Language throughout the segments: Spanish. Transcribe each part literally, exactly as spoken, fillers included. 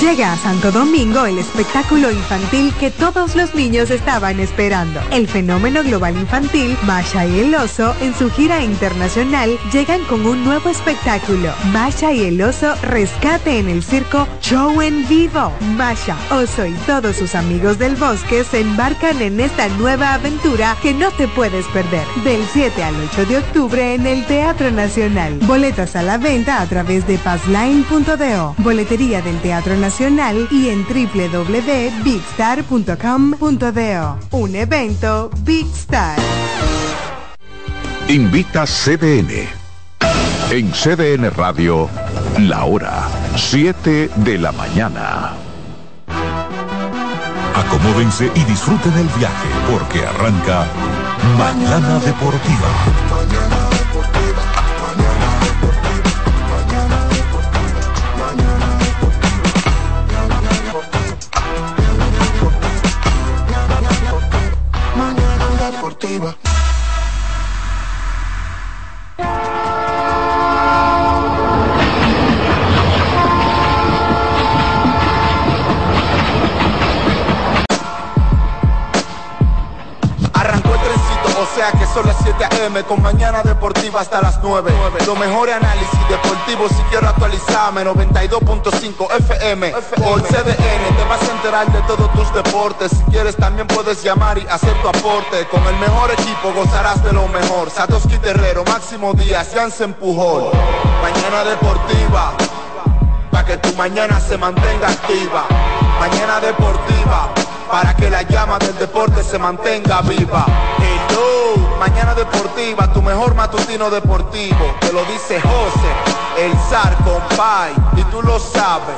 Llega a Santo Domingo el espectáculo infantil que todos los niños estaban esperando. El fenómeno global infantil, Masha y el Oso, en su gira internacional, llegan con un nuevo espectáculo. Masha y el Oso Rescate en el Circo, Show en Vivo. Masha, Oso y todos sus amigos del bosque se embarcan en esta nueva aventura que no te puedes perder. Del siete al ocho de octubre en el Teatro Nacional. Boletas a la venta a través de passline punto do, boletería del Teatro Nacional y en doble u doble u doble u punto big star punto com punto do. Un evento Big Star. Invita C D N. En C D N Radio, la hora siete de la mañana. Acomódense y disfruten el viaje porque arranca Mañana Deportiva. Deportiva. Arrancó el trencito, o sea que son las siete a eme con Mañana Deportiva hasta las nueve. Lo mejor análisis deportivo si quiero actualizarme. Noventa y dos punto cinco F M por C D N. Te vas a enterar de todos tus deportes. Si quieres también puedes llamar y hacer tu aporte. Con el mejor equipo gozarás de lo mejor. Satoshi Terrero, Máximo Díaz, Jansen Pujol. Mañana Deportiva, para que tu mañana se mantenga activa. Mañana Deportiva, para que la llama del deporte se mantenga viva. Hello, Mañana Deportiva, tu mejor matutino deportivo. Te lo dice José, el zar, compay, y tú lo sabes.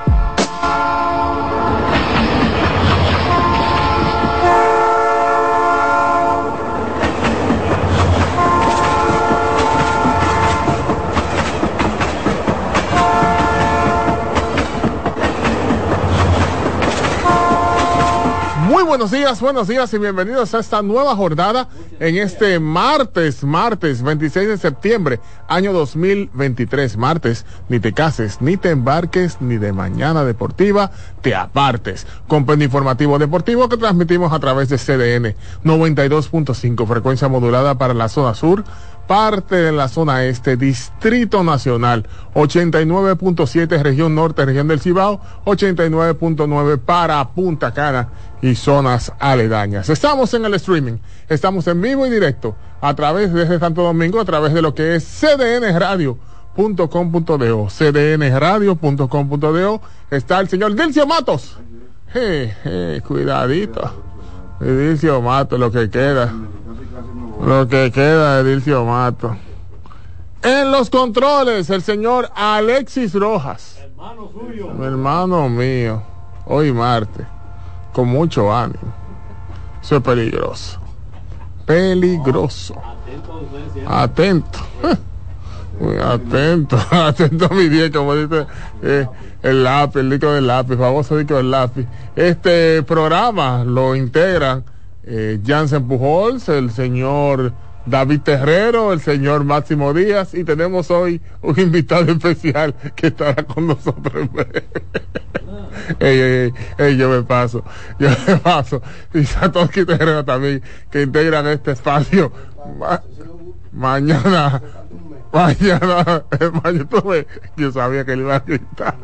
Muy buenos días, buenos días y bienvenidos a esta nueva jornada en este martes, martes veintiséis de septiembre, año dos mil veintitrés. Martes, ni te cases, ni te embarques, ni de Mañana Deportiva te apartes. Compendio informativo deportivo que transmitimos a través de C D N noventa y dos punto cinco, frecuencia modulada para la zona sur, parte de la zona este, Distrito Nacional, ochenta y nueve punto siete región norte, región del Cibao, ochenta y nueve punto nueve para Punta Cana y zonas aledañas. Estamos en el streaming, estamos en vivo y directo a través desde Santo Domingo, a través de lo que es c d n radio punto com punto do, c d n radio punto com punto do. Está el señor Dilcio Matos. Hey, hey, cuidadito, Dilcio Matos, lo que queda. Lo que queda de Dilcio Mato. En los controles, el señor Alexis Rojas. Hermano suyo. Mi hermano mío. Hoy martes. Con mucho ánimo. Eso es peligroso. Peligroso. Atento. Muy atento. Atento a mi día, como dice eh, el lápiz, el disco del lápiz, famoso disco del lápiz. Este programa lo integran Eh, Jansen Pujols, el señor David Terrero, el señor Máximo Díaz, y tenemos hoy un invitado especial que estará con nosotros en breve. ey, ey, ey, ey, yo me paso, yo me paso. Y Satoshi Terrero también, que integran este espacio. Ma- mañana, mañana, mañana, tuve, yo sabía que le iba a gritar.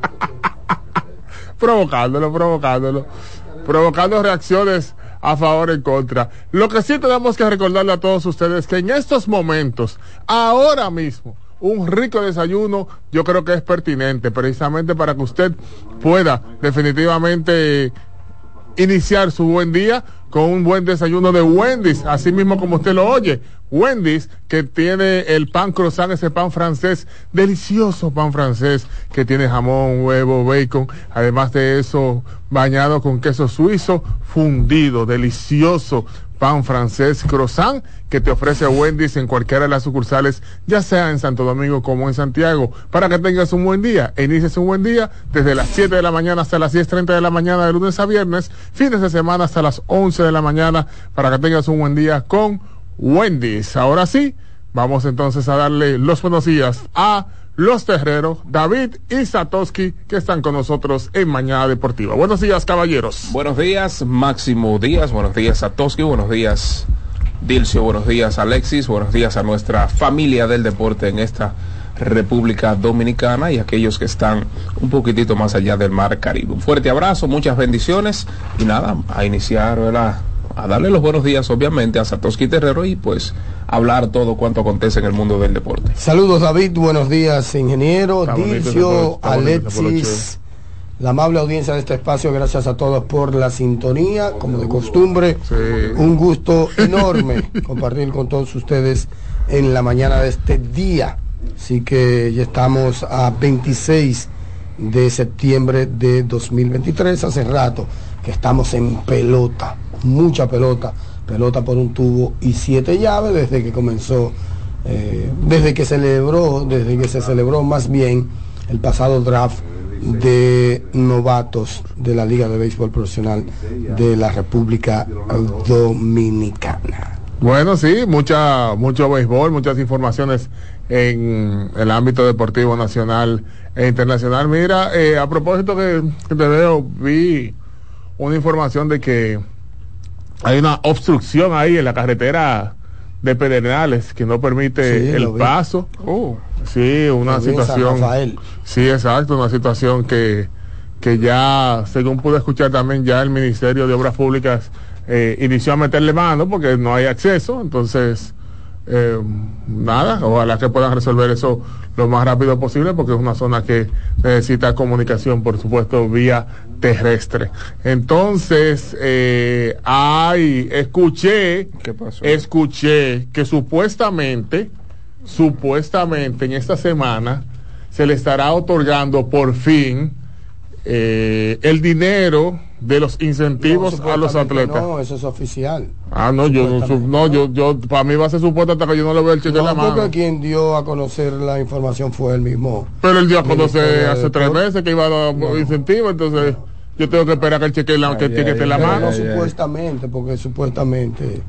provocándolo, provocándolo, provocando reacciones a favor o en contra. Lo que sí tenemos que recordarle a todos ustedes que en estos momentos, ahora mismo, un rico desayuno yo creo que es pertinente precisamente para que usted pueda definitivamente iniciar su buen día con un buen desayuno de Wendy's, así mismo como usted lo oye. Wendy's, que tiene el pan croissant, ese pan francés, delicioso pan francés, que tiene jamón, huevo, bacon, además de eso, bañado con queso suizo, fundido, delicioso pan francés croissant, que te ofrece Wendy's en cualquiera de las sucursales, ya sea en Santo Domingo como en Santiago, para que tengas un buen día, e inicies un buen día desde las siete de la mañana hasta las diez treinta de la mañana de lunes a viernes, fines de semana hasta las once de la mañana, para que tengas un buen día con Wendy's. Ahora sí, vamos entonces a darle los buenos días a los Terreros, David y Satoshi, que están con nosotros en Mañana Deportiva. Buenos días, caballeros. Buenos días, Máximo Díaz. Buenos días, Satoshi. Buenos días, Dilcio. Buenos días, Alexis. Buenos días a nuestra familia del deporte en esta República Dominicana y aquellos que están un poquitito más allá del mar Caribe. Un fuerte abrazo, muchas bendiciones y nada, a iniciar, ¿verdad?, a darle los buenos días obviamente a Satoshi Terrero y pues hablar todo cuanto acontece en el mundo del deporte. Saludos, David, buenos días, ingeniero, Dilcio, Alexis, la amable audiencia de este espacio, gracias a todos por la sintonía, como de costumbre, sí. Un gusto enorme compartir con todos ustedes en la mañana de este día, así que ya estamos a veintiséis de septiembre de dos mil veintitrés, hace rato que estamos en pelota, mucha pelota, pelota por un tubo y siete llaves desde que comenzó, eh, desde que celebró, desde que se celebró más bien el pasado draft de novatos de la Liga de Béisbol Profesional de la República Dominicana. Bueno, sí, mucha, mucho béisbol, muchas informaciones en el ámbito deportivo nacional e internacional. Mira, eh, a propósito que, que te veo, vi una información de que hay una obstrucción ahí en la carretera de Pedernales que no permite sí, el paso. Oh, sí, una situación. Sí, exacto, una situación que, que ya, según pude escuchar también, ya el Ministerio de Obras Públicas eh, inició a meterle mano porque no hay acceso. Entonces, eh, nada, ojalá que puedan resolver eso lo más rápido posible porque es una zona que necesita comunicación, por supuesto, vía terrestre. Entonces, eh, ay, escuché, ¿qué pasó? Escuché que supuestamente, supuestamente en esta semana se le estará otorgando por fin eh, el dinero de los incentivos no, a los atletas. No, eso es oficial. Ah, no, yo no, no, yo, yo, para mí va a ser supuesto hasta que yo no le vea el cheque no, en la mano. Porque quien dio a conocer la información fue él mismo. Pero él dio a conocer hace tres meses que iba a dar no. incentivos, entonces yo tengo que esperar que el cheque, la, ay, que el cheque esté en la mano. No, supuestamente, porque supuestamente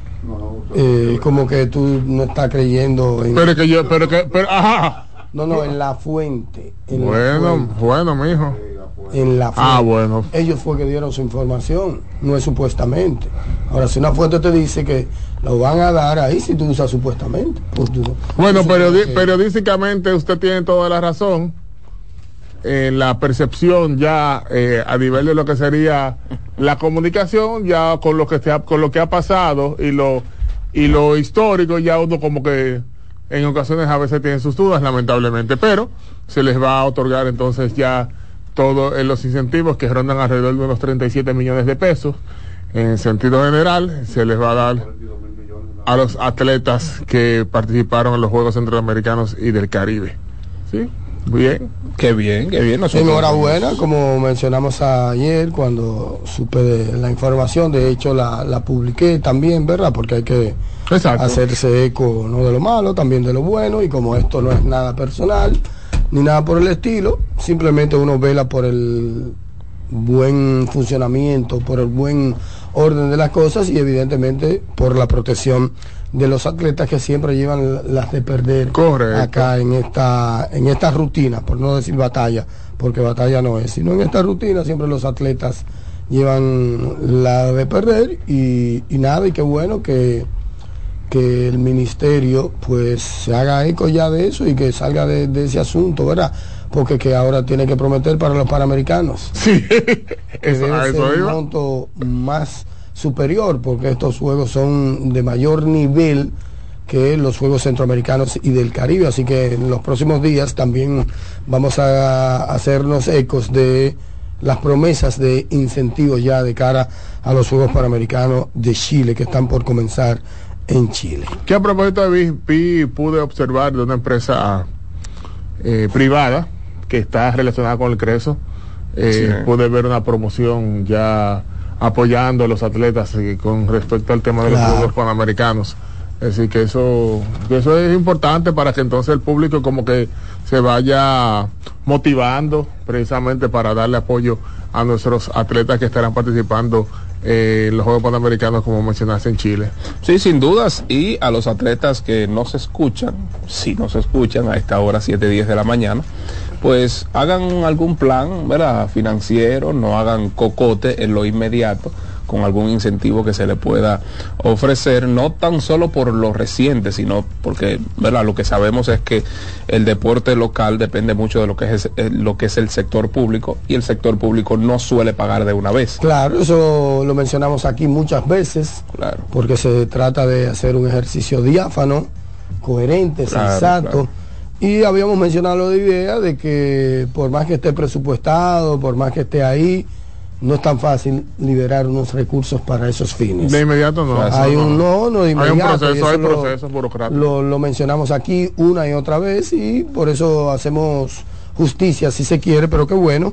eh, como que tú no estás creyendo en... Pero que yo, pero que, pero, ajá. No, no, en la fuente. En bueno, la fuente. bueno, mijo. En la fuente. Ah, bueno. Ellos fue que dieron su información, no es supuestamente. Ahora, si una fuente te dice que lo van a dar ahí, si tú usas supuestamente. Pues tú, bueno, periodi- que... periodísticamente usted tiene toda la razón. Eh, la percepción ya eh, a nivel de lo que sería la comunicación, ya con lo que se ha, con lo que ha pasado y lo y lo histórico, ya uno como que en ocasiones a veces tiene sus dudas, lamentablemente, pero se les va a otorgar entonces ya todo en los incentivos que rondan alrededor de unos treinta y siete millones de pesos. En sentido general, se les va a dar a los atletas que participaron en los Juegos Centroamericanos y del Caribe. ¿Sí? Bien. Qué bien, qué bien. Nosotros enhorabuena, como mencionamos ayer cuando supe de la información, de hecho la, la publiqué también, ¿verdad? Porque hay que Exacto. hacerse eco no de lo malo, también de lo bueno, y como esto no es nada personal ni nada por el estilo, simplemente uno vela por el buen funcionamiento, por el buen orden de las cosas y evidentemente por la protección de los atletas que siempre llevan las de perder. Correcto. Acá en esta en esta rutina, por no decir batalla, porque batalla no es, sino en esta rutina siempre los atletas llevan la de perder y, y nada, y qué bueno que que el ministerio pues se haga eco ya de eso y que salga de, de ese asunto, ¿verdad? Porque que ahora tiene que prometer para los panamericanos. Sí, eso, debe ser un monto más superior, porque estos juegos son de mayor nivel que los Juegos Centroamericanos y del Caribe, así que en los próximos días también vamos a hacernos ecos de las promesas de incentivos ya de cara a los Juegos Panamericanos de Chile, que están por comenzar en Chile. Que a propósito de B P, pude observar de una empresa eh, privada que está relacionada con el Creso, eh, sí. pude ver una promoción ya apoyando a los atletas eh, con respecto al tema de los claro. Juegos Panamericanos Es decir, que eso, que eso es importante para que entonces el público como que se vaya motivando precisamente para darle apoyo a nuestros atletas que estarán participando eh, en los Juegos Panamericanos, como mencionaste, en Chile. Sí, sin dudas, y a los atletas que no se escuchan, si no se escuchan a esta hora, siete, diez de la mañana, pues hagan algún plan, ¿verdad?, financiero, no hagan cocote en lo inmediato, con algún incentivo que se le pueda ofrecer, no tan solo por lo reciente, sino porque, ¿verdad?, lo que sabemos es que el deporte local depende mucho de lo que es lo que es el sector público, y el sector público no suele pagar de una vez. Claro, eso lo mencionamos aquí muchas veces, claro, porque se trata de hacer un ejercicio diáfano, coherente, claro, sensato, claro. Y habíamos mencionado la idea de que por más que esté presupuestado, por más que esté ahí, no es tan fácil liberar unos recursos para esos fines. De inmediato no. Hay un no, no de inmediato. Hay un proceso, hay procesos burocráticos. Lo, lo mencionamos aquí una y otra vez y por eso hacemos justicia, si se quiere, pero qué bueno.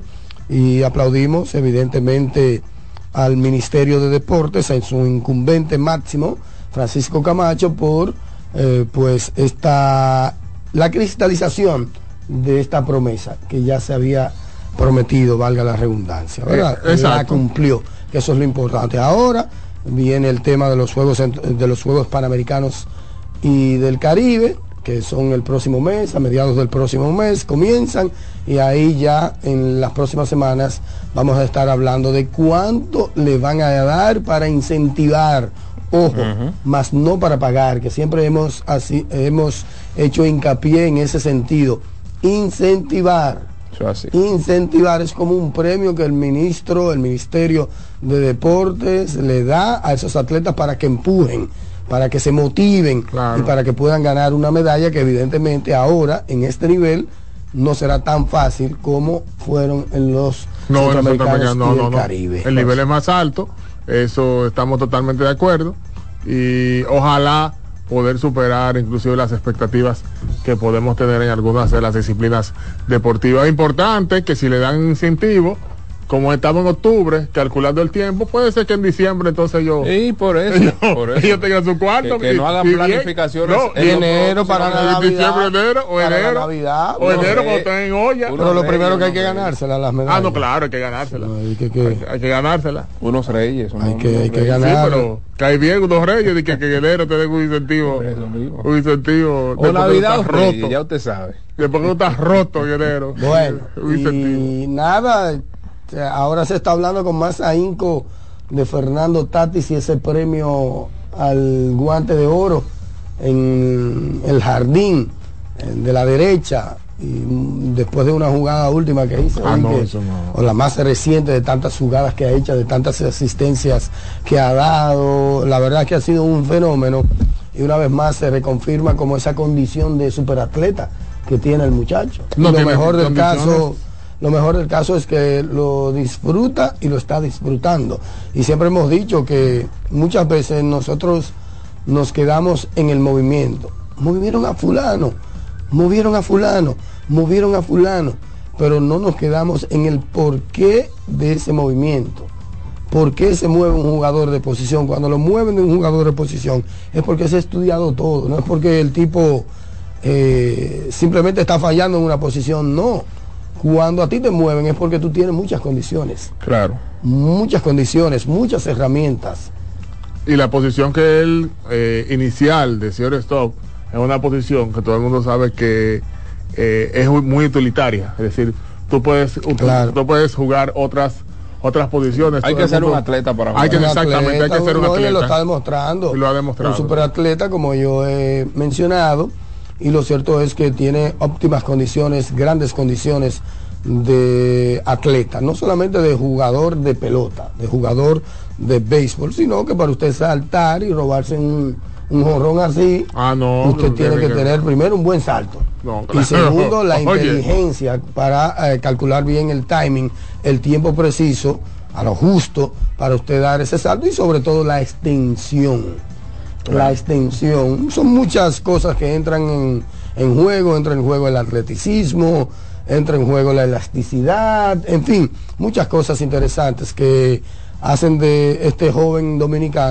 Y aplaudimos evidentemente al Ministerio de Deportes, en su incumbente máximo, Francisco Camacho, por eh, pues esta la cristalización de esta promesa que ya se había prometido, valga la redundancia, ¿verdad? Eh, la cumplió, que eso es lo importante. Ahora viene el tema de los Juegos de los Juegos Panamericanos y del Caribe, que son el próximo mes, a mediados del próximo mes comienzan, y ahí ya en las próximas semanas vamos a estar hablando de cuánto le van a dar para incentivar, ojo, uh-huh, más no para pagar, que siempre hemos así hemos hecho hincapié en ese sentido, incentivar. Así. Incentivar es como un premio que el ministro, el Ministerio de Deportes le da a esos atletas para que empujen, para que se motiven, claro, y para que puedan ganar una medalla que evidentemente ahora en este nivel no será tan fácil como fueron en los no, centroamericanos no, y no, el no. Caribe. El nivel es más alto, eso estamos totalmente de acuerdo, y ojalá poder superar inclusive las expectativas que podemos tener en algunas de las disciplinas deportivas. Importante que si le dan incentivo, como estamos en octubre, calculando el tiempo, puede ser que en diciembre entonces yo... Sí, por eso. Ellos, por eso. ellos tengan su cuarto. Que, que no hagan planificaciones no, en enero para la Navidad. Diciembre, enero, o para enero. La Navidad, o enero cuando estén en olla. Pero lo primero que hay que ganárselas las medallas. Ah, no, claro, hay que ganárselas. No, hay, que, que, hay, hay que ganárselas. Unos reyes. Unos hay que, hay que sí, ganar. pero cae bien unos reyes y que, que enero te den un incentivo. Un incentivo. O Navidad o roto. Reyes, ya usted sabe. Después que tú estás roto en enero. Bueno, y nada... Ahora se está hablando con más ahínco de Fernando Tatis y ese premio al guante de oro en el jardín de la derecha, y después de una jugada última que hizo, ah, no, que, eso no. o la más reciente de tantas jugadas que ha hecho, de tantas asistencias que ha dado, la verdad que ha sido un fenómeno, y una vez más se reconfirma como esa condición de superatleta que tiene el muchacho. No, y lo mejor del caso... Lo mejor del caso es que lo disfruta y lo está disfrutando. Y siempre hemos dicho que muchas veces nosotros nos quedamos en el movimiento. Movieron a fulano, movieron a fulano, movieron a fulano, pero no nos quedamos en el porqué de ese movimiento. ¿Por qué se mueve un jugador de posición? Cuando lo mueven de un jugador de posición es porque se ha estudiado todo, no es porque el tipo eh, simplemente está fallando en una posición, no. Cuando a ti te mueven es porque tú tienes muchas condiciones. Claro. Muchas condiciones, muchas herramientas. Y la posición que él eh, inicial de shortstop es una posición que todo el mundo sabe que eh, es muy utilitaria. Es decir, tú puedes, claro, tú puedes jugar otras otras posiciones. Hay que ser un atleta para jugar. Hay que, exactamente, atleta, hay que ser un no, atleta. Él lo está demostrando. Y lo ha demostrado. Un superatleta, como yo he mencionado. Y lo cierto es que tiene óptimas condiciones, grandes condiciones de atleta, no solamente de jugador de pelota, de jugador de béisbol, sino que para usted saltar y robarse un, un jonrón así, ah, no, usted no, tiene que, que tener no. primero un buen salto. No, claro. Y segundo, la Oye. inteligencia para eh, calcular bien el timing, el tiempo preciso, a lo justo, para usted dar ese salto, y sobre todo la extensión. La extensión, son muchas cosas que entran en, en juego, entra en juego el atleticismo, entra en juego la elasticidad, en fin, muchas cosas interesantes que hacen de este joven dominicano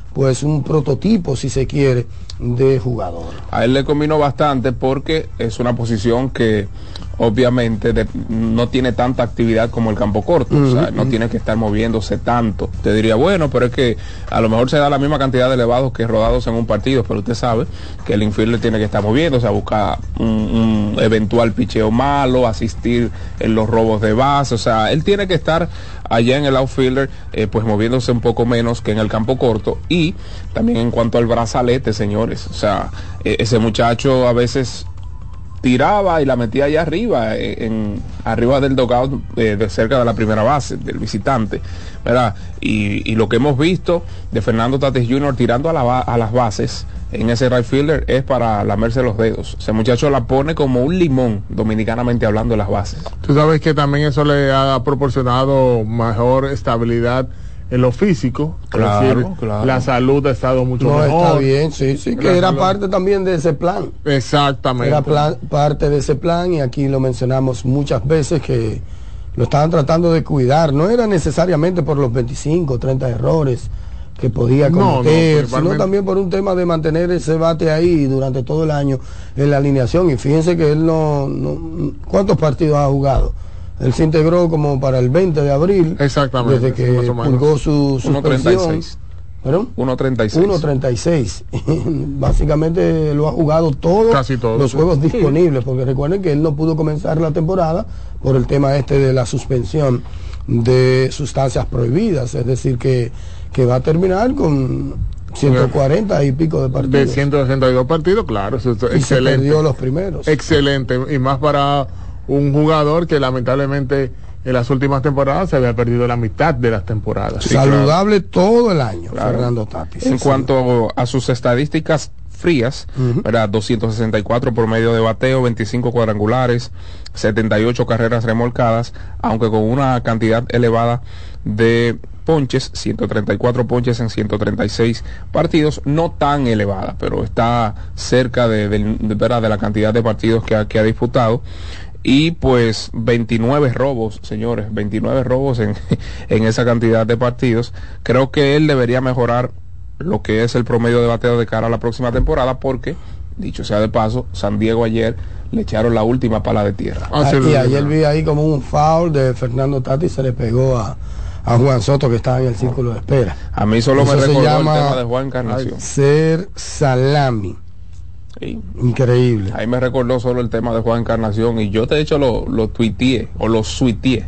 pues un prototipo, si se quiere, de jugador. A él le combinó bastante porque es una posición que obviamente de, no tiene tanta actividad como el campo corto, uh-huh. o sea, no tiene que estar moviéndose tanto. Te diría, bueno, pero es que a lo mejor se da la misma cantidad de elevados que rodados en un partido, pero usted sabe que el infielder tiene que estar moviéndose, a buscar un, un eventual picheo malo, asistir en los robos de base, o sea, él tiene que estar allá en el outfielder, eh, pues moviéndose un poco menos que en el campo corto. Y también en cuanto al brazalete, señores, o sea, eh, ese muchacho a veces tiraba y la metía allá arriba, eh, en arriba del dugout, eh, de cerca de la primera base del visitante, ¿verdad? Y, y lo que hemos visto de Fernando Tatis junior tirando a, la, a las bases en ese right fielder es para lamerse los dedos. Ese muchacho la pone como un limón, dominicanamente hablando, de las bases. Tú sabes que también eso le ha proporcionado mejor estabilidad en lo físico, claro, es decir, claro. La salud ha estado mucho no, mejor. Está bien, sí, sí, que era parte también de ese plan. Exactamente. Era plan, parte de ese plan, y aquí lo mencionamos muchas veces que lo estaban tratando de cuidar. No era necesariamente por los veinticinco, treinta errores que podía cometer, no, no, sino también por un tema de mantener ese bate ahí durante todo el año en la alineación. Y fíjense que él no, no ¿cuántos partidos ha jugado? Él se integró como para el veinte de abril. Exactamente. Desde que purgó su suspensión. ¿Perdón? uno treinta y seis. uno treinta y seis. Básicamente lo ha jugado todo, casi todos los sí. juegos disponibles, porque recuerden que él no pudo comenzar la temporada por el tema este de la suspensión de sustancias prohibidas. Es decir, que, que va a terminar con ciento cuarenta y pico de partidos. De ciento sesenta y dos partidos, claro. Eso es y excelente. Se perdió los primeros. Excelente. Y más para un jugador que lamentablemente en las últimas temporadas se había perdido la mitad de las temporadas. Sí, saludable, claro. Todo el año, claro. Fernando Tatis. En sí. cuanto a sus estadísticas frías, uh-huh. ¿verdad? doscientos sesenta y cuatro por medio de bateo, veinticinco cuadrangulares, setenta y ocho carreras remolcadas, aunque con una cantidad elevada de ponches, ciento treinta y cuatro ponches en ciento treinta y seis partidos, no tan elevada, pero está cerca de, de, de, de, de la cantidad de partidos que ha, que ha disputado. Y pues veintinueve robos, señores, veintinueve robos en, en esa cantidad de partidos. Creo que él debería mejorar lo que es el promedio de bateo de cara a la próxima temporada, porque, dicho sea de paso, San Diego ayer le echaron la última pala de tierra. Ah, y ayer vi ahí como un foul de Fernando Tatis, se le pegó a, a Juan Soto, que estaba en el círculo de espera. A mí solo Eso me recordó el tema de Juan Encarnación. Ser salami. Sí. Increíble. Ahí me recordó solo el tema de Juan Encarnación, y yo de hecho lo, lo tuiteé o lo suiteé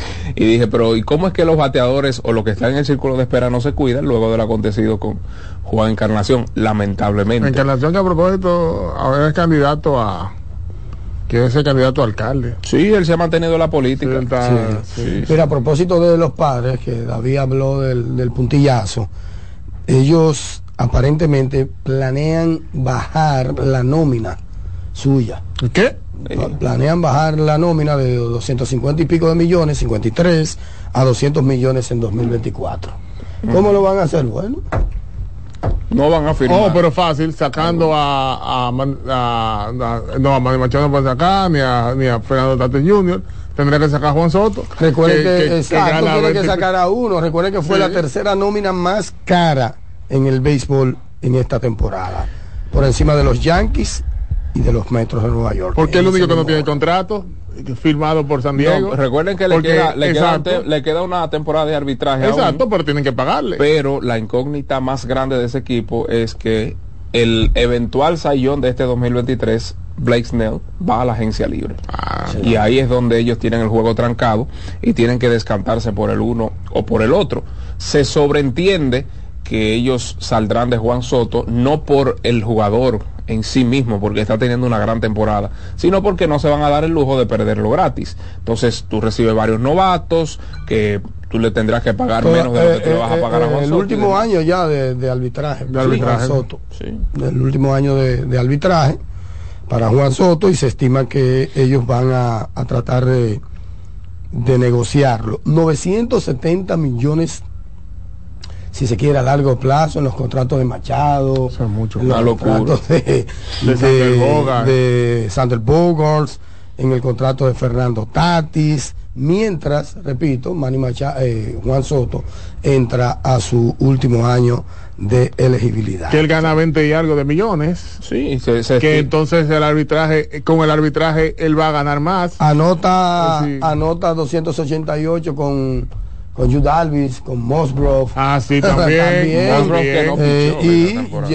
y dije, pero ¿y cómo es que los bateadores o los que están en el círculo de espera no se cuidan luego de lo acontecido con Juan Encarnación? Lamentablemente. Encarnación, que a propósito ahora es candidato a quiere ser candidato a alcalde. Sí, él se ha mantenido en la política. Sí, está, sí, sí. Mira, a propósito de los padres, que David habló del, del puntillazo, ellos aparentemente planean bajar la nómina suya. ¿Qué? Planean bajar la nómina de doscientos cincuenta y pico de millones, cincuenta y tres, a doscientos millones en dos mil veinticuatro. ¿Cómo mm. lo van a hacer? Bueno, no van a firmar. Oh, pero fácil, sacando a, a, a, a, a no, a Manny Machado no puede sacar, ni a, ni a Fernando Tatis junior Tendría que sacar a Juan Soto. Recuerden que, que, que, exacto, que tiene que sacar a uno. Recuerden que fue sí. la tercera nómina más cara en el béisbol en esta temporada, por encima de los Yankees y de los Metros de Nueva York. Porque es el único que no tiene contrato firmado por San Diego. No, recuerden que le Porque, queda, le, queda te, le queda una temporada de arbitraje. Exacto, aún, pero tienen que pagarle. Pero la incógnita más grande de ese equipo es que el eventual sayón de este dos mil veintitrés, Blake Snell, va a la agencia libre. Ah, y sí. ahí es donde ellos tienen el juego trancado y tienen que descantarse por el uno o por el otro. Se sobreentiende que ellos saldrán de Juan Soto no por el jugador en sí mismo, porque está teniendo una gran temporada, sino porque no se van a dar el lujo de perderlo gratis. Entonces tú recibes varios novatos que tú le tendrás que pagar Pero, menos de lo que eh, tú le vas a pagar eh, a Juan el Soto. El último año ya de, de arbitraje, de arbitraje. Juan Soto. Sí. El último año de, de arbitraje para Juan Soto, y se estima que ellos van a, a tratar de, de negociarlo. novecientos setenta millones, si se quiere, a largo plazo, en los contratos de Machado, mucho, en los contratos de, de, de, de Sander Bogarts, en el contrato de Fernando Tatis, mientras, repito, Manny Machado, eh, Juan Soto entra a su último año de elegibilidad. Que él gana veinte y algo de millones. Sí, se, se que entonces el arbitraje, con el arbitraje él va a ganar más. Anota, sí. anota doscientos ochenta y ocho con con Yu Darvish, con Musgrove. Ah, sí, también. también. Musgrove que no eh, y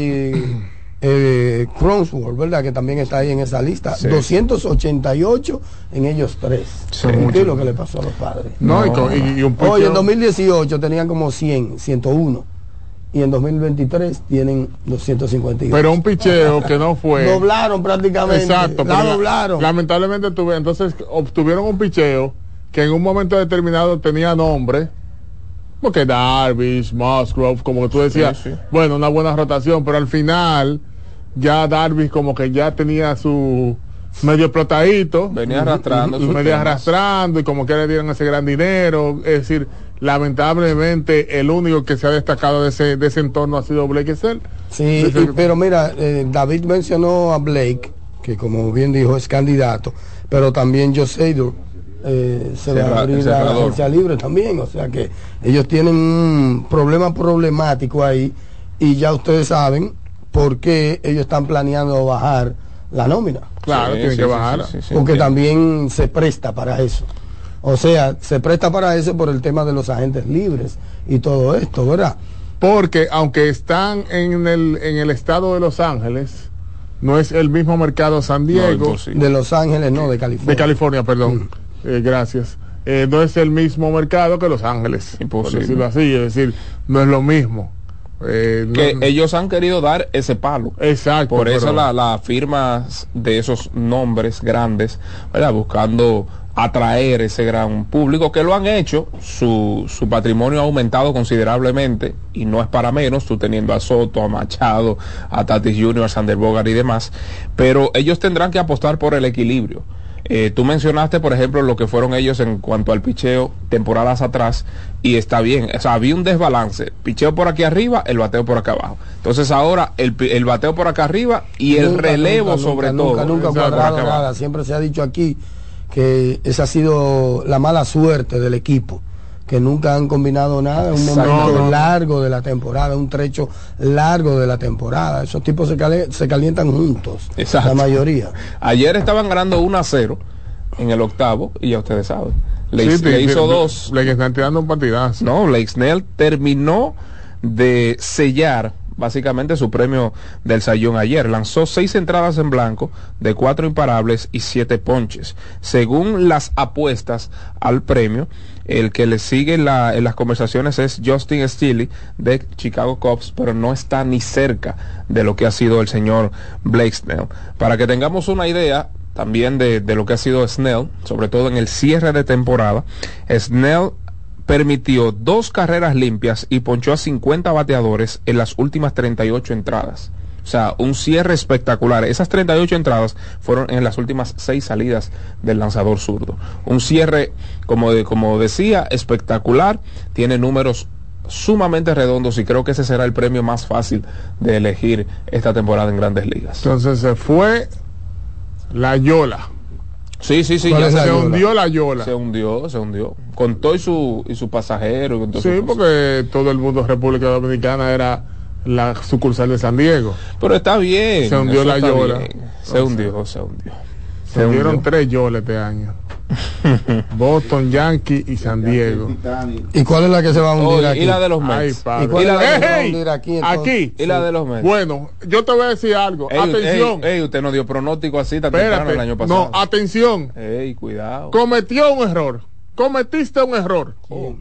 Jay eh, Cronenworth, ¿verdad? Que también está ahí en esa lista. Sí. doscientos ochenta y ocho en ellos tres. Sí, ¿Qué es lo que le pasó a los padres? No, no. Y, con, y, y un Oye, en dos mil dieciocho tenían como cien, ciento uno. Y en dos mil veintitrés tienen doscientos cincuenta y ocho. Pero un picheo que no fue. Doblaron prácticamente. Exacto. La doblaron. La, lamentablemente tuve, entonces obtuvieron un picheo que en un momento determinado tenía nombre. Porque Darvish, Musgrove, como tú decías, sí, sí. bueno, una buena rotación, pero al final ya Darvish como que ya tenía su medio explotadito. Venía arrastrando. Venía temas. arrastrando y como que le dieron ese gran dinero. Es decir, lamentablemente el único que se ha destacado de ese, de ese entorno ha sido Blake Snell. Sí, y, pero mira, eh, David mencionó a Blake, que como bien dijo es candidato, pero también Joe Sadler eh, se Cerra, va a abrir a la agencia libre también, o sea que ellos tienen un problema problemático ahí y ya ustedes saben por qué ellos están planeando bajar la nómina. Claro, sí, tienen sí, que sí, bajar. Sí, sí, porque sí. también se presta para eso. O sea, se presta para eso por el tema de los agentes libres y todo esto, ¿verdad? Porque aunque están en el en el estado de Los Ángeles, no es el mismo mercado San Diego. No, de Los Ángeles, no, de California. De California, perdón. Mm. Eh, gracias. Eh, no es el mismo mercado que Los Ángeles. Imposible. Por decirlo así, es decir, no es lo mismo. Eh, que no, ellos han querido dar ese palo. Exacto. Por eso las la firmas de esos nombres grandes, ¿verdad? Buscando atraer ese gran público que lo han hecho, su, su patrimonio ha aumentado considerablemente y no es para menos, tú teniendo a Soto, a Machado, a Tatis junior, a Sander Bogart y demás, pero ellos tendrán que apostar por el equilibrio. Eh, tú mencionaste, por ejemplo, lo que fueron ellos en cuanto al picheo temporadas atrás, y está bien, o sea, había un desbalance, picheo por aquí arriba, el bateo por acá abajo. Entonces ahora el, el bateo por acá arriba y el nunca, relevo nunca, sobre nunca, todo. Nunca, nunca cuadrado nada, siempre se ha dicho aquí que esa ha sido la mala suerte del equipo, que nunca han combinado nada en un momento no, no. largo de la temporada, un trecho largo de la temporada. Esos tipos se, cali se calientan juntos. Exacto. La mayoría. Ayer estaban ganando uno a cero en el octavo y ya ustedes saben. Le, sí, le hizo dos. Blake Snell tirando un partidazo. No, Blake Snell terminó de sellar básicamente su premio del Sayón ayer. Lanzó seis entradas en blanco de cuatro imparables y siete ponches. Según las apuestas al premio, el que le sigue en, la, en las conversaciones es Justin Steele de Chicago Cubs, pero no está ni cerca de lo que ha sido el señor Blake Snell. Para que tengamos una idea también de, de lo que ha sido Snell, sobre todo en el cierre de temporada, Snell permitió dos carreras limpias y ponchó a cincuenta bateadores en las últimas treinta y ocho entradas. O sea, un cierre espectacular. Esas treinta y ocho entradas fueron en las últimas seis salidas del lanzador zurdo. Un cierre, como, de, como decía, espectacular. Tiene números sumamente redondos y creo que ese será el premio más fácil de elegir esta temporada en Grandes Ligas. Entonces se fue la Yola. Sí, sí, sí, ya se hundió la Yola. Se hundió, se hundió. Con todo y su, y su pasajero. Con todo sí, su porque todo el mundo de República Dominicana era la sucursal de San Diego. Pero está bien. Se hundió la Yola. Se hundió, se hundió. Se, se hundieron tres Yolas este año. Boston, Yankee y San Diego. ¿Y cuál es la que se va a hundir oh, aquí? Y la de los Mets. Ay, ¿Y cuál ¿Y es la que se va a hundir aquí? Entonces? Aquí. ¿Y la de los Mets? Bueno, yo te voy a decir algo. Ey, atención. Ey, ey, usted no dio pronóstico así tan temprano el año pasado. No, atención. Ey, cuidado. Cometió un error. Cometiste un error. Oh.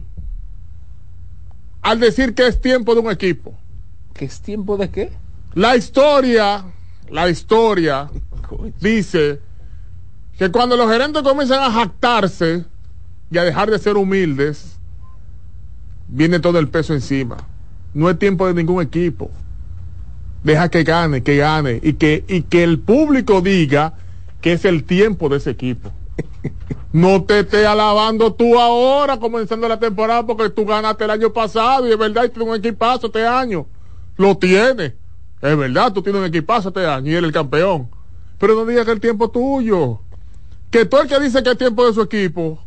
Al decir que es tiempo de un equipo. ¿Qué es tiempo de qué? La historia, la historia dice que cuando los gerentes comienzan a jactarse y a dejar de ser humildes, viene todo el peso encima. No es tiempo de ningún equipo. Deja que gane, que gane y que, y que el público diga que es el tiempo de ese equipo. No te estés alabando tú ahora comenzando la temporada porque tú ganaste el año pasado y es verdad, y tienes un equipazo este año. Lo tienes. Es verdad, tú tienes un equipazo este año y eres el campeón. Pero no digas que el tiempo es tuyo. Que tú el que dice que es tiempo de su equipo,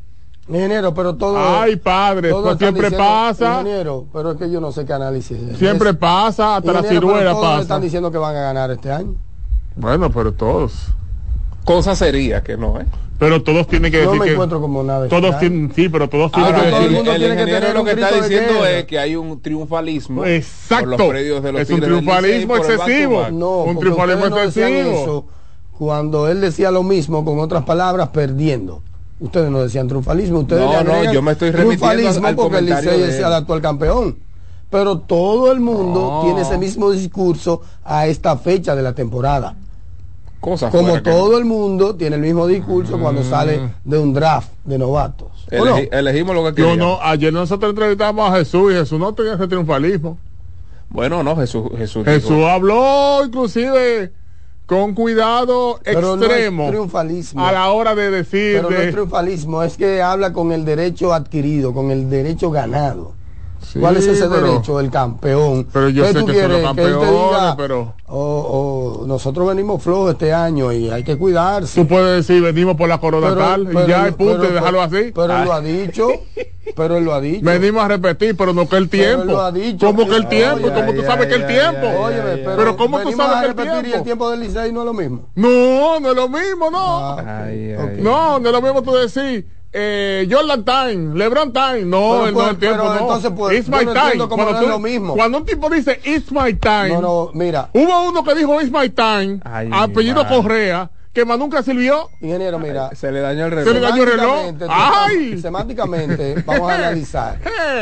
Ingeniero, pero todo... Ay, padre, esto siempre diciendo, pasa. Ingeniero, pero es que yo no sé qué análisis es. Siempre pasa, hasta la ciruela pasa. Todos están diciendo que van a ganar este año. Bueno, pero todos. Cosa sería que no, ¿eh? Pero todos tienen que no decir me que... encuentro como nada. Todos tienen, sí, pero todos tienen Ahora, que decir... El, todo el, el tiene que tener lo que está diciendo es que hay un triunfalismo. Exacto. Por los predios de los es un triunfalismo excesivo. Back no, un triunfalismo no excesivo. Eso cuando él decía lo mismo, con otras palabras, perdiendo. Ustedes no decían triunfalismo, ustedes no, le no, yo me estoy triunfalismo al porque el Licey es el actual campeón. Pero todo el mundo no. tiene ese mismo discurso a esta fecha de la temporada. Cosas como todo que... el mundo tiene el mismo discurso mm. cuando sale de un draft de novatos. Elegi no? Elegimos lo que queríamos. Yo no, ayer nosotros entrevistamos a Jesús y Jesús no tenía ese triunfalismo. Bueno, no, Jesús Jesús, Jesús dijo... habló inclusive con cuidado pero extremo no es triunfalismo. A la hora de decir pero de... no es triunfalismo, es que habla con el derecho adquirido, con el derecho ganado. Sí, ¿cuál es ese pero, derecho? El campeón. Pero yo sé tú que quieres? son los campeones, que diga, pero... Oh, oh, nosotros venimos flojos este año y hay que cuidarse. Tú puedes decir, venimos por la corona pero, tal, pero, y ya, y punto, pero, y dejarlo así. Pero él lo ha dicho, pero él lo ha dicho. Venimos a repetir, pero no que el tiempo. Pero él lo ha dicho. ¿Cómo que el tiempo? Oye, ¿Cómo tú sabes que el tiempo? Óyeme, pero, pero ¿cómo tú sabes que el tiempo? Y el tiempo del Licey no es lo mismo. No, no es lo mismo, no. Ah, okay. ay, okay. No, no es lo mismo tú decir... Eh, Jordan Time, LeBron Time, no, pero, no el tiempo, pero, no. Entonces, pues, it's my no time. Cuando, no tú, es lo mismo. Cuando un tipo dice It's my time, no, no, mira. Hubo uno que dijo It's my time, ay, apellido Correa, que más nunca sirvió. Ingeniero, mira. Ay, se le dañó el reloj. Se le dañó el reloj. Ay. Semánticamente, vamos a analizar.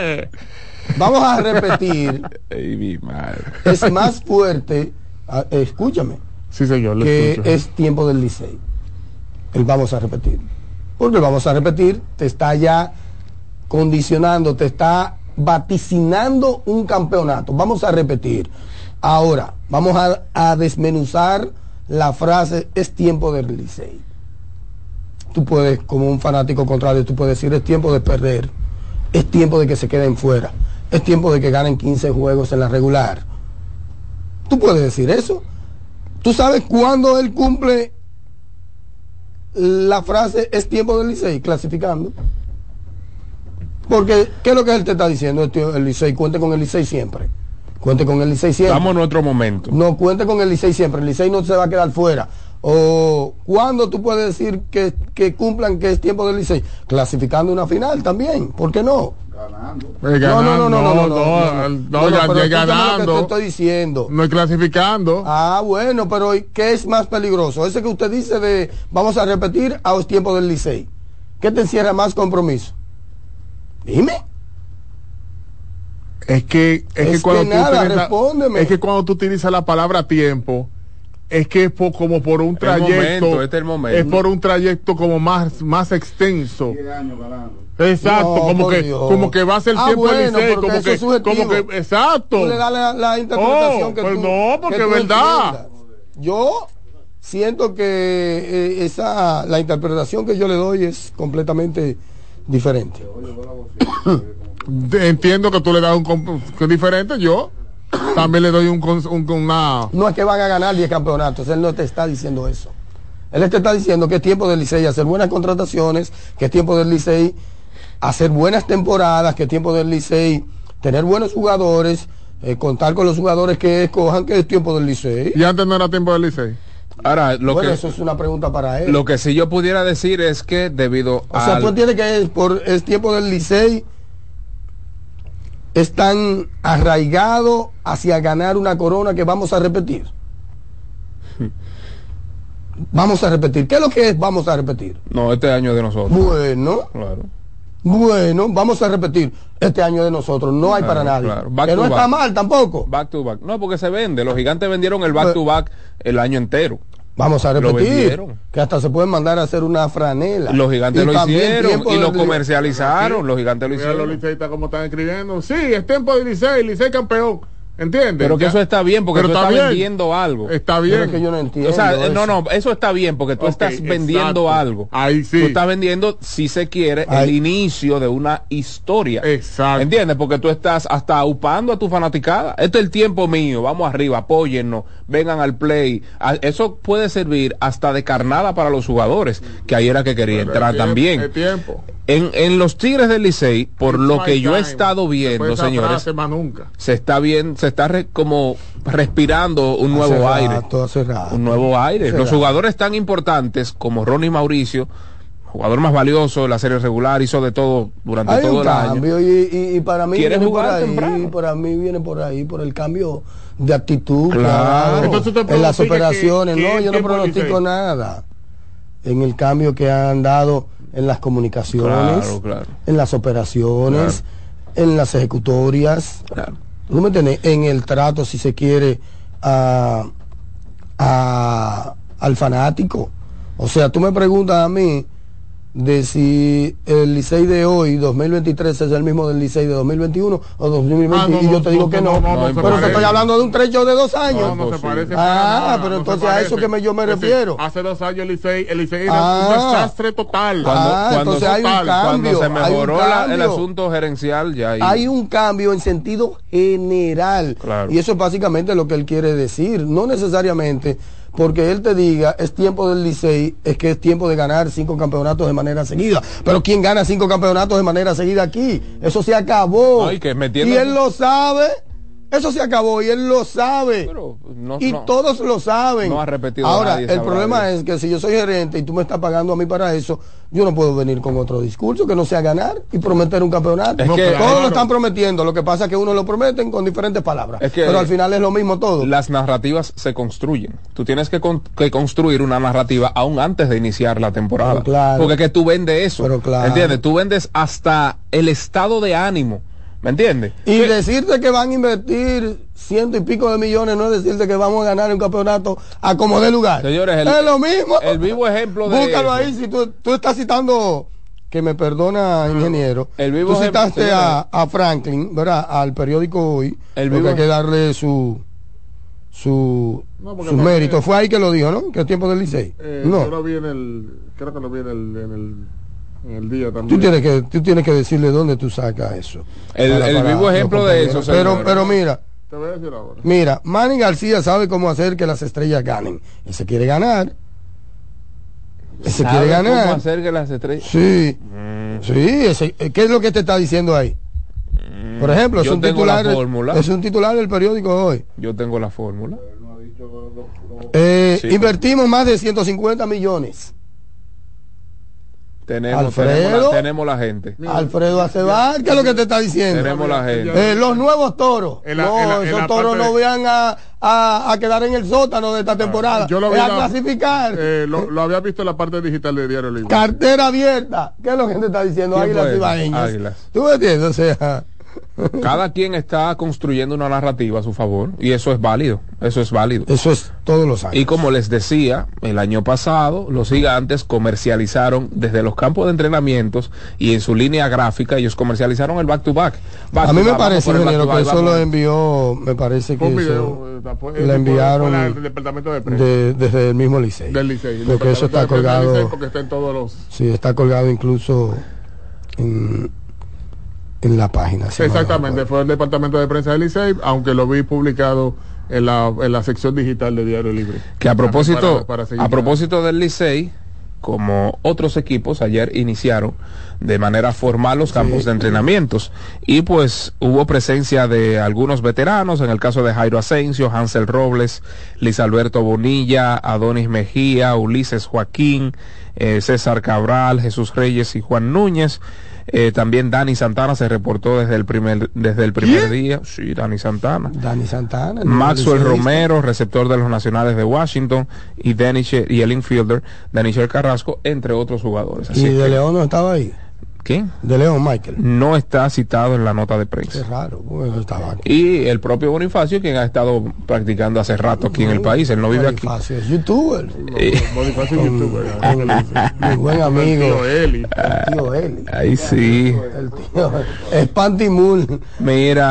Vamos a repetir. Ay, mi madre. Es más fuerte, escúchame. Sí, señor, que escucho. Es tiempo del Licey. El vamos a repetir. Porque vamos a repetir, te está ya condicionando, te está vaticinando un campeonato. Vamos a repetir. Ahora, vamos a, a desmenuzar la frase, es tiempo del Licey. Tú puedes, como un fanático contrario, tú puedes decir, es tiempo de perder. Es tiempo de que se queden fuera. Es tiempo de que ganen quince juegos en la regular. Tú puedes decir eso. ¿Tú sabes cuándo él cumple la frase es tiempo del Licey? Clasificando. Porque, ¿qué es lo que él te está diciendo? El Licey, cuente con el Licey siempre. Cuente con el Licey siempre. Estamos en otro momento. No, cuente con el Licey siempre. El Licey no se va a quedar fuera. O, ¿cuándo tú puedes decir que, que cumplan que es tiempo del Licey? Clasificando una final también. ¿Por qué no? Ganando. No, no, no, no, no, no, no, no, ya llega ganando. Lo que te estoy diciendo. No es clasificando. Ah, bueno, pero ¿qué es más peligroso? Ese que usted dice de vamos a repetir a los tiempos del Licey. ¿Qué te encierra más compromiso? Dime. Es que es, es que cuando que tú nada, utilizas, respóndeme. es que cuando tú utilizas la palabra tiempo, es que es por, como por un trayecto, momento, este es, el momento. es por un trayecto como más más extenso. Años ganando. Exacto, no, como que Dios. como que va a ser ah, tiempo bueno, del Licey, como eso que es subjetivo. como que exacto. Tú le das la, la interpretación oh, que pues tú no, porque que es tú verdad. entiendas. Yo siento que eh, esa la interpretación que yo le doy es completamente diferente. Entiendo que tú le das un que es diferente, yo también le doy un, un una no es que van a ganar diez campeonatos, él no te está diciendo eso. Él te está diciendo que es tiempo del Licey hacer buenas contrataciones, que es tiempo del Licey hacer buenas temporadas, que es tiempo del Licey tener buenos jugadores, eh, contar con los jugadores que escojan, que es tiempo del Licey. Y antes no era tiempo del Licey. Ahora, lo bueno, que eso es una pregunta para él. Lo que sí yo pudiera decir es que debido a... O sea, al... tú entiendes que es, por, es tiempo del Licey es tan arraigado hacia ganar una corona que vamos a repetir. Vamos a repetir. ¿Qué es lo que es vamos a repetir? No, este año es de nosotros. Bueno. Claro. Bueno, vamos a repetir. Este año de nosotros. No hay claro, para nadie. Claro. Back que no back. está mal tampoco. Back to back. No, porque se vende. Los gigantes vendieron el back to back el año entero. Vamos a repetir. Que hasta se pueden mandar a hacer una franela. Los gigantes y lo hicieron y lo de... comercializaron. Los gigantes lo Mira hicieron. Los liceístas como están escribiendo. Sí, es tiempo de Licey, Licey campeón. ¿Entiendes? Pero que ya, eso está bien porque tú estás bien. vendiendo algo. Está bien. Pero que yo no entiendo. O sea, eso. no, no, eso está bien porque tú okay, estás vendiendo exacto. algo. Ahí sí. Tú estás vendiendo, si se quiere, Ahí. el inicio de una historia. Exacto. ¿Entiendes? Porque tú estás hasta upando a tu fanaticada. Este es el tiempo mío, vamos arriba, apóyennos, vengan al play. Eso puede servir hasta de carnada para los jugadores, que ahí era que quería Pero entrar el tiempo, también. El tiempo. En, en los Tigres del Licey, por It's lo que yo he estado viendo, señores, nunca. se está bien, se está re, como respirando un nuevo hace aire, rato, hace rato. un nuevo aire. Hace los rato. jugadores tan importantes como Ronnie Mauricio, jugador más valioso de la serie regular, hizo de todo durante Hay todo un el cambio año. Y, y, y para mí viene por ahí, temprano. para mí viene por ahí, por el cambio de actitud, claro. claro. Entonces, en las operaciones, que, que, no, yo no pronostico nada. En el cambio que han dado en las comunicaciones, claro, claro. en las operaciones, claro. en las ejecutorias, claro. ¿no me entiendes? En el trato, si se quiere, a, a, al fanático. O sea, tú me preguntas a mí de si el Licey de hoy, dos mil veintitrés, es el mismo del Licey de dos mil veintiuno o dos mil veinte, ah, no, y yo no, te digo no, que no, no, no, no pero te estoy hablando de un trecho de dos años. No, no se parece. Ah, nada, pero no entonces a eso que me, yo me es refiero. Decir, hace dos años el Licey, el Licey era ah, un desastre total. Cuando, ah, cuando, entonces hay un cambio. Cuando se mejoró un la, el asunto gerencial, ya hay... hay un cambio en sentido general. Claro. Y eso es básicamente lo que él quiere decir. No necesariamente porque él te diga es tiempo del Licey, es que es tiempo de ganar cinco campeonatos de manera seguida. Pero ¿quién gana cinco campeonatos de manera seguida aquí? Eso se acabó. No, y, que y él lo sabe. Eso se acabó y él lo sabe. Pero no, y no, todos lo saben. No ha repetido. Ahora, nadie el problema es que si yo soy gerente y tú me estás pagando a mí para eso, yo no puedo venir con otro discurso que no sea ganar y prometer un campeonato. Es no, que, todos claro. lo están prometiendo. Lo que pasa es que uno lo prometen con diferentes palabras. Es que pero al final es lo mismo todo. Las narrativas se construyen. Tú tienes que, con, que construir una narrativa aún antes de iniciar la temporada. Claro. Porque es que tú vendes eso. Pero claro. ¿Entiendes? Tú vendes hasta el estado de ánimo. ¿Me entiendes? Y ¿Qué? decirte que van a invertir ciento y pico de millones no es decirte que vamos a ganar un campeonato a como de lugar. Señores, el, es lo mismo. El vivo ejemplo de Búscalo eso. ahí, si tú, tú estás citando, que me perdona, ingeniero, el vivo tú citaste ejemplo, a, a Franklin, ¿verdad? Al periódico Hoy, el porque vivo... hay que darle su su no, sus méritos. Fue ahí que lo dijo, ¿no? Que es tiempo del Licey. Eh, no. Yo lo vi en el, creo que lo vi en el, en el en el día también. Tú tienes que, tú tienes que decirle dónde tú sacas eso. El, para, el para vivo ejemplo de eso. Pero, señor. pero mira, te voy a decir ahora. Mira, Manny García sabe cómo hacer que las estrellas ganen. Él se quiere ganar. Él se quiere ganar. ¿Cómo hacer que las estrellas? Sí, mm. sí. Ese, ¿qué es lo que te está diciendo ahí? Mm. Por ejemplo, es Yo un tengo titular. la fórmula. Es un titular del periódico Hoy. Yo tengo la fórmula. Eh, Sí. Invertimos más de ciento cincuenta millones. Tenemos, Alfredo. tenemos, la, tenemos la gente. Alfredo Acebar, ¿qué es lo que te está diciendo? Tenemos la gente. Eh, los nuevos toros. En la- no, en la- en esos la toros parte no de- van a, a, a quedar en el sótano de esta temporada. Yo lo vi es a la- clasificar. Eh, lo, lo había visto en la parte digital de Diario Libre. Cartera abierta. ¿Qué es lo que te está diciendo? ¿Quién Águilas fue ese? Ibaeñas. Águilas. ¿Tú me entiendes? O sea, Cada quien está construyendo una narrativa a su favor y eso es válido. Eso es válido. eso es todos los años. Y como les decía, el año pasado los gigantes comercializaron desde los campos de entrenamientos y en su línea gráfica, ellos comercializaron el back to back. back A mí to me back, parece, vamos por el ingeniero, back que to eso back, lo vamos. envió, me parece que Un eso video, eh, fue- le fue- enviaron fue el departamento de prensa de- desde el mismo Licey. del Licey. El Porque eso departamento está de prensa del colgado. Licey porque está en todos los. Sí, está colgado incluso en, en la página. si no Exactamente, me fue el departamento de prensa del Licey, aunque lo vi publicado en la, en la sección digital de Diario Libre. Que a propósito, Para- para seguir a propósito del Licey, como otros equipos ayer iniciaron de manera formal los campos Sí. de entrenamientos y pues hubo presencia de algunos veteranos, en el caso de Jairo Asensio, Hansel Robles, Luis Alberto Bonilla, Adonis Mejía, Ulises Joaquín, eh, César Cabral, Jesús Reyes y Juan Núñez. Eh, también Dani Santana se reportó desde el primer desde el primer día. Sí, Dani Santana. Dani Santana. el Maxwell liceísta. Romero, receptor de los Nacionales de Washington, y Daniche, y el infielder Danichel Carrasco, entre otros jugadores. Así Y de que, León no estaba ahí. ¿quién? De León, Michael. No está citado en la nota de Qué prensa. raro, bueno, estaba aquí. Y el propio Bonifacio, quien ha estado practicando hace rato aquí en el país, él no vive aquí. Bonifacio es youtuber. Eh, Bonifacio youtuber, ¿no? Con mi buen amigo. El tío Eli. El tío Eli. Ahí sí. El tío es Pantimul. Mira,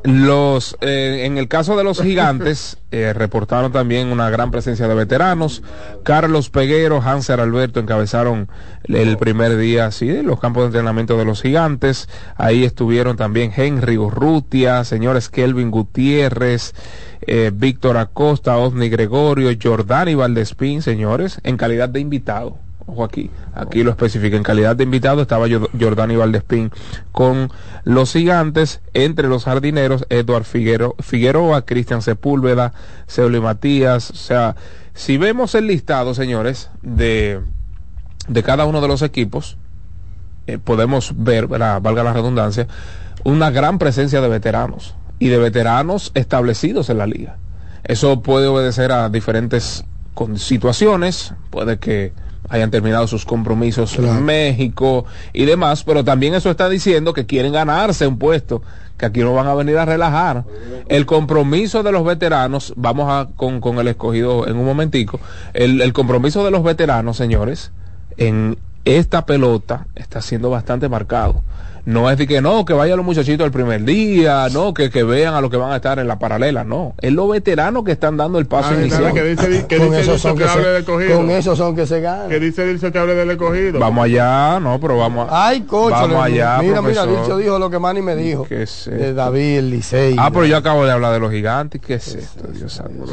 Los eh, en el caso de los Gigantes eh, reportaron también una gran presencia de veteranos. Carlos Peguero, Hanser Alberto encabezaron el primer día sí, los campos de entrenamiento de los Gigantes. Ahí estuvieron también Henry Urrutia, señores Kelvin Gutiérrez, eh, Víctor Acosta, Osni Gregorio, Jordani Valdespín, señores, en calidad de invitado. Ojo aquí, aquí lo especifica, en calidad de invitado estaba Jordani Valdespín con los Gigantes. Entre los jardineros, Eduard Figuero, Figueroa, Cristian Sepúlveda, Seuli Matías. O sea, si vemos el listado, señores, de, de cada uno de los equipos, eh, podemos ver, ¿verdad? Valga la redundancia, una gran presencia de veteranos y de veteranos establecidos en la liga. Eso puede obedecer a diferentes con situaciones, puede que hayan terminado sus compromisos claro. en México y demás, pero también eso está diciendo que quieren ganarse un puesto, que aquí no van a venir a relajar. El compromiso de los veteranos, vamos a con, con el escogido en un momentico, el, el compromiso de los veteranos, señores, en esta pelota está siendo bastante marcado. No es de que no, que vayan los muchachitos el primer día, no, que, que vean a los que van a estar en la paralela, no. Es los veteranos que están dando el paso ah, inicial. Que dice, que con dice esos son que, que se, del con esos son que se ganan. Que dice Dilcio que hable del escogido. Vamos allá, no, pero vamos a, Ay, cocho, vamos allá, mira, profesor. mira, Dilcio dijo lo que Manny me dijo. ¿Qué es esto? De David, el Licey. Ah, pero yo acabo de hablar de los Gigantes. ¿Qué es esto? Dios santo.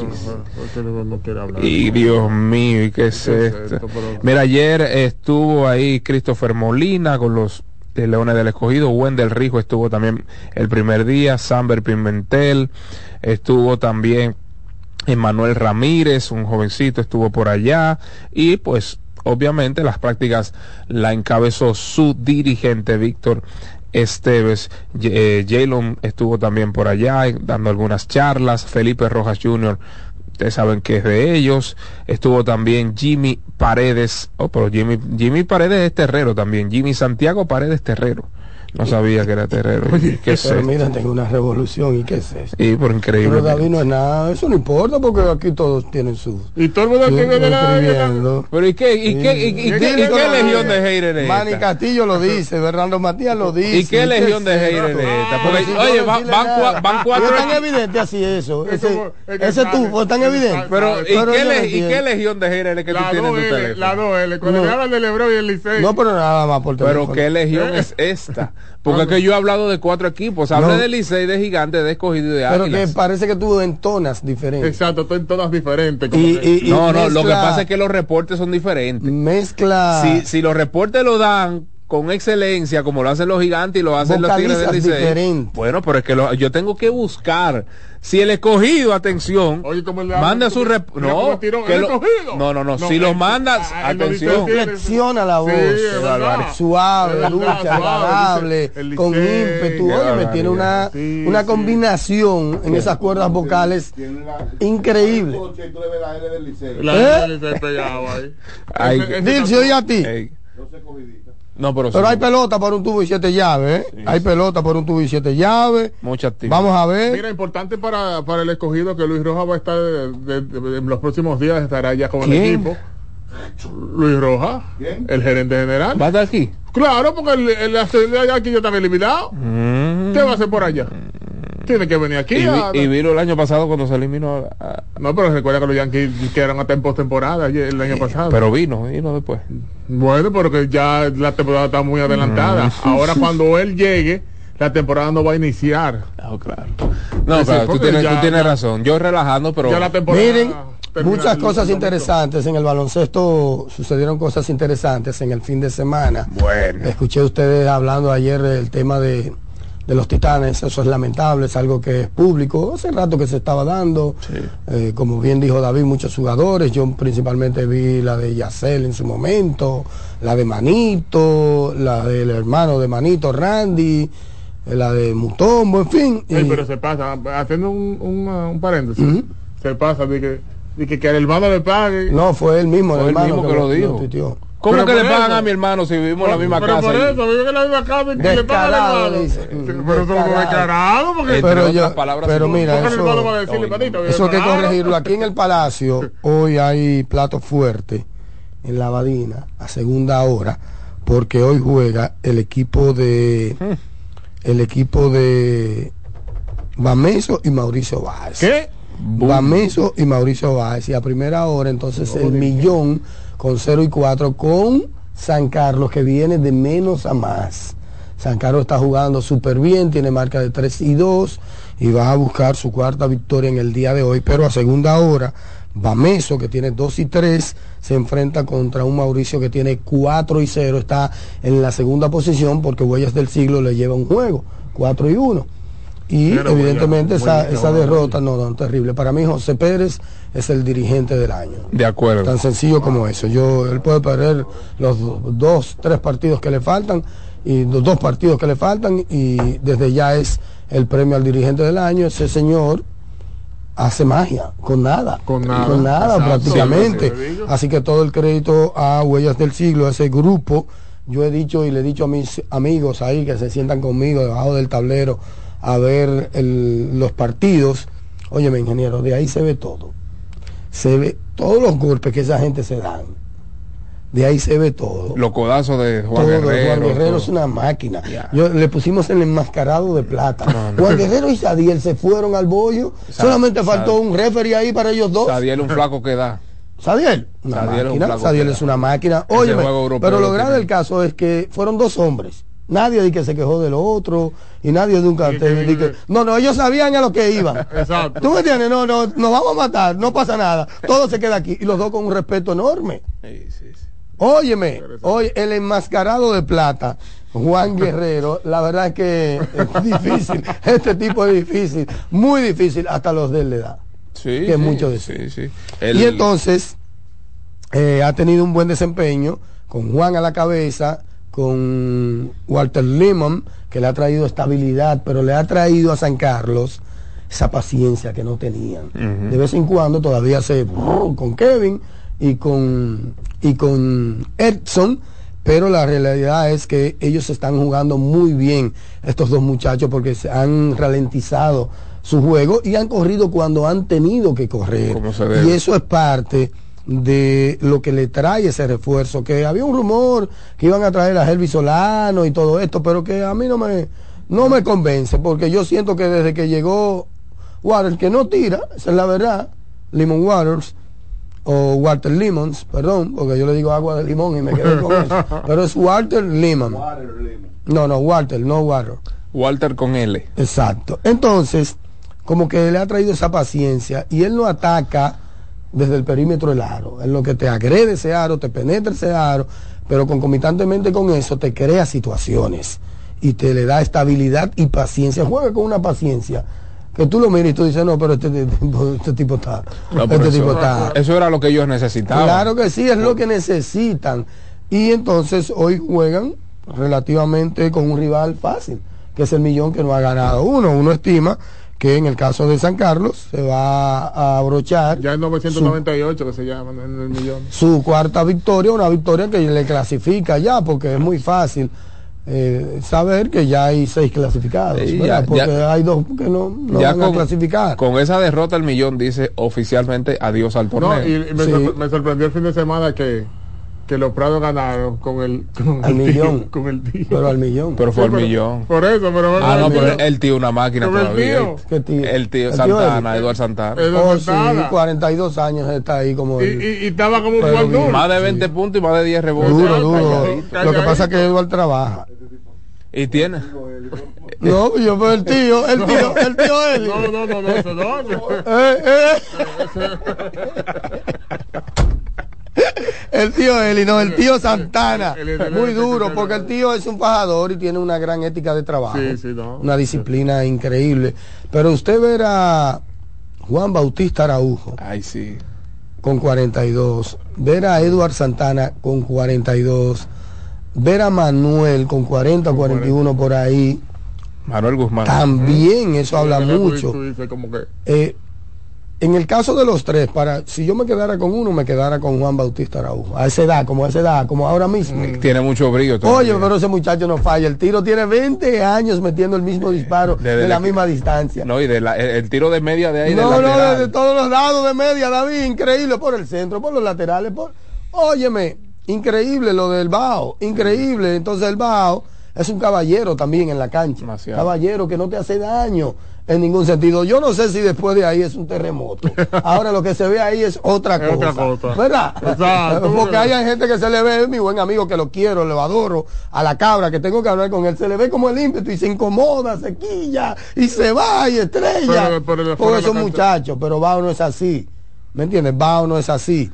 Y Dios mío, ¿y qué es esto? Mira, ayer estuvo ahí Christopher Molina con los de Leones del Escogido. Wendell Rijo estuvo también el primer día. Samber Pimentel estuvo también. Emmanuel Ramírez, un jovencito, estuvo por allá. Y pues obviamente las prácticas la encabezó su dirigente Víctor Esteves. eh, Jalen estuvo también por allá dando algunas charlas. Felipe Rojas junior, ustedes saben que es de ellos. Estuvo también Jimmy Paredes, oh, pero Jimmy, Jimmy Paredes es terrero también. Jimmy Santiago Paredes Terrero. No sabía que era terrero. ¿Qué es pero mira, tengo una revolución. ¿Y qué es eso? Y por increíble. Pero David no es nada. Eso no importa porque aquí todos tienen su. Y todo el mundo tiene de la. Pero ¿y qué? ¿Y qué? ¿Y, y, y, qué, y qué legión de haters es esta? Manny Castillo lo dice, Bernardo Matías lo dice. ¿Y qué legión de haters es esta? Porque, si oye, van, van, van cuatro. Es tan evidente así eso. Ese, ese tubo es tan evidente. Pero, ¿y qué, le, ¿y qué legión de haters es que tú tienes en tu teléfono? La dos L, cuando le hablan de Lebron y el Licey. No, pero nada más por teléfono. Pero ¿qué legión es esta? Porque es que yo he hablado de cuatro equipos. Hablé no. de Licey, de Gigantes, de Escogido y de Águilas. Pero que parece que tú entonas diferentes. Exacto, tú entonas diferentes. Y, y, y no, no, mezcla, lo que pasa es que los reportes son diferentes. Mezcla. Si, si los reportes lo dan con excelencia, como lo hacen los Gigantes y lo hacen los Tigres del Licey. Diferente. Bueno, pero es que lo, yo tengo que buscar. Si el Escogido, atención, Oye, manda su rep no, que lo, no, no, no, no, si los mandas, ah, atención, flexiona la voz, sí, suave, dulce, agradable, con ímpetu. Oye, me tiene una, sí, una combinación sí. en esas cuerdas vocales increíble. Dilcio, ¿y a ti? No, pero pero sí. hay pelota por un tubo y siete llaves, ¿eh? Sí. Hay pelota por un tubo y siete llaves. Mucha actividad. Vamos a ver. Mira, importante para, para el Escogido que Luis Rojas va a estar de, de, de, en los próximos días, estará ya con ¿Quién? el equipo. Luis Rojas, ¿quién? El gerente general. ¿Va a estar aquí? Claro, porque el, el, el, el aquí yo estaba eliminado. Mm. ¿Qué va a hacer por allá? Tiene que venir aquí. Y, a, y vino el año pasado cuando se eliminó. A... No, pero recuerda que los Yankees quedaron hasta en postemporada el año pasado. Pero vino, vino después. Bueno, porque ya la temporada está muy adelantada. Mm. Ahora cuando él llegue, la temporada no va a iniciar. Oh, claro. No, claro, tú tienes, ya, tú tienes ya, razón. Yo relajando, pero... Ya la temporada miren, muchas cosas interesantes en el baloncesto. Sucedieron cosas interesantes en el fin de semana. Bueno. Escuché ustedes hablando ayer del tema de... de los Titanes. Eso es lamentable, es algo que es público, hace rato que se estaba dando, sí. eh, como bien dijo David, muchos jugadores, yo principalmente vi la de Yacel en su momento, la de Manito, la del hermano de Manito, Randy, la de Mutombo, en fin. Sí, y... pero se pasa, haciendo un, un, un paréntesis, uh-huh. se pasa de que, de que, que el hermano le pague. No, fue él mismo, fue el hermano el mismo que, que lo, lo dijo. Lo ¿Cómo pero que le pagan eso, a mi hermano si vivimos en la misma pero casa? Por eso, viven en la misma casa y que le pagan al hermano. Dice, pero eso es descarado, porque pero, yo, pero mira, eso, eso, va a decirle, oh, panito, eso hay que corregirlo. Aquí en el Palacio hoy hay plato fuerte en la Badina a segunda hora, porque hoy juega el equipo de el equipo de Bameso y Mauricio Báez. ¿Qué? Bameso y Mauricio Báez. Y a primera hora, entonces, el millón con cero y cuatro con San Carlos, que viene de menos a más. San Carlos está jugando súper bien, tiene marca de tres y dos y va a buscar su cuarta victoria en el día de hoy, pero a segunda hora, Bameso, que tiene dos y tres, se enfrenta contra un Mauricio que tiene cuatro y cero, está en la segunda posición porque Huellas del Siglo le lleva un juego, cuatro y uno. Y pero evidentemente muy, esa, muy, esa derrota, no, no, terrible. Para mí José Pérez es el dirigente del año. De acuerdo. Tan sencillo como eso. Yo, él puede perder los dos, tres partidos que le faltan, y los dos partidos que le faltan, y desde ya es el premio al dirigente del año. Ese señor hace magia, con nada. Con nada. Con nada, prácticamente. Sí, así que todo el crédito a Huellas del Siglo, a ese grupo. Yo he dicho y le he dicho a mis amigos ahí que se sientan conmigo debajo del tablero a ver el, los partidos. Óyeme, ingeniero, de ahí se ve todo. Se ve todos los golpes que esa gente se dan. De ahí se ve todo. Los codazos de Juan todo, Guerrero. Juan Guerrero todo. Es una máquina. Yeah. Yo, le pusimos el enmascarado de plata. No, no. Juan Guerrero y Sadiel se fueron al bollo. Sad, Solamente faltó Sad, un referee ahí para ellos dos. Sadiel un flaco que da. Sadiel, una Sadiel máquina. Un Sadiel es una máquina. Óyeme, pero lo grave del caso es que fueron dos hombres. Nadie de que se quejó de lo otro y nadie de un cartel. Sí, que, no, no, ellos sabían a lo que iban. Exacto. ¿Tú me entiendes? No, no, nos vamos a matar, no pasa nada. Todo se queda aquí. Y los dos con un respeto enorme. Sí, sí, sí. Óyeme, oye, el enmascarado de plata, Juan Guerrero, la verdad es que es difícil. Este tipo es difícil, muy difícil, hasta los de él le da. Sí. Que es mucho decir. Sí, sí. El... Y entonces, eh, ha tenido un buen desempeño, con Juan a la cabeza, con Walter Lemon, que le ha traído estabilidad, pero le ha traído a San Carlos esa paciencia que no tenían. Uh-huh. De vez en cuando todavía se con Kevin y con y con Edson, pero la realidad es que ellos están jugando muy bien, estos dos muchachos, porque se han ralentizado su juego y han corrido cuando han tenido que correr. Y eso es parte de lo que le trae ese refuerzo, que había un rumor que iban a traer a Helvi Solano y todo esto, pero que a mí no me no me convence, porque yo siento que desde que llegó Waters, que no tira, esa es la verdad, Lemon Waters o Walter Lemons, perdón, porque yo le digo agua de limón y me quedé con eso, pero es Walter Lemon. No, no, Walter, no Water. Walter con L. Exacto. Entonces, como que le ha traído esa paciencia y él no ataca desde el perímetro del aro, en lo que te agrede ese aro, te penetra ese aro, pero concomitantemente con eso te crea situaciones y te le da estabilidad y paciencia. Juega con una paciencia que tú lo miras y tú dices, no, pero este, este, este tipo está, no, este eso, tipo está. Eso era lo que ellos necesitaban. Claro que sí, es lo que necesitan. Y entonces hoy juegan relativamente con un rival fácil, que es el Millón, que no ha ganado uno. Uno estima que en el caso de San Carlos se va a abrochar ya en novecientos noventa y ocho su, que se llama en el Millón, su cuarta victoria, una victoria que le clasifica ya, porque es muy fácil eh, saber que ya hay seis clasificados, sí, ya, porque ya, hay dos que no, no van con, a clasificar. Con esa derrota el Millón dice oficialmente adiós al torneo. No, y, y me, sí. sorpre me sorprendió el fin de semana que que los Prados ganaron con el con al el Millón, tío, con el tío. Pero al Millón. Pero fue sí, al pero, Millón. Por eso, pero ah, no, pero el tío una máquina pero todavía. El tío. ¿Qué tío? El tío ¿El Santana, tío Eduardo Santana. Oh, sí, cuarenta y dos años está ahí como y, y, y estaba como un Juan Duro. Más de veinte sí. puntos y más de diez rebotes. Duro, duro. Lo que pasa es que Eduardo trabaja. ¿Y tiene? No, yo pero el tío, el tío, el tío Eli. No, no, no, no, eso no. Eh, eh. El tío Eli, no, el tío Santana, muy duro, porque el tío es un fajador y tiene una gran ética de trabajo, sí, sí, no. una disciplina increíble. Pero usted ver a Juan Bautista Araujo, ay, sí, con cuarenta y dos, ver a Eduardo Santana con cuarenta y dos, ver a Manuel con cuarenta, cuarenta y uno por ahí, Manuel Guzmán, también eso sí, habla mucho. Tú dices como que... eh, En el caso de los tres, para si yo me quedara con uno, me quedara con Juan Bautista Araujo. A esa edad, como a esa edad, como ahora mismo. Tiene mucho brillo todavía. Oye, pero ese muchacho no falla. El tiro tiene veinte años metiendo el mismo disparo de, de, de la, la misma distancia. No, y de la, el, el tiro de media de ahí. No, de no, de, de todos los lados de media, David. Increíble, por el centro, por los laterales. Por... Óyeme, increíble lo del Bao. Increíble. Entonces el Bao es un caballero también en la cancha. Demasiado. Caballero que no te hace daño en ningún sentido. Yo no sé si después de ahí es un terremoto. Ahora lo que se ve ahí es otra es cosa. otra cosa. ¿Verdad? Exacto. Porque hay gente que se le ve, mi buen amigo que lo quiero, lo adoro, a la cabra que tengo que hablar con él, se le ve como el ímpetu y se incomoda, se quilla y se va y estrella. Pero, pero, por esos muchachos, pero Bao no es así. ¿Me entiendes? Bao no es así.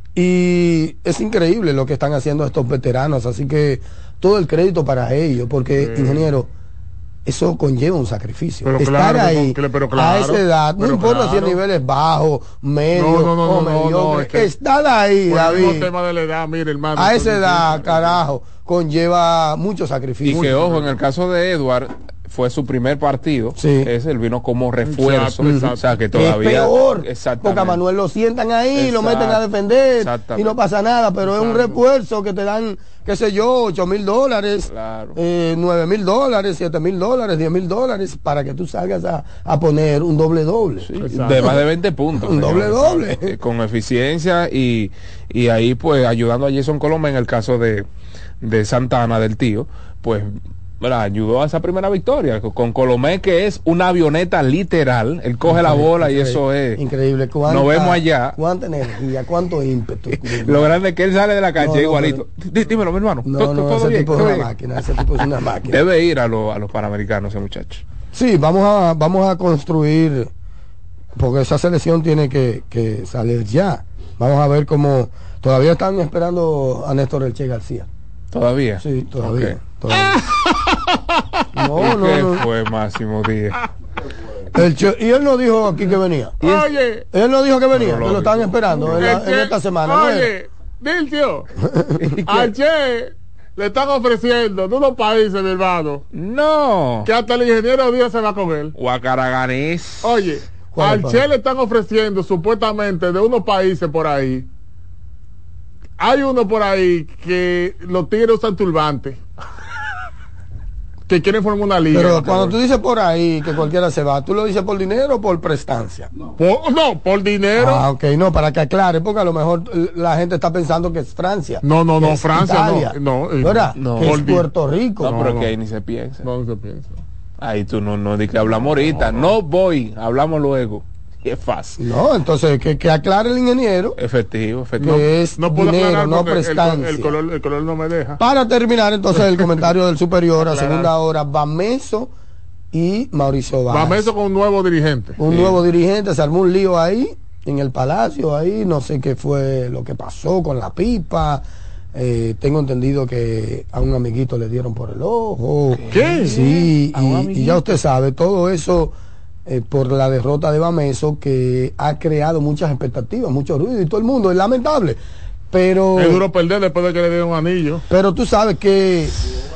Y es increíble lo que están haciendo estos veteranos, así que todo el crédito para ellos, porque sí. ingeniero, eso conlleva un sacrificio. Pero estar claro, ahí pero claro, a esa edad, no importa claro. si el nivel es bajo, medio no, no, no, o no, mediocre, no, es que estar ahí, David, el tema de la edad, mire, hermano, a esa edad, carajo, conlleva mucho sacrificio. Y que ojo, en el caso de Edward, fue su primer partido, sí. ese él vino como refuerzo, exacto, exacto. o sea que todavía es peor, exactamente. porque a Manuel lo sientan ahí, Exacto. lo meten a defender y no pasa nada, pero exacto. es un refuerzo que te dan, qué sé yo, ocho mil dólares, claro. eh, nueve mil dólares, siete mil dólares, diez mil dólares, para que tú salgas a, a poner un doble doble. Sí, de más de veinte puntos. un señor, doble doble. Eh, con eficiencia y, y ahí pues ayudando a Jason Colomé en el caso de, de Santana, del tío, pues ¿verdad? Ayudó a esa primera victoria con Colomé, que es una avioneta literal. Él coge increíble, la bola y eso es increíble. Nos vemos allá. Cuánta energía, cuánto ímpetu. Lo grande es que él sale de la cancha no, no, igualito. Pero, dímelo, mi hermano. No, ¿Todo, no, todo ese bien? tipo es una bien? máquina. Ese tipo es una máquina. Debe ir a, lo, a los panamericanos ese muchacho. Sí, vamos a vamos a construir, porque esa selección tiene que, que salir ya. Vamos a ver cómo todavía están esperando a Néstor Elche García. ¿Todavía? Sí, todavía. Okay. todavía. No, no, ¿Qué no. fue Máximo Díaz? El che, y él no dijo aquí que venía. Oye. Él no dijo que venía, no, que lo estaban esperando en, la, en esta semana. Oye, Dilcio, al Che le están ofreciendo de unos países, mi hermano. No. Que hasta el ingeniero Díaz se va con él. Guacaraganés. Oye, al Che le están ofreciendo supuestamente de unos países por ahí. Hay uno por ahí que los tigres usan turbante. Que quieren formar una liga. Pero cuando tú dices por ahí que cualquiera se va, ¿tú lo dices por dinero o por prestancia? No, por, no, por dinero. Ah, ok, no, para que aclare, porque a lo mejor la gente está pensando que es Francia. No, no, no, Francia Italia, no. no, ¿verdad? No. Que es Puerto Rico. No, No, pero no. que ahí ni se piensa. No, no se piensa. Ahí tú no, no di que hablamos ahorita. No, no voy, hablamos luego. Es fácil. No, entonces que, que aclare el ingeniero. Efectivo, efectivo. Que es No puedo dinero, aclarar no porque prestancia. el, el, color, el color no me deja. Para terminar entonces el comentario del superior a Aclarar. segunda hora, Bameso y Mauricio Báez. Bameso con un nuevo dirigente. Un Sí. nuevo dirigente, se armó un lío ahí, en el Palacio, ahí, no sé qué fue lo que pasó con la pipa. Eh, tengo entendido que a un amiguito le dieron por el ojo. ¿Qué? Sí, ¿A un y, amiguito? y ya usted sabe, todo eso eh, por la derrota de Bameso, que ha creado muchas expectativas, mucho ruido, y todo el mundo, es lamentable. Pero, Es duro perder después de que le dieron un anillo. pero tú sabes que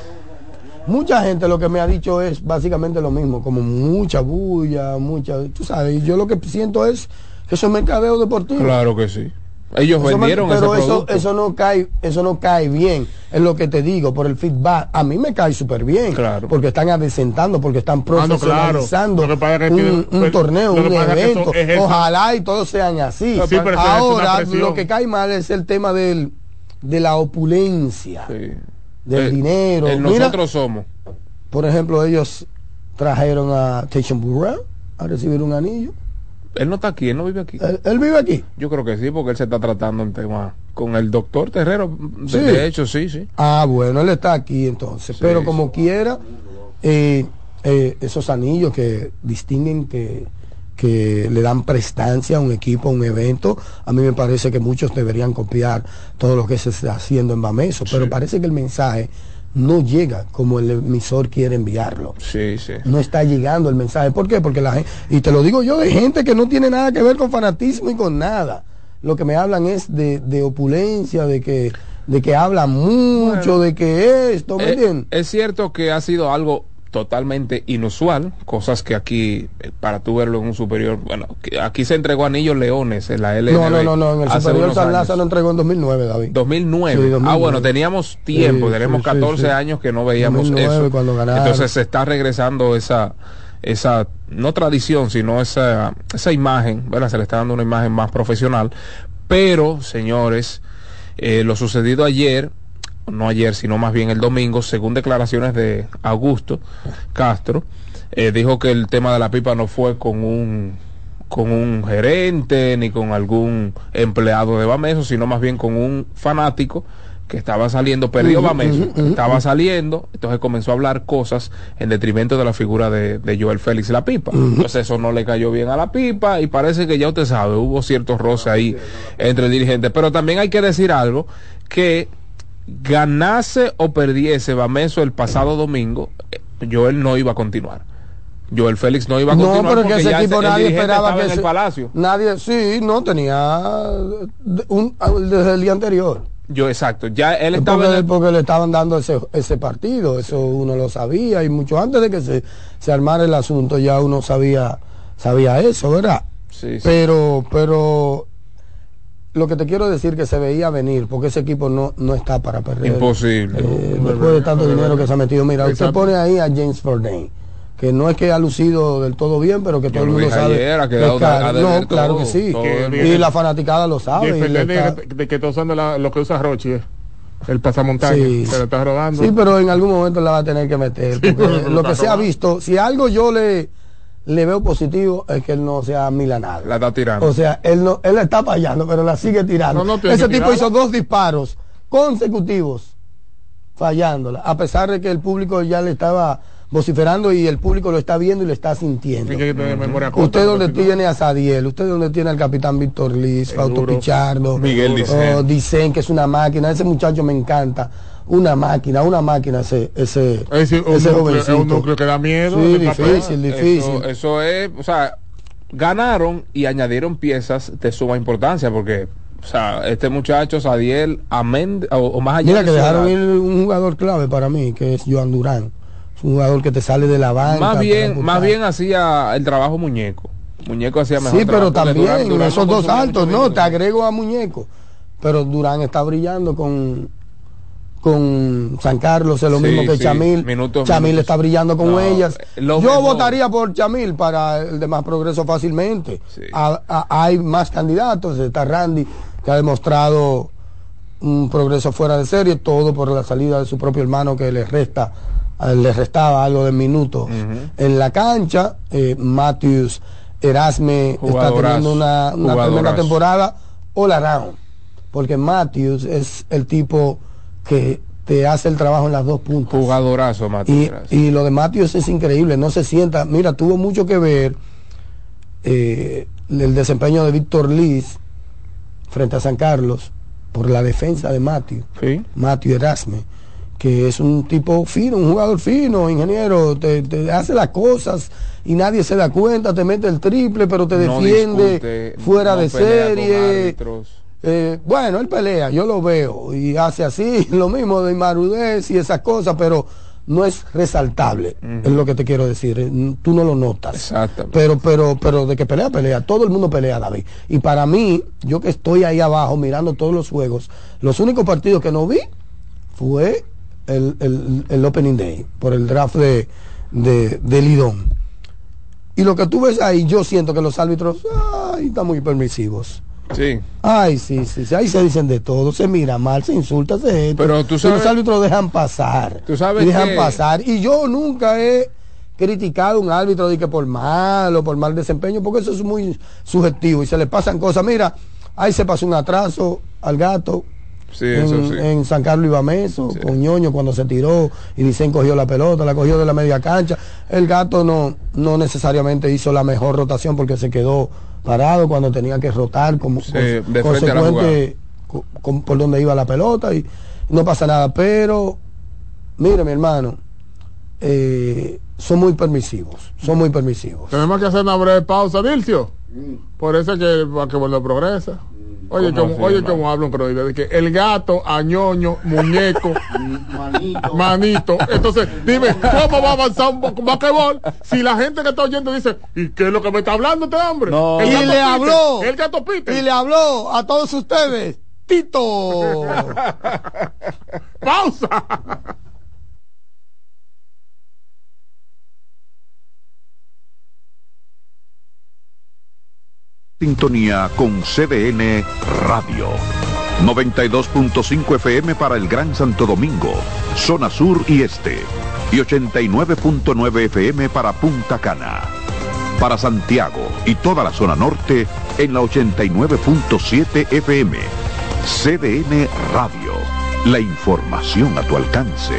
mucha gente lo que me ha dicho es básicamente lo mismo, como mucha bulla, mucha, tú sabes, y yo lo que siento es que eso es mercadeo deportivo. Claro que sí. Ellos Eso vendieron me, pero ese eso, producto. eso no cae, eso no cae bien, es lo que te digo, por el feedback. A mí me cae súper bien, Claro. porque están adecentando, porque están Ah, no, claro. profesionalizando Lo que pasa es que un, tiene- un pero- torneo, lo que un pasa es que evento. eso es eso. Ojalá y todos sean así. Sí, pero eso es una Ahora, presión. lo que cae mal es el tema del, de la opulencia, Sí. del Eh, dinero. el Mira, nosotros somos. por ejemplo, ellos trajeron a Tyson Burrell a recibir un anillo. Él no está aquí, él no vive aquí. Él, él vive aquí. Yo creo que sí, porque él se está tratando en tema con el doctor Terrero. De, Sí. de hecho, sí, sí. Ah, bueno, él está aquí entonces. Sí, Pero como sí. quiera, eh, eh, esos anillos que distinguen, que, que le dan prestancia a un equipo, a un evento, a mí me parece que muchos deberían copiar todo lo que se está haciendo en Bameso. Pero Sí. parece que el mensaje no llega como el emisor quiere enviarlo. Sí, sí. No está llegando el mensaje. ¿Por qué? Porque la gente, y te lo digo yo, de gente que no tiene nada que ver con fanatismo y con nada. Lo que me hablan es de, de opulencia, de que, de que hablan mucho, Bueno, de que esto, ¿me Eh, entiendes? es cierto que ha sido algo totalmente inusual, cosas que aquí, eh, para tú verlo en un superior, bueno, que aquí se entregó anillos leones en la L N B. No, no, no, no, en el hace superior unos San años. Lázaro entregó en dos mil nueve, David. dos mil nueve. Sí, dos mil nueve. Ah, bueno, teníamos tiempo, Sí, tenemos sí, sí, catorce sí. años que no veíamos dos mil nueve, eso. cuando ganaron. Entonces se está regresando esa, esa, no tradición, sino esa, esa imagen, ¿verdad? Se le está dando una imagen más profesional. Pero, señores, eh, lo sucedido ayer no ayer, sino más bien el domingo, según declaraciones de Augusto Castro, eh, dijo que el tema de la pipa no fue con un con un gerente ni con algún empleado de Bameso, sino más bien con un fanático que estaba saliendo, perdió Bameso, estaba saliendo, entonces comenzó a hablar cosas en detrimento de la figura de, de Joel Félix La Pipa. Entonces eso no le cayó bien a La Pipa y parece que ya usted sabe, hubo ciertos roces ahí entre el dirigente. Pero también hay que decir algo, que ganase o perdiese Bameso el pasado domingo, Joel no iba a continuar. Joel Félix no iba a continuar, no, pero porque que ese ya equipo el, el nadie esperaba que en ese, el Palacio. Nadie, sí, no tenía un, desde el día anterior. Yo, exacto, ya él estaba porque, en el... porque le estaban dando ese, ese partido, eso uno lo sabía, y mucho antes de que se, se armara el asunto ya uno sabía sabía eso, ¿verdad? Sí, sí. Pero, pero lo que te quiero decir que se veía venir, porque ese equipo no, no está para perder. Imposible. Eh, después de tanto dinero que se ha metido, mira, usted pone ahí a James Harden, que no es que ha lucido del todo bien, pero que todo el mundo sabe. Ayer, que es caro. No, claro todo, que sí. Que y la fanaticada lo sabe. Y de, está... de que está usando la, lo que usa Rochi, eh. el pasamontaña, sí, se lo está robando. Sí, pero en algún momento la va a tener que meter. Sí, porque lo que se ha visto, si algo yo le, le veo positivo, es que él no sea milanado. La está tirando. O sea, él no, él la está fallando, pero la sigue tirando. No, no, Ese tipo tirarla. hizo dos disparos consecutivos fallándola, a pesar de que el público ya le estaba vociferando y el público lo está viendo y lo está sintiendo. Uh-huh. Usted donde tiene a Sadiel, usted donde tiene al capitán Víctor Liz, Fausto Pichardo, Miguel Dicen. Oh, Dicen, que es una máquina, ese muchacho me encanta, una máquina, una máquina ese ese, es decir, un ese núcleo, jovencito. Es un núcleo que da miedo. Sí, difícil, difícil. Eso, eso es, o sea, ganaron y añadieron piezas de suma importancia, porque o sea, este muchacho, Sadiel, amén, o, o más allá. Mira que de dejaron ir un jugador clave para mí, que es Joan Durán. Un jugador que te sale de la banca. Más bien, más bien hacía el trabajo Muñeco. Muñeco hacía mejor. Sí, pero también Durán, Durán esos no dos altos, no, minutos. te agrego a Muñeco. Pero Durán está brillando con con San Carlos, es lo sí, mismo que sí. Chamil. Minutos, Chamil minutos. está brillando con no, ellas. Yo mejor. votaría por Chamil para el de más progreso fácilmente. Sí. A, a, hay más candidatos, está Randy, que ha demostrado un progreso fuera de serie, todo por la salida de su propio hermano que le resta le restaba algo de minutos uh-huh. en la cancha. eh, Matthews Erasme está teniendo una, una tremenda temporada all around, porque Matthews es el tipo que te hace el trabajo en las dos puntas. Jugadorazo Matthews. Y, y lo de Matthews es increíble, no se sienta, mira, tuvo mucho que ver eh, el desempeño de Víctor Liz frente a San Carlos por la defensa de Matthews. ¿Sí? Matthews Erasme, que es un tipo fino, un jugador fino, ingeniero, te, te hace las cosas y nadie se da cuenta, te mete el triple, pero te no defiende discute, fuera no de serie. Eh, bueno, él pelea, yo lo veo, y hace así, lo mismo de Marudez y esas cosas, pero no es resaltable, uh-huh. es lo que te quiero decir, eh, tú no lo notas. Exactamente. Pero, pero, pero de que pelea, pelea, todo el mundo pelea, David. Y para mí, yo que estoy ahí abajo mirando todos los juegos, los únicos partidos que no vi fue El, el, el opening day por el draft de, de, de Lidón, y lo que tú ves ahí, yo siento que los árbitros ay, están muy permisivos. Sí. Ay, sí, sí, sí, ahí se dicen de todo, se mira mal, se insulta, se pero tú sabes, los árbitros dejan pasar, tú sabes y dejan que... pasar, y yo nunca he criticado a un árbitro de que por mal o por mal desempeño, porque eso es muy subjetivo y se le pasan cosas. Mira, ahí se pasó un atraso al Gato. Sí, en, eso sí. en San Carlos y Bameso, sí. con Ñoño cuando se tiró y Dicen cogió la pelota, la cogió de la media cancha. El Gato no, no necesariamente hizo la mejor rotación porque se quedó parado cuando tenía que rotar como sí, con, de consecuente con, con, por donde iba la pelota, y no pasa nada. Pero mire, mi hermano, eh, son muy permisivos, son muy permisivos. Tenemos que hacer una breve pausa, Dilcio. Mm. Por eso es que para que vuelva progresa. Oye, como, así, oye cómo habla un croide, de que el Gato, Añoño, Muñeco, manito. manito. Entonces, dime, ¿cómo va a avanzar un basquetbol si la gente que está oyendo dice, ¿y qué es lo que me está hablando este hombre? No. El y le Peter, habló, el Gato Peter. Y le habló a todos ustedes, Tito. Pausa. Sintonía con C D N Radio. noventa y dos punto cinco F M para el Gran Santo Domingo, zona sur y este, y ochenta y nueve punto nueve F M para Punta Cana. Para Santiago y toda la zona norte en la ochenta y nueve punto siete F M. C D N Radio, la información a tu alcance.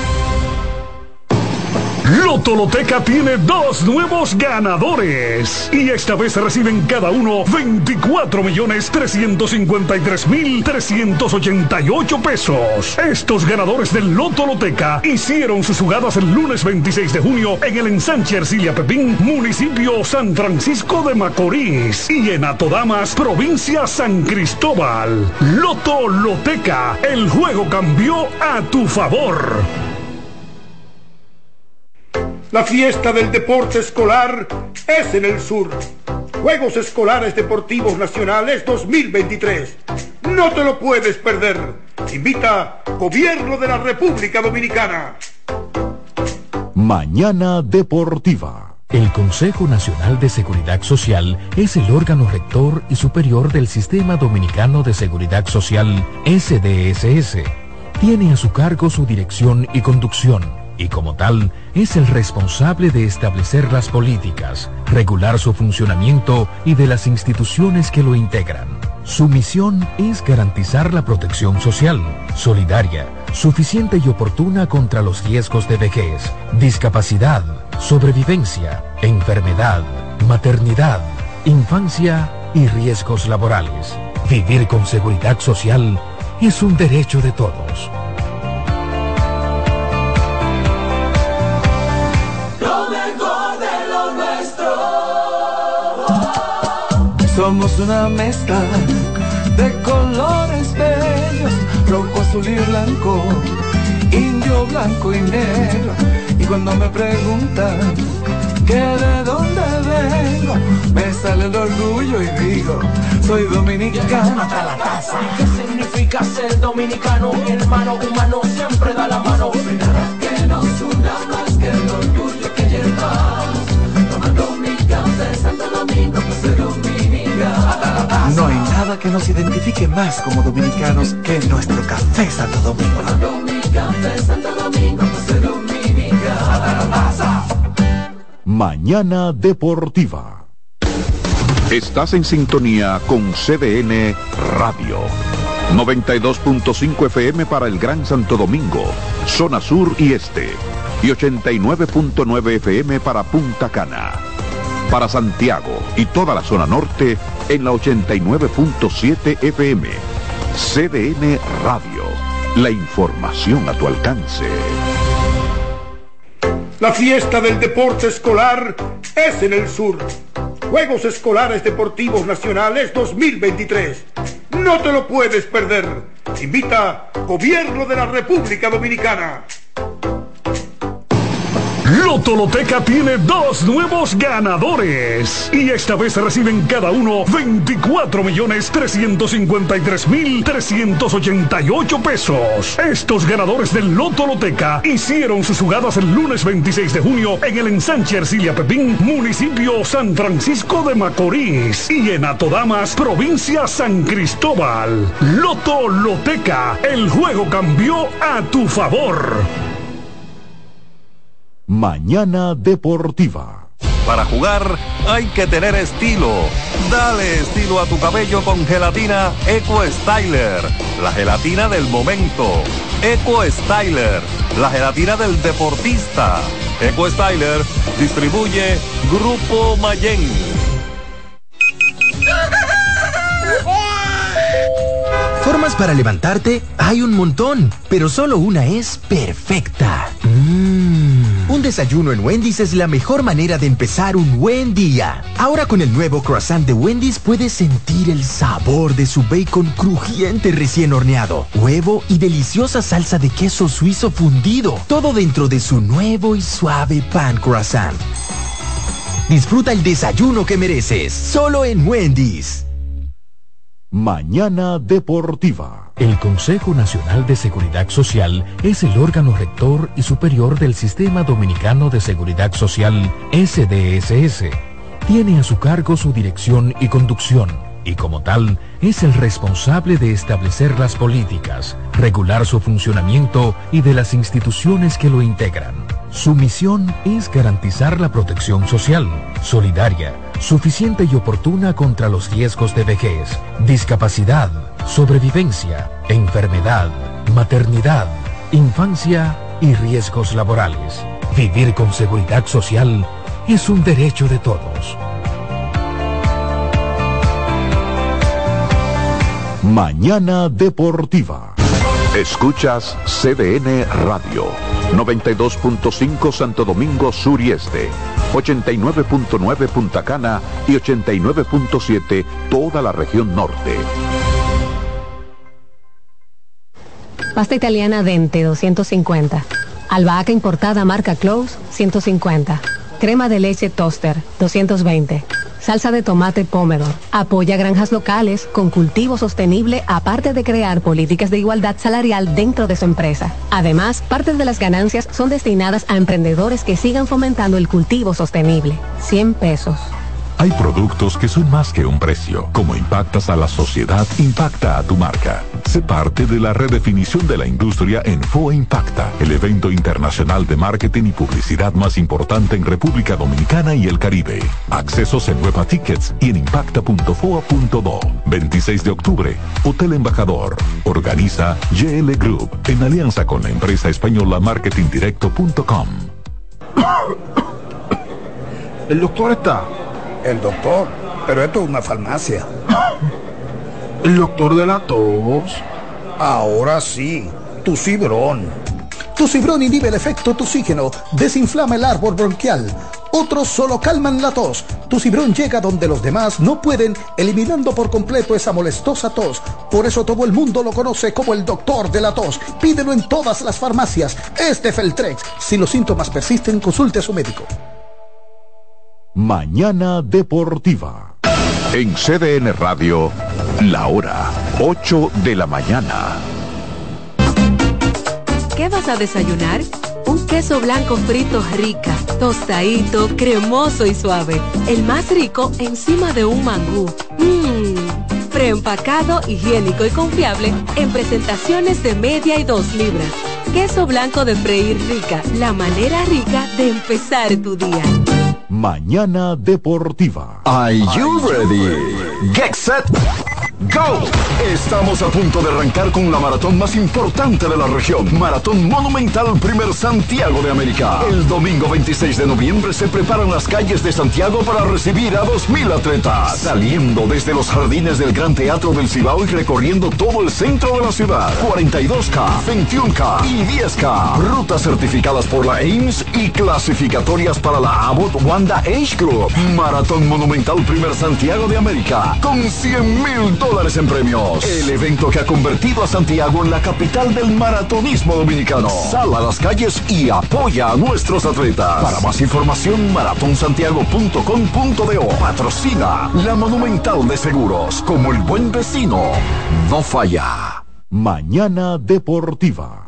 Loto Loteca tiene dos nuevos ganadores y esta vez reciben cada uno veinticuatro millones trescientos cincuenta y tres mil trescientos ochenta y ocho pesos. Estos ganadores del Loto Loteca hicieron sus jugadas el lunes veintiséis de junio en el ensanche Ercilia Pepín, municipio San Francisco de Macorís, y en Atodamas, provincia San Cristóbal. Loto Loteca, el juego cambió a tu favor. La fiesta del deporte escolar es en el sur. Juegos Escolares Deportivos Nacionales dos mil veintitrés. No te lo puedes perder. Invita Gobierno de la República Dominicana. Mañana Deportiva. El Consejo Nacional de Seguridad Social es el órgano rector y superior del Sistema Dominicano de Seguridad Social, S D S S. Tiene a su cargo su dirección y conducción, y como tal, es el responsable de establecer las políticas, regular su funcionamiento y de las instituciones que lo integran. Su misión es garantizar la protección social, solidaria, suficiente y oportuna contra los riesgos de vejez, discapacidad, sobrevivencia, enfermedad, maternidad, infancia y riesgos laborales. Vivir con seguridad social es un derecho de todos. Somos una mezcla de colores bellos, rojo, azul y blanco, indio, blanco y negro. Y cuando me preguntan que de dónde vengo, me sale el orgullo y digo, soy dominicano hasta la taza. ¿Qué significa ser dominicano? Mi hermano humano siempre da la mano. Que nos una más que el orgullo que llevamos. Tomando mi café Santo Domingo, pues soy dominicano. No hay nada que nos identifique más como dominicanos que nuestro café Santo Domingo. Mañana Deportiva. Estás en sintonía con C D N Radio. noventa y dos punto cinco F M para el Gran Santo Domingo, zona sur y este, y ochenta y nueve punto nueve F M para Punta Cana. Para Santiago y toda la zona norte en la ochenta y nueve punto siete F M. C D N Radio, la información a tu alcance. La fiesta del deporte escolar es en el sur. Juegos Escolares Deportivos Nacionales dos mil veintitrés. No te lo puedes perder. Invita Gobierno de la República Dominicana. Loto Loteca tiene dos nuevos ganadores y esta vez reciben cada uno veinticuatro millones trescientos cincuenta y tres mil trescientos ochenta y ocho pesos. Estos ganadores del Loto Loteca hicieron sus jugadas el lunes veintiséis de junio en el ensanche Ercilia Pepín, municipio San Francisco de Macorís, y en Atodamas, provincia San Cristóbal. Loto Loteca, el juego cambió a tu favor. Mañana Deportiva. Para jugar hay que tener estilo. Dale estilo a tu cabello con gelatina Eco Styler, la gelatina del momento. Eco Styler, la gelatina del deportista. Eco Styler distribuye Grupo Mayen. Formas para levantarte hay un montón, pero solo una es perfecta. Mmm. Un desayuno en Wendy's es la mejor manera de empezar un buen día. Ahora con el nuevo croissant de Wendy's puedes sentir el sabor de su bacon crujiente recién horneado, huevo y deliciosa salsa de queso suizo fundido, todo dentro de su nuevo y suave pan croissant. Disfruta el desayuno que mereces, solo en Wendy's. Mañana Deportiva. El Consejo Nacional de Seguridad Social es el órgano rector y superior del Sistema Dominicano de Seguridad Social, S D S S. Tiene a su cargo su dirección y conducción, y y como tal es el responsable de establecer las políticas, regular su funcionamiento y de las instituciones que lo integran. Su misión es garantizar la protección social, solidaria, suficiente y oportuna contra los riesgos de vejez, discapacidad, sobrevivencia, enfermedad, maternidad, infancia y riesgos laborales. Vivir con seguridad social es un derecho de todos. Mañana Deportiva. Escuchas C D N Radio, noventa y dos punto cinco Santo Domingo Sur y Este, ochenta y nueve punto nueve Punta Cana y ochenta y nueve punto siete toda la región norte. Pasta italiana Dente doscientos cincuenta. Albahaca importada marca Close ciento cincuenta. Crema de leche Toaster doscientos veinte. Salsa de tomate Pomodoro. Apoya granjas locales con cultivo sostenible, aparte de crear políticas de igualdad salarial dentro de su empresa. Además, parte de las ganancias son destinadas a emprendedores que sigan fomentando el cultivo sostenible. cien pesos. Hay productos que son más que un precio. Como impactas a la sociedad, impacta a tu marca. Sé parte de la redefinición de la industria en FOA Impacta, el evento internacional de marketing y publicidad más importante en República Dominicana y el Caribe. Accesos en Nueva Tickets y en impacta punto foa punto do. veintiséis de octubre, Hotel Embajador. Organiza G L Group en alianza con la empresa española marketing directo punto com. El doctor está... El doctor, pero esto es una farmacia. El doctor de la tos. Ahora sí, tu Cibrón. Tu Cibrón inhibe el efecto toxígeno, desinflama el árbol bronquial. Otros solo calman la tos. Tu Cibrón llega donde los demás no pueden, eliminando por completo esa molestosa tos. Por eso todo el mundo lo conoce como el doctor de la tos. Pídelo en todas las farmacias. Es de Feltrex. Si los síntomas persisten, consulte a su médico. Mañana Deportiva. En C D N Radio, la hora ocho de la mañana. ¿Qué vas a desayunar? Un queso blanco frito rica, tostadito, cremoso y suave. El más rico encima de un mangú. Mmm, preempacado, higiénico y confiable en presentaciones de media y dos libras. Queso blanco de freír rica, la manera rica de empezar tu día. Mañana Deportiva. Are you ready? Get set, go. Estamos a punto de arrancar con la maratón más importante de la región. Maratón Monumental Primer Santiago de América. El domingo veintiséis de noviembre se preparan las calles de Santiago para recibir a dos mil atletas. Saliendo desde los jardines del Gran Teatro del Cibao y recorriendo todo el centro de la ciudad. cuarenta y dos K, veintiuno K y diez K. Rutas certificadas por la A I M S y clasificatorias para la Abbott Wanda Age Group. Maratón Monumental Primer Santiago de América. Con cien mil dólares en premios. El evento que ha convertido a Santiago en la capital del maratonismo dominicano. Sal a las calles y apoya a nuestros atletas. Para más información, maratón santiago punto com punto do. Patrocina la Monumental de Seguros. Como el buen vecino, no falla. Mañana Deportiva.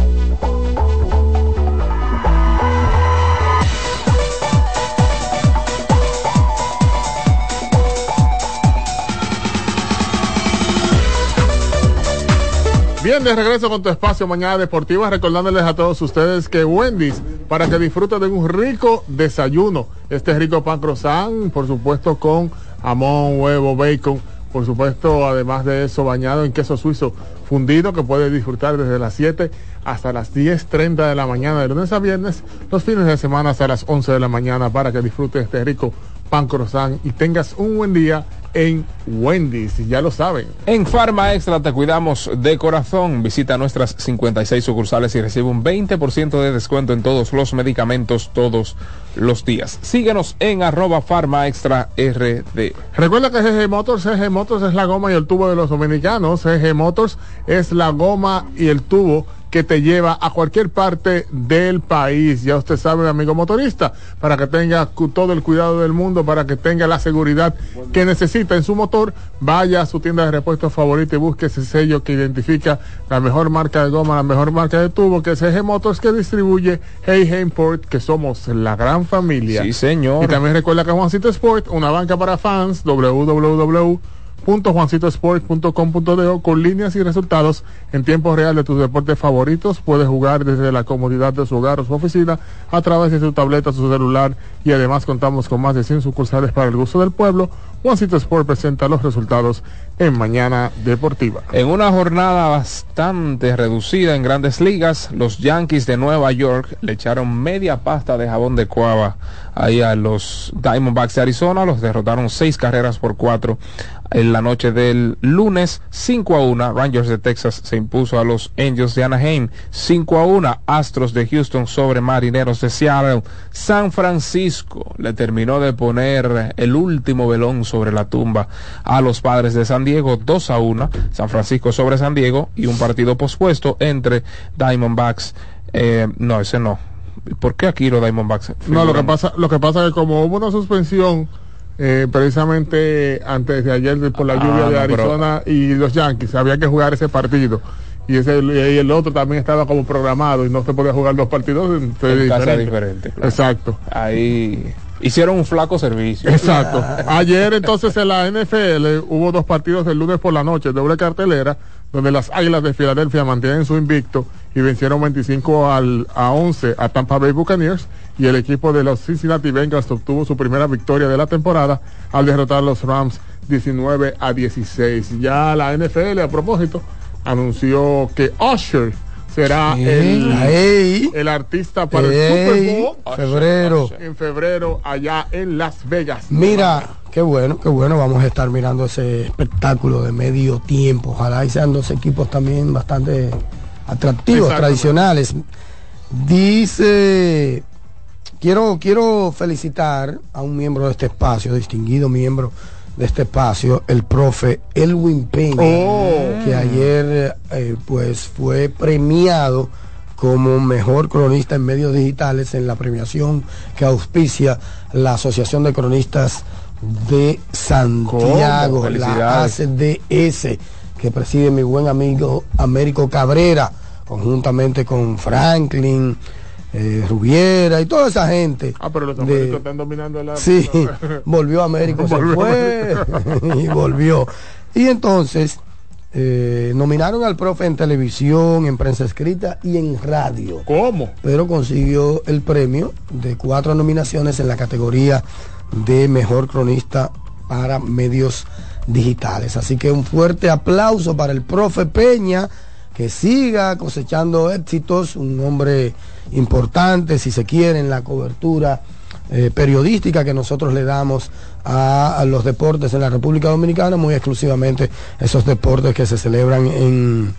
Bien, de regreso con tu espacio Mañana Deportiva, recordándoles a todos ustedes que Wendy's, para que disfruten de un rico desayuno, este rico pan croissant, por supuesto con jamón, huevo, bacon, por supuesto, además de eso, bañado en queso suizo fundido, que puedes disfrutar desde las siete hasta las diez treinta de la mañana, de lunes a viernes, los fines de semana hasta las once de la mañana, para que disfrutes este rico pan croissant y tengas un buen día en Wendy's, ya lo saben. En Farma Extra te cuidamos de corazón. Visita nuestras cincuenta y seis sucursales y recibe un veinte por ciento de descuento en todos los medicamentos todos los días. Síguenos en arroba Farma Extra R D. Recuerda que G G Motors, G G Motors es la goma y el tubo de los dominicanos. G G Motors es la goma y el tubo que te lleva a cualquier parte del país. Ya usted sabe, amigo motorista, para que tenga todo el cuidado del mundo, para que tenga la seguridad que necesita en su motor, vaya a su tienda de repuestos favorita y busque ese sello que identifica la mejor marca de goma, la mejor marca de tubo, que es G G Motors, que distribuye Hey Hey Import, que somos la gran familia. Sí, señor. Y también recuerda que Juancito Sport, una banca para fans, w w w punto juancito sport punto com punto do con líneas y resultados en tiempo real de tus deportes favoritos. Puedes jugar desde la comodidad de su hogar o su oficina a través de su tableta, su celular, y además contamos con más de cien sucursales para el gusto del pueblo. Juancito Sport presenta los resultados en Mañana Deportiva. En una jornada bastante reducida en Grandes Ligas, los Yankees de Nueva York le echaron media pasta de jabón de cuava ahí a los Diamondbacks de Arizona. Los derrotaron seis carreras por cuatro en la noche del lunes. Cinco a una Rangers de Texas se impuso a los Angels de Anaheim. Cinco a una Astros de Houston sobre Marineros de Seattle. San Francisco le terminó de poner el último velón sobre la tumba a los Padres de San Diego. Dos a una San Francisco sobre San Diego, y un partido pospuesto entre Diamondbacks. Eh, no, ese no. ¿Por qué aquí los Diamondbacks? No, lo que pasa, lo que pasa es que como hubo una suspensión eh, precisamente antes de ayer por la lluvia ah, de Arizona pero... y los Yankees, había que jugar ese partido. Y ese y el otro también estaba como programado y no se podía jugar dos partidos en casa diferente. Claro. Exacto. Ahí hicieron un flaco servicio. Exacto. Ayer entonces en la N F L hubo dos partidos el lunes por la noche, doble cartelera, donde las Águilas de Filadelfia mantienen su invicto y vencieron veinticinco al, a once a Tampa Bay Buccaneers, y el equipo de los Cincinnati Bengals obtuvo su primera victoria de la temporada al derrotar a los Rams diecinueve a dieciséis. Ya la N F L, a propósito, anunció que Usher será sí. el, el artista para Ey, el Super Bowl febrero. Usher, en febrero allá en Las Vegas. Mira, qué bueno, qué bueno, vamos a estar mirando ese espectáculo de medio tiempo. Ojalá y sean dos equipos también bastante atractivos, Exacto. tradicionales. Dice, quiero, quiero felicitar a un miembro de este espacio, distinguido miembro de este espacio, el profe Elwin Peña, oh. que ayer eh, pues fue premiado como mejor cronista en medios digitales en la premiación que auspicia la Asociación de Cronistas de Santiago, la A C D S, que preside mi buen amigo Américo Cabrera, conjuntamente con Franklin, Eh, Rubiera y toda esa gente. Ah, pero los Américos están dominando la... Sí, volvió Américo, se fue y volvió. Y entonces eh, nominaron al profe en televisión, en prensa escrita y en radio. ¿Cómo? Pero consiguió el premio de cuatro nominaciones en la categoría de mejor cronista para medios digitales. Así que un fuerte aplauso para el profe Peña, que siga cosechando éxitos, un hombre importante, si se quiere, en la cobertura eh, periodística que nosotros le damos a, a los deportes en la República Dominicana, muy exclusivamente esos deportes que se celebran en,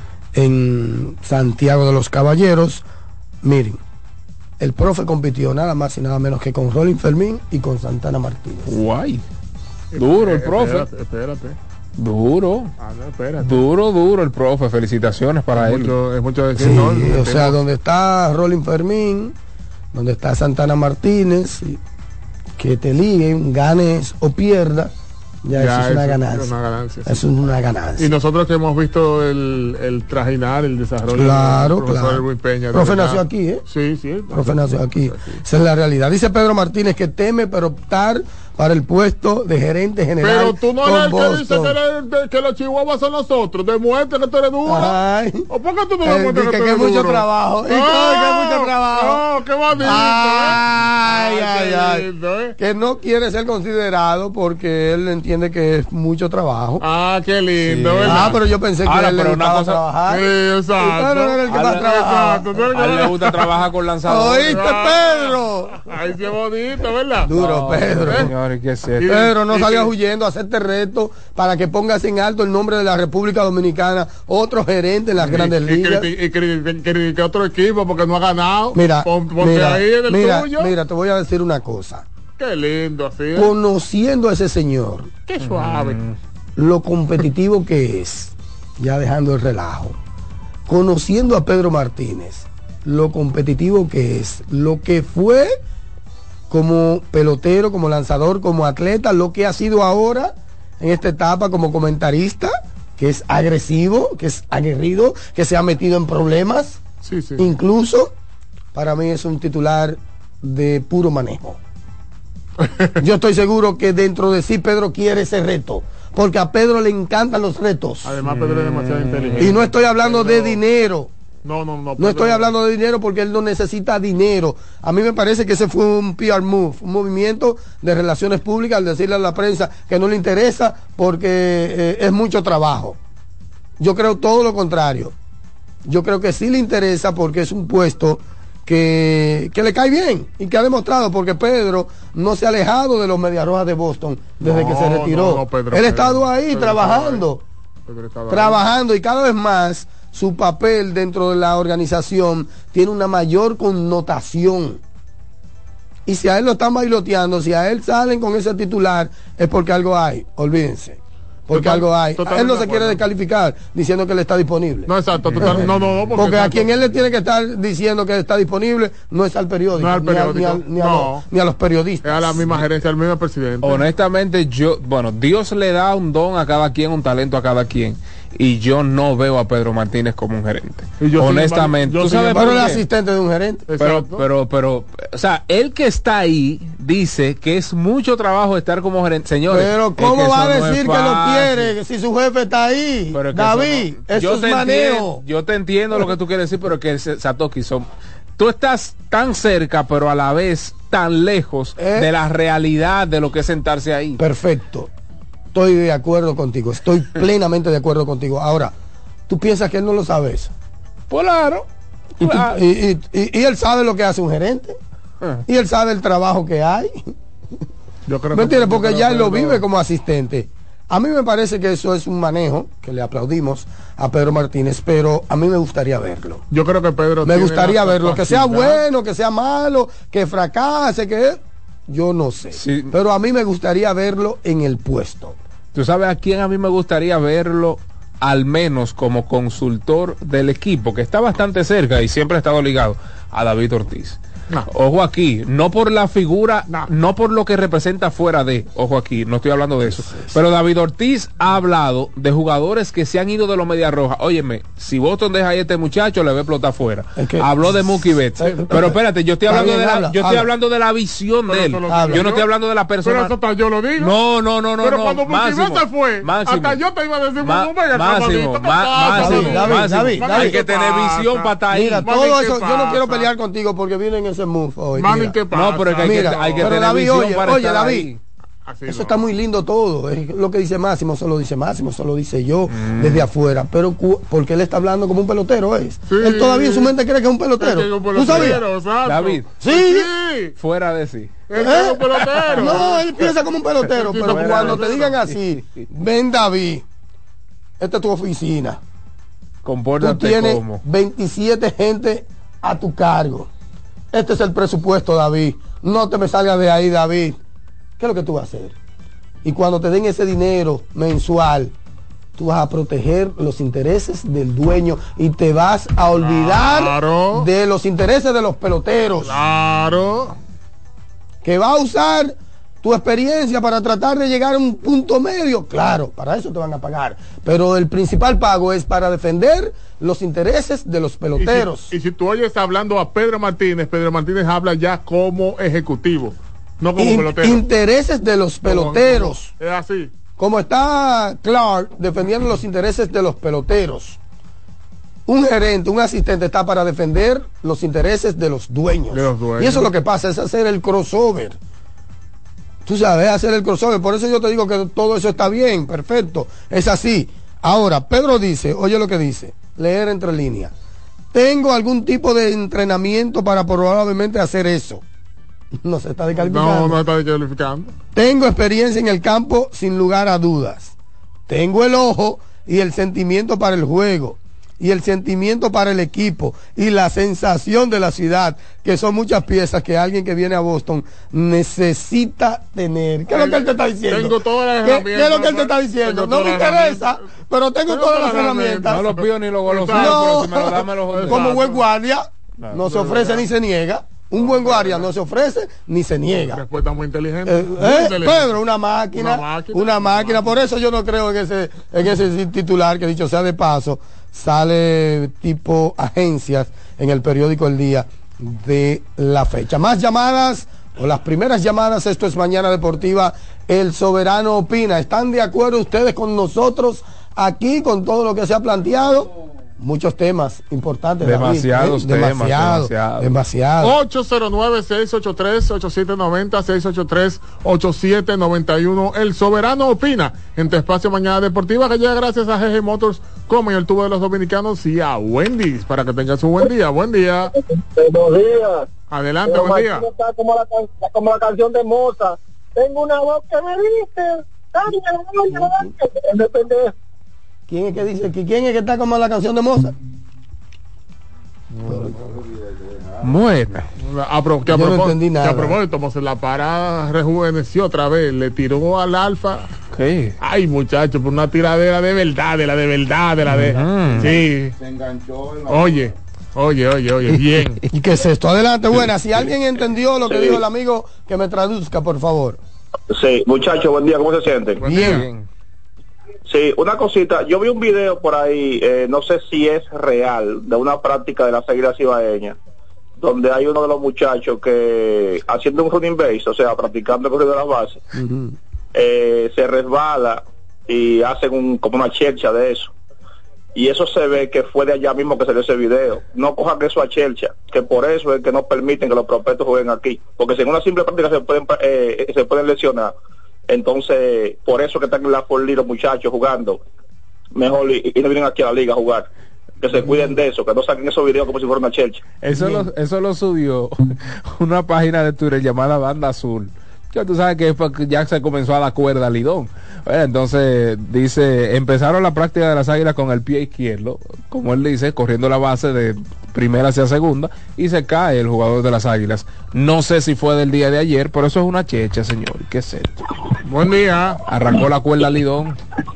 en Santiago de los Caballeros. Miren, el profe compitió nada más y nada menos que con Rolling Fermín y con Santana Martínez. Guay, duro el profe. Espérate, espérate. Duro, ah, no, duro, duro el profe, felicitaciones para es él. Mucho, es mucho decir, sí, ¿no? O sea, donde está Rolling Fermín, donde está Santana Martínez, que te liguen, ganes o pierdas, ya, ya eso es una ganancia. Es una ganancia, sí. Eso es una ganancia. Y nosotros que hemos visto el, el trajinar, el desarrollo claro, del profesor claro. Luis Peña. Profe nació aquí, ¿eh? Sí, sí. El profe nació aquí. aquí. Esa es la realidad. Dice Pedro Martínez que teme pero optar para el puesto de gerente general. Pero tú no eres el que dice que, eres, que los chihuahuas son nosotros. Demuestra que tú eres duro. Ay. ¿O por qué tú no eh, demuestras que, que, que, que eres mucho duro? Trabajo. No, y que, que mucho trabajo. No, qué bonito. Ay, ¿eh? ay, ay. Lindo, ¿eh? Que no quiere ser considerado porque él entiende que es mucho trabajo. Ah, qué lindo. Sí. Ah, pero yo pensé que Ahora, él le gustaba cosa... trabajar. Sí, exacto. Usted no era el que más trabajaba. A él le gusta trabajar con lanzadores. ¿Oíste, Pedro? Ay, qué bonito, ¿verdad? Duro, no, Pedro. Señores, ¿qué es esto? Pedro, no salgas huyendo a hacerte reto para que pongas en alto el nombre de la República Dominicana, otro gerente en las y, grandes y, ligas. Y critique otro equipo porque no ha ganado. Mira, Pon, mira, ahí en el mira, tuyo. mira, te voy a decir una cosa. Qué lindo, así. ¿eh? Conociendo a ese señor. Qué suave. Mm, lo competitivo que es, ya dejando el relajo. Conociendo a Pedro Martínez, lo competitivo que es, lo que fue como pelotero, como lanzador, como atleta, lo que ha sido ahora en esta etapa como comentarista, que es agresivo, que es aguerrido, que se ha metido en problemas. Sí, sí. Incluso, para mí es un titular de puro manejo. Yo estoy seguro que dentro de sí Pedro quiere ese reto, porque a Pedro le encantan los retos. Además, Pedro es demasiado inteligente. Y no estoy hablando Pedro... de dinero. No, no, no. No estoy hablando de dinero porque él no necesita dinero. A mí me parece que ese fue un P R move, un movimiento de relaciones públicas al decirle a la prensa que no le interesa porque eh, es mucho trabajo. Yo creo todo lo contrario. Yo creo que sí le interesa porque es un puesto que, que le cae bien y que ha demostrado, porque Pedro no se ha alejado de los Medias Rojas de Boston desde no, que se retiró. No, no, Pedro, él ha estado ahí Pedro trabajando, Pedro estaba trabajando ahí. Y cada vez más su papel dentro de la organización tiene una mayor connotación. Y si a él lo están bailoteando, si a él salen con ese titular, es porque algo hay, olvídense. Porque total, algo hay. Él no se quiere descalificar diciendo que él está disponible. No, exacto, total, no, no, no. Porque, porque a quien él le tiene que estar diciendo que está disponible no es al periódico, no al periódico ni, a, ni, a, ni, a no. los, ni a los periodistas. Es a la misma gerencia, al mismo presidente. Honestamente, yo, bueno, Dios le da un don a cada quien, un talento a cada quien. Y yo no veo a Pedro Martínez como un gerente. Yo honestamente, yo tú sabes, pero el asistente de un gerente. Pero, pero, pero, o sea, el que está ahí dice que es mucho trabajo estar como gerente, señores. Pero cómo va a decir no que lo quiere si su jefe está ahí, pero David? Eso, no. eso es manejo. Yo te entiendo lo que tú quieres decir, pero que Satoshi son, tú estás tan cerca, pero a la vez tan lejos eh, de la realidad de lo que es sentarse ahí. Perfecto. Estoy de acuerdo contigo, estoy plenamente de acuerdo contigo. Ahora, ¿tú piensas que él no lo sabe eso? Claro. ¿Y, tú, y, y, y, y él sabe lo que hace un gerente? Ah. ¿Y él sabe el trabajo que hay? Yo creo ¿Me entiendes? Porque ya él lo vive como asistente. A mí me parece que eso es un manejo, que le aplaudimos a Pedro Martínez, pero a mí me gustaría verlo. Yo creo que Pedro Me gustaría verlo, que sea bueno, que sea malo, que fracase, que... Yo no sé, sí. Pero a mí me gustaría verlo en el puesto. ¿Tú sabes a quién a mí me gustaría verlo al menos como consultor del equipo, que está bastante cerca y siempre ha estado ligado? A David Ortiz. No. Ojo aquí, no por la figura, no. no por lo que representa fuera de, ojo aquí, no estoy hablando de eso, sí, sí. Pero David Ortiz ha hablado de jugadores que se han ido de los Medias Rojas. Óyeme, si Boston deja a este muchacho, le va a explotar fuera. Es que, habló de Mookie Betts, eh, pero espérate, yo estoy hablando de la, habla, yo estoy habla. hablando de la visión pero de él. Yo, yo no estoy hablando de la persona. Pero eso hasta yo lo digo. No, no, no, no. Pero no, cuando Mookie Betts se fue, máximo, hasta yo te iba a decir, ma, no, venga, máximo, máximo, máximo. Hay que tener visión para estar ahí. Mira, todo eso, yo no quiero pelear contigo porque viene en ese move hoy. ¿Qué pasa? No, pero es que hay Mira, que, hay que pero tener David, visión oye, para oye, estar David, ahí. Así eso no. Está muy lindo todo. Es lo que dice Máximo, solo dice Máximo, solo dice yo mm. desde afuera. Pero porque él está hablando como un pelotero, ¿es? Sí. Él todavía en su mente cree que es un pelotero. Es que es un pelotero. ¿Tú sabías? Exacto. David. Sí. sí. Fuera de sí. Él ¿Eh? es un pelotero. No, él piensa como un pelotero. Pero cuando te digan así, ven David, esta es tu oficina. Compórtate Tú tienes como veintisiete gente a tu cargo. Este es el presupuesto, David. No te me salgas de ahí, David. ¿Qué es lo que tú vas a hacer? Y cuando te den ese dinero mensual, tú vas a proteger los intereses del dueño y te vas a olvidar claro. de los intereses de los peloteros. Claro. Que va a usar tu experiencia para tratar de llegar a un punto medio. Claro, para eso te van a pagar. Pero el principal pago es para defender los intereses de los peloteros. Y si, y si tú oyes hablando a Pedro Martínez, Pedro Martínez habla ya como ejecutivo, no como In, pelotero. Intereses de los peloteros. Es así. Como está Clark defendiendo los intereses de los peloteros. Un gerente, un asistente está para defender los intereses de los dueños. De los dueños. Y eso es lo que pasa, es hacer el crossover. Tú sabes, hacer el crossover. Por eso yo te digo que todo eso está bien, perfecto. Es así. Ahora, Pedro dice, oye lo que dice, leer entre líneas. Tengo algún tipo de entrenamiento para probablemente hacer eso. No se está descalificando. No, no está descalificando. Tengo experiencia en el campo sin lugar a dudas. Tengo el ojo y el sentimiento para el juego. Y el sentimiento para el equipo y la sensación de la ciudad, que son muchas piezas que alguien que viene a Boston necesita tener. ¿Qué es lo que él te está diciendo? Tengo todas las herramientas. ¿Qué, ¿Qué es lo que él te está diciendo? No me interesa, pero tengo tengo todas las herramientas. No lo pido ni lo goloso, no, pero si me lo da, me lo como buen guardia, no, no se ofrece ni se niega. Un buen guardia no se ofrece ni se niega. Respuesta muy inteligente. Eh, muy eh, inteligente. Pedro, una máquina, una máquina, una máquina. Por eso yo no creo en ese, en ese titular que, dicho sea de paso, sale tipo agencias en el periódico El Día de la fecha. Más llamadas o las primeras llamadas. Esto es Mañana Deportiva, el Soberano Opina. ¿Están de acuerdo ustedes con nosotros aquí, con todo lo que se ha planteado? Muchos temas importantes. Demasiados David, ¿eh? temas. Demasiado, Demasiado. demasiado. ocho cero nueve, seis ocho tres, ocho siete nueve cero, seis ocho tres, ocho siete nueve uno. El Soberano Opina en tu espacio Mañana Deportiva, que llega gracias a G G Motors, como en el tubo de los dominicanos, y a Wendy's, para que tengas un buen día. Buen día. Buenos días. Adelante, Pero buen día. Está como, la, como la canción de Moza. Tengo una voz que me dice, cállate, cállate, depende. ¿Quién es que dice? ¿Quién es que está como la canción de Mozart? Buena. A, pro, que a, Yo no propósito, entendí nada. que a propósito, Mozart La Parada rejuveneció otra vez, le tiró al Alfa. ¿Qué? Ay, muchacho, por una tiradera de verdad, de la de verdad, de la de... Uh-huh. Sí. Se enganchó en la... Oye, oye, oye, oye, bien. ¿Y qué es esto? Adelante, buena. Si alguien entendió lo que Sí. dijo el amigo, que me traduzca, por favor. Sí, muchachos, buen día, ¿cómo se sienten? Buen Bien. día. Sí, una cosita, yo vi un video por ahí, eh, no sé si es real, de una práctica de las Águilas Cibaeñas, donde hay uno de los muchachos que, haciendo un running base, o sea, practicando el corrido de las bases, Uh-huh. eh, se resbala y hacen un, como una chercha de eso. Y eso se ve que fue de allá mismo que salió ese video. No cojan eso a chercha, que por eso es que no permiten que los prospectos jueguen aquí. Porque si en una simple práctica se pueden, eh, se pueden lesionar, entonces por eso que están en la Fort Lee los muchachos jugando mejor y, y no vienen aquí a la liga a jugar. Que se cuiden de eso, que no saquen esos videos como si fuera una chercha. Eso lo, eso lo subió una página de Twitter llamada Banda Azul. Ya tú sabes que ya se comenzó a la cuerda al lidón. Bueno, entonces dice, empezaron la práctica de las Águilas con el pie izquierdo, como él dice, corriendo la base de primera hacia segunda, y se cae el jugador de las Águilas. No sé si fue del día de ayer, pero eso es una checha, señor. ¿Qué es esto? Buen día. Arrancó la cuerda al lidón.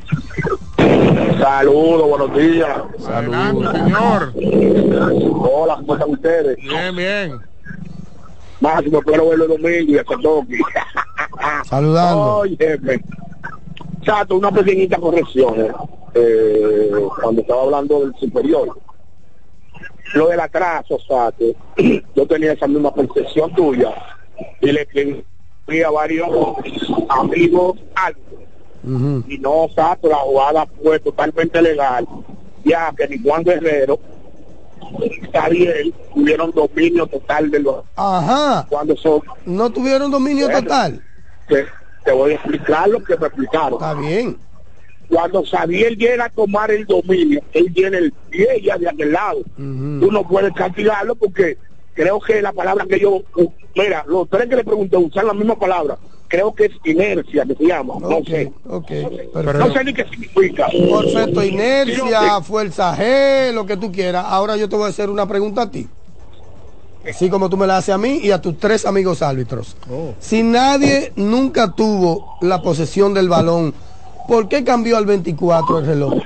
Saludos, buenos días. Adelante, señor. Hola, ¿cómo están ustedes? Bien, bien. Máximo, espero verlo el domingo y hasta toque. Saludando. Oye, jefe. Chato, una pequeñita corrección. Eh. Eh, cuando estaba hablando del superior. Lo del atraso, Sato. Yo tenía esa misma percepción tuya. Y le escribí a varios amigos algo. Uh-huh. Y no, Sato, la jugada fue totalmente legal. Ya que ni Juan Guerrero Gabriel tuvieron dominio total de los... Ajá. Cuando son... ¿No tuvieron dominio Bueno, total? Te, te voy a explicar lo que me explicaron. Está bien. Cuando Xavier llega a tomar el dominio, él tiene el pie ya de aquel lado. Uh-huh. Tú no puedes castigarlo porque creo que la palabra que yo... Mira, los tres que le pregunté usan la misma palabra. Creo que es inercia que se llama, no Ok, sé. ok. Pero no sé ni qué significa. Perfecto, inercia, Sino que- fuerza G, lo que tú quieras. Ahora yo te voy a hacer una pregunta a ti. Así como tú me la haces a mí y a tus tres amigos árbitros. Oh. Si nadie nunca tuvo la posesión del balón, ¿por qué cambió al veinticuatro el reloj?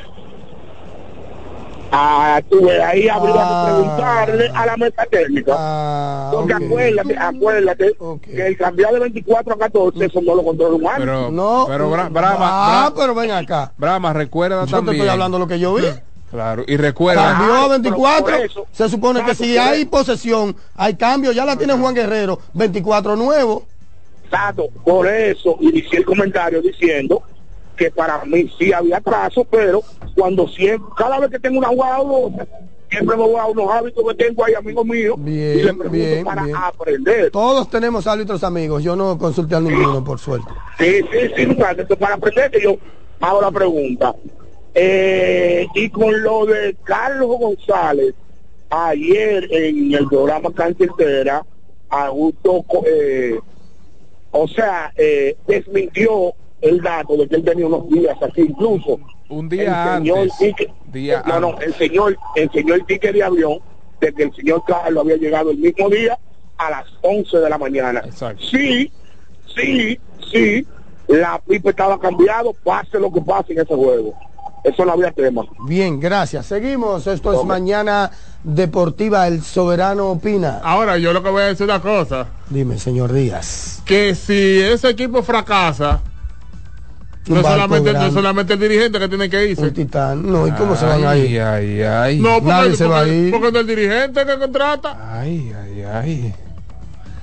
Ah, tú ves, ahí habría Ah. que preguntarle a la mesa técnica. Ah, Porque ok. acuérdate, acuérdate Ok. que el cambiar de veinticuatro a catorce, eso no lo controla un árbitro. Pero, No, pero Bra- Brahma, ah, Bra- pero ven acá. Brahma, recuerda Yo te también. estoy hablando lo que yo vi. Claro, y recuerda. Cambió a Ay, veinticuatro. pero por eso- Se supone que Exacto, si por hay eso. posesión, hay cambio. Ya la tiene Juan Guerrero, veinticuatro nuevo. Exacto, por eso inicié el comentario diciendo que para mí sí había atraso, pero cuando siempre, cada vez que tengo una jugada o otra, siempre me voy a unos hábitos que tengo ahí, amigos míos, y le Bien, pregunto bien, para bien. aprender. Todos tenemos árbitros amigos. Yo no consulté a ninguno, por suerte. Sí, sí, sí, entonces, para aprender que yo hago la pregunta. Eh, y con lo de Carlos González, ayer en el programa Cancha Entera, Augusto, eh, o sea, eh, desmintió el dato de que él tenía unos días aquí, incluso Un día el señor antes. Tique- Día no, no, antes. el señor, el señor ticket de avión de que el señor Carlos había llegado el mismo día a las once de la mañana. Exacto. Sí, sí, sí, la pipa estaba cambiado, pase lo que pase en ese juego. Eso no había tema. Bien, gracias. Seguimos. Esto es Ok. Mañana Deportiva. El Soberano opina. Ahora, yo lo que voy a decir una cosa, Dime, señor Díaz. que si ese equipo fracasa, Un no barco solamente, no grande. es solamente el dirigente que tiene que irse. Un titán. No, ¿y cómo se van a Ay, ir? ay, ay. No, porque, Nadie se va a porque- ir. porque no es el dirigente que contrata. Ay, ay, ay.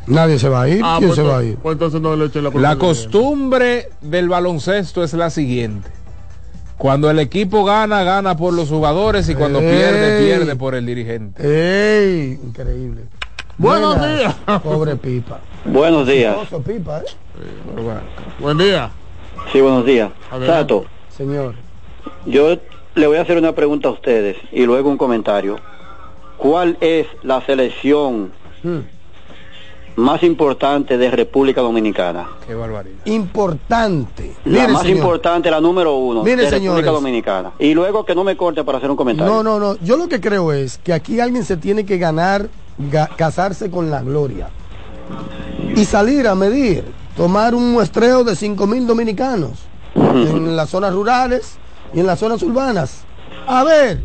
Nadie se va a ir. Ah, ¿Quién pues, se va a ir? Pues entonces no le echen la culpa. La costumbre del baloncesto es la siguiente. Cuando el equipo gana, gana por los jugadores y cuando Ey. pierde, pierde por el dirigente. ¡Ey! Increíble. Buenos Buenas. días. Pobre Pipa. Buenos días. Oso, Pipa, ¿eh? Buen día. Sí, buenos días. Adelante. Sato, Señor. yo le voy a hacer una pregunta a ustedes y luego un comentario. ¿Cuál es la selección Hmm. más importante de República Dominicana? Qué barbaridad. Importante. La Mire, más señor. importante, la número uno Mire, de República señores. Dominicana. Y luego que no me corte para hacer un comentario. No, no, no. Yo lo que creo es que aquí alguien se tiene que ganar, ga- casarse con la gloria. Y salir a medir, tomar un muestreo de cinco mil dominicanos en las zonas rurales y en las zonas urbanas. A ver,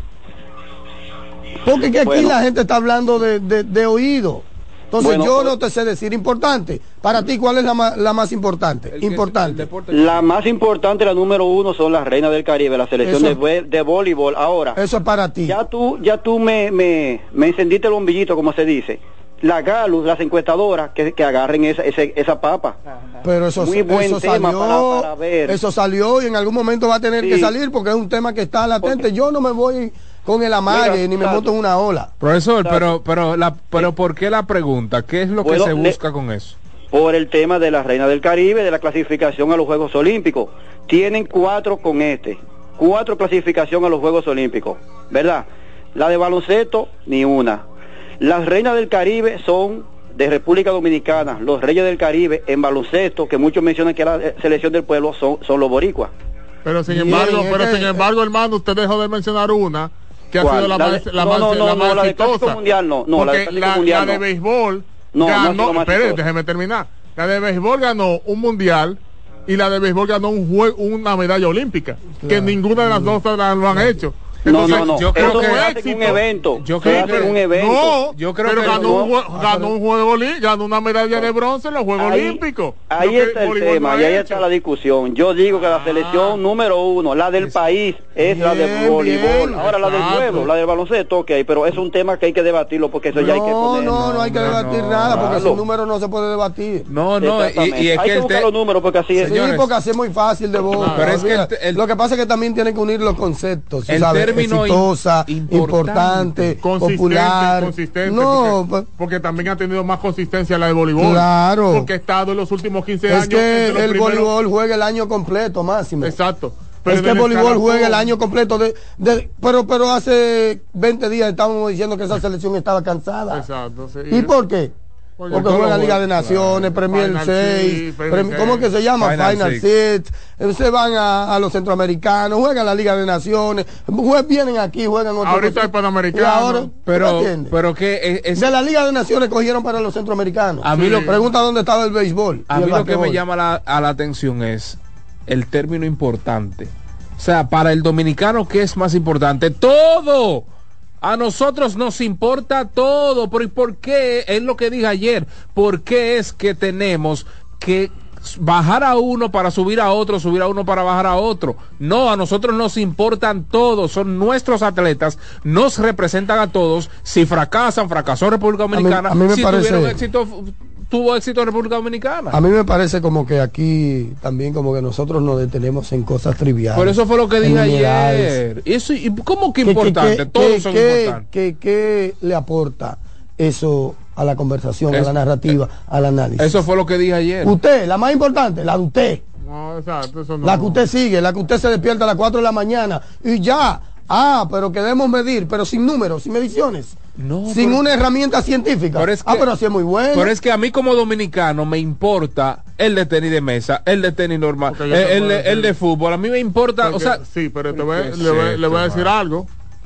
porque que aquí Bueno. la gente está hablando de, de- de oído. Entonces Bueno, yo pues- no te sé decir importante. Para ti, ¿cuál es la, ma- la más importante? Importante. La más importante, la número uno, son las reinas del Caribe, la selección Eso- de, vo- de voleibol. Ahora, Eso es para ti. ya tú, ya tú me, me, me encendiste el bombillito, como se dice. La Galus, las encuestadoras, que, que agarren esa, ese- esa papa. Pero eso, Muy buen eso tema salió, para- para ver. eso salió y en algún momento va a tener Sí. que salir porque es un tema que está latente. Yo no me voy con el amague Mira, ni me claro. monto en una ola. Profesor, pero, pero, la, pero ¿por qué la pregunta? ¿Qué es lo que Bueno, se le- busca con eso? Por el tema de la reina del Caribe, de la clasificación a los Juegos Olímpicos. Tienen cuatro con este. Cuatro clasificación a los Juegos Olímpicos, ¿verdad? La de baloncesto, ni una. Las reinas del Caribe son de República Dominicana. Los reyes del Caribe en baloncesto, que muchos mencionan que es la eh, selección del pueblo, son, son los boricuas. Pero sin Bien, embargo, es pero que- sin embargo, hermano, usted dejó de mencionar una que ha ¿Cuál? sido la, La más, de- la no, más, no, no, la no, más la de Clásico exitosa. Mundial no, no, la de Porque Clásico la, Mundial la de no. béisbol No, no ha sido ganó, más espere, exitosa. déjeme terminar. La de béisbol ganó un mundial y la de béisbol ganó un jue- una medalla olímpica, que ninguna de las dos la- lo han hecho. No, no, no. yo creo Eso que se hace en un evento. Yo Se creo hace que en un evento. No, Yo creo pero que ganó, no. un, jue- ganó un juego olí- ganó una medalla de bronce en los Juegos Ahí- Olímpicos. Ahí Lo que está el voleibol tema no y ha ahí hecho. está la discusión. Yo digo que la selección número uno, la del país, es la de Bien, voleibol. bien. Ahora la del Exacto. pueblo, la del baloncesto, ok, pero es un tema que hay que debatirlo porque eso ya hay que No, poner. no, no hay que debatir nada porque Claro. sin número no se puede debatir. No, no, y, Exactamente. y es hay que que el buscar te- los números porque así es. Sí, porque así es muy fácil de votar. Pero es que el- el- lo que pasa es que también tienen que unir los conceptos. ¿sí El sabe? término exitosa, im- importante, Consistente, popular. consistente, No, porque, porque también ha tenido más consistencia la de voleibol. Claro. Porque ha estado en los últimos quince es años. que entre los el primeros- voleibol juega el año completo, máximo. Exacto. Es que el en voleibol escalafón- juega el año completo. De, de- pero, pero hace veinte días estábamos diciendo que esa selección estaba cansada. Exacto. Sí. ¿Y por qué? Porque Porque todo juega lo Liga juega, de Naciones, claro. Premier Final seis, Six, Premier Premi- ¿cómo que se llama? Final Final, Six. Six. Eh, Se van a, a los centroamericanos, juegan la Liga de Naciones, jue- vienen aquí, juegan otro Ahorita hay Panamericano. Y ahora, ¿tú pero, entiendes? pero que es, es- de la Liga de Naciones cogieron para los centroamericanos. A mí lo- pregunta dónde estaba el béisbol. a y mí el lo que me basquetbol. llama la, a la atención es el término importante. O sea, para el dominicano, ¿qué es más importante? Todo. A nosotros nos importa todo. ¿Por, ¿Por qué? Es lo que dije ayer. ¿Por qué es que tenemos que bajar a uno para subir a otro, subir a uno para bajar a otro? No, a nosotros nos importan todos. Son nuestros atletas. Nos representan a todos. Si fracasan, fracasó República Dominicana. a mí me si parece- tuvieron éxito, tuvo éxito en República Dominicana. A mí me parece como que aquí también como que nosotros nos detenemos en cosas triviales. Por eso fue lo que en dije nimiedades. ayer. Eso, ¿y ¿Cómo que ¿Qué- importante? qué- Todos qué- son qué- importantes. qué- qué le aporta eso a la conversación, a Es- la narrativa, al análisis? Eso fue lo que dije ayer. Usted, la más importante, la de usted. No, exacto, eso no. La que usted sigue, la que usted se despierta a las cuatro de la mañana y ya. Ah, pero queremos medir, pero sin números, sin mediciones. No, sin pero- una herramienta científica. Pero es ah, que- pero así es muy bueno. Pero es que a mí como dominicano me importa el de tenis de mesa, el de tenis normal, Porque yo te el, el puedo de, decir- el de fútbol. A mí me importa, Porque- o sea, sí, pero te voy, ¿qué es le, voy, le voy a esto, decir mano? algo.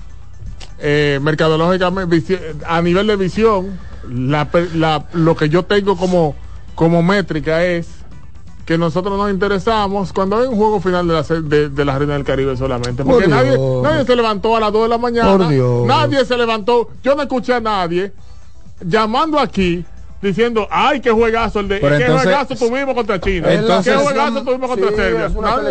Eh, mercadológicamente, visi- a nivel de visión, la, pe- la- lo que yo tengo como, como métrica es que nosotros nos interesamos cuando hay un juego final de la, se- de, de la Reina del Caribe solamente. Por Porque nadie, Dios. nadie se levantó a las dos de la mañana. Por Dios. Nadie se levantó. Yo no escuché a nadie llamando aquí diciendo, ay, qué juegazo el de, qué entonces, juegazo tuvimos contra China, entonces, qué juegazo tuvimos contra sí, Serbia.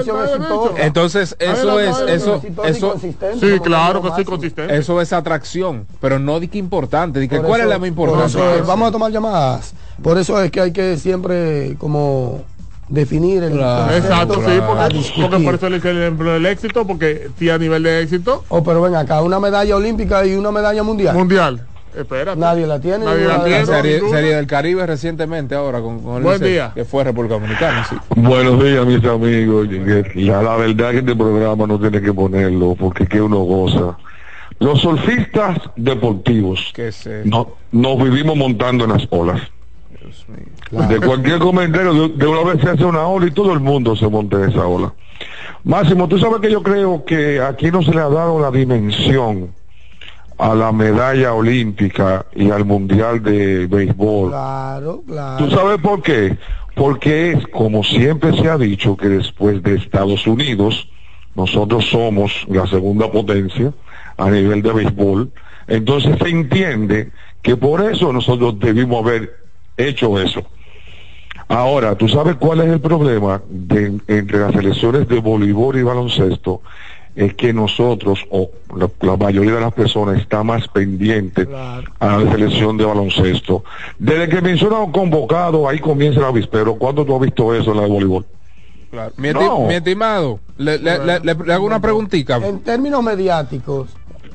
Entonces eso es, eso, eso, sí, claro que sí, consistente. Eso es atracción, pero no di que importante, di que cuál es la más importante. Vamos a tomar llamadas. Por eso es que hay que siempre como definir el claro. Exacto, sí, porque, porque por eso le hice el ejemplo del éxito, porque si a nivel de éxito. Oh, pero ven acá, una medalla olímpica y una medalla mundial. Mundial. Espérate. Nadie la tiene. Nadie la tiene. Serie, serie del Caribe recientemente ahora con, con Buen el día. que fue República Dominicana. Sí. Buenos días, mis amigos. La, la verdad que este programa no tiene que ponerlo porque que uno goza. Los surfistas deportivos no, nos vivimos montando en las olas. Claro. De cualquier comentario, de, de una vez se hace una ola y todo el mundo se monta en esa ola. Máximo, tú sabes que yo creo que aquí no se le ha dado la dimensión a la medalla olímpica y al mundial de béisbol. Claro, claro. ¿Tú sabes por qué? Porque es como siempre se ha dicho que después de Estados Unidos nosotros somos la segunda potencia a nivel de béisbol. Entonces se entiende que por eso nosotros debimos haber hecho eso. Ahora, ¿tú sabes cuál es el problema de, entre las selecciones de voleibol y baloncesto? Es que nosotros, o la, la mayoría de las personas, está más pendiente claro. a la selección de baloncesto. Desde que mencionaron convocado, ahí comienza el avispero. ¿Cuándo tú has visto eso en la de voleibol? Claro. Mi, esti no. mi estimado, le, le, le, le, le hago una preguntita. En términos mediáticos,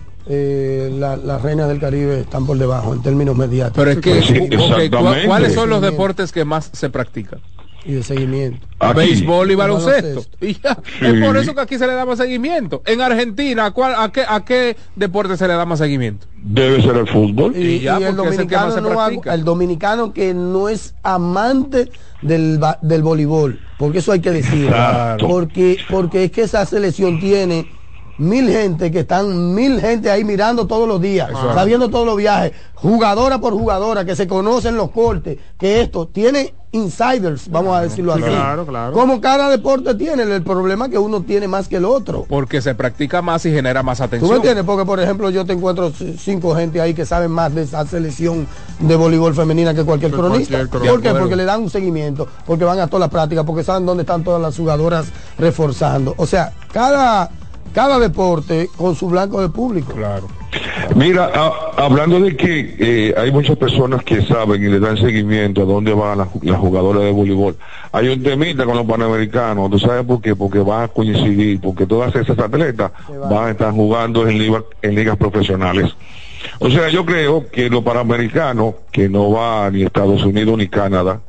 eh, la, las reinas del Caribe están por debajo, en términos mediáticos. Pero es que, sí, okay, ¿cuáles son los deportes que más se practican? Y de seguimiento. Aquí. Béisbol y baloncesto. baloncesto. Y ya, sí. Es por eso que aquí se le da más seguimiento. En Argentina, ¿a, cuál, a, qué, ¿a qué deporte se le da más seguimiento? Debe ser el fútbol. Y, y, ya, y el, dominicano el, no ha, el dominicano que no es amante del, del voleibol, porque eso hay que decirlo. Claro. Porque, porque es que esa selección tiene mil gente que están, mil gente ahí mirando todos los días, ah. sabiendo todos los viajes, jugadora por jugadora, que se conocen los cortes, que esto tiene insiders, vamos a decirlo así. Claro, claro. Como cada deporte tiene, el problema es que uno tiene más que el otro. Porque se practica más y genera más atención. ¿Tú me entiendes? Porque, por ejemplo, yo te encuentro cinco gente ahí que saben más de esa selección de voleibol femenina que cualquier cronista. Cualquier cronista. ¿Por qué? Porque le dan un seguimiento, porque van a todas las prácticas, porque saben dónde están todas las jugadoras reforzando. O sea, cada... cada deporte con su blanco de público. Claro. Mira, a, hablando de que eh, hay muchas personas que saben y le dan seguimiento a dónde van las, las jugadoras de voleibol. Hay un temita con los panamericanos, ¿tú sabes por qué? Porque van a coincidir, porque todas esas atletas van a estar jugando en, liga, en ligas profesionales. O sea, yo creo que los panamericanos, que no va ni Estados Unidos ni Canadá,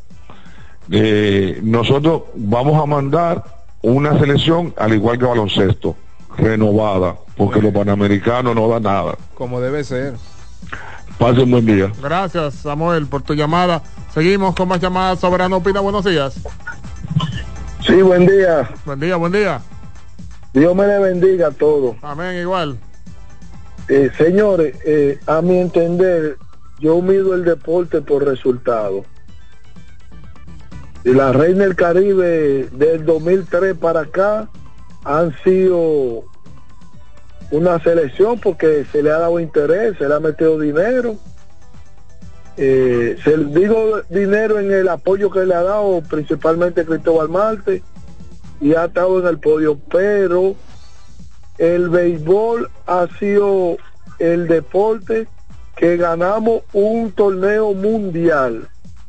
eh, nosotros vamos a mandar una selección al igual que baloncesto, renovada, porque bueno, los panamericanos no dan nada. Como debe ser. Pase un buen día. Gracias, Samuel, por tu llamada. Seguimos con más llamadas. Soberano Opina, buenos días. Sí, buen día. Buen día, buen día. Dios me le bendiga a todos. Amén, igual. Eh, señores, eh, a mi entender, yo mido el deporte por resultado. Y la Reina del Caribe del dos mil tres para acá han sido una selección porque se le ha dado interés, se le ha metido dinero, eh, se digo dinero en el apoyo que le ha dado principalmente Cristóbal Marte y ha estado en el podio, pero el béisbol ha sido el deporte que ganamos un torneo mundial.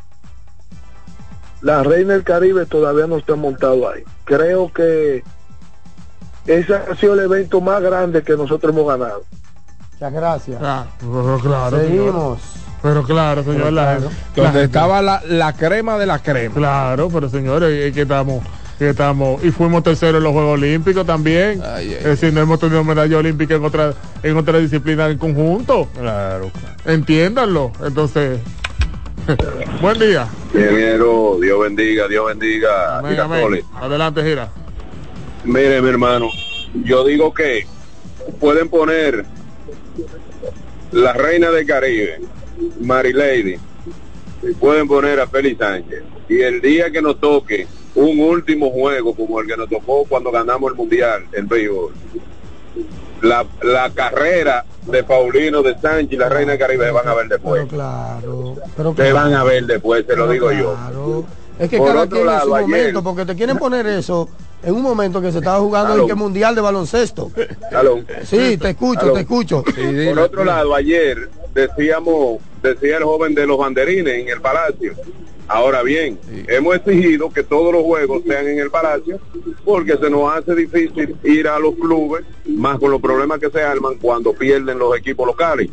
La Reina del Caribe todavía no está montado ahí. Creo que ese ha sido el evento más grande que nosotros hemos ganado. Muchas gracias. Ah, pero claro, seguimos. Señor. Pero claro, señor. Pero claro. La, donde la estaba la, la crema de la crema. Claro, pero señores, es que estamos, que estamos, y fuimos terceros en los Juegos Olímpicos también. Ay, ay, es decir, no hemos tenido medalla olímpica en otra, en otra disciplina en conjunto. Claro, claro. Entiéndanlo. Entonces, buen día. Ingeniero, Dios bendiga, Dios bendiga. Amén, amén. Adelante, Gira. Mire, mi hermano, yo digo que pueden poner la Reina del Caribe, Mary Lady, pueden poner a Félix Sánchez, y el día que nos toque un último juego como el que nos tocó cuando ganamos el mundial en béisbol, la, la carrera de Paulino, de Sánchez y la Reina del Caribe se van a ver después. Pero claro, pero se claro. van a ver después, se lo digo claro. yo. Es que por cada otro quien lado, en su ayer, momento, porque te quieren poner eso en un momento que se estaba jugando el que mundial de baloncesto. ¿Aló? Sí, te escucho, ¿Aló? te escucho. Sí, por otro lado, ayer decíamos, decía el joven de los banderines en el Palacio. Ahora bien, sí. hemos exigido que todos los juegos sean en el Palacio porque se nos hace difícil ir a los clubes, más con los problemas que se arman cuando pierden los equipos locales.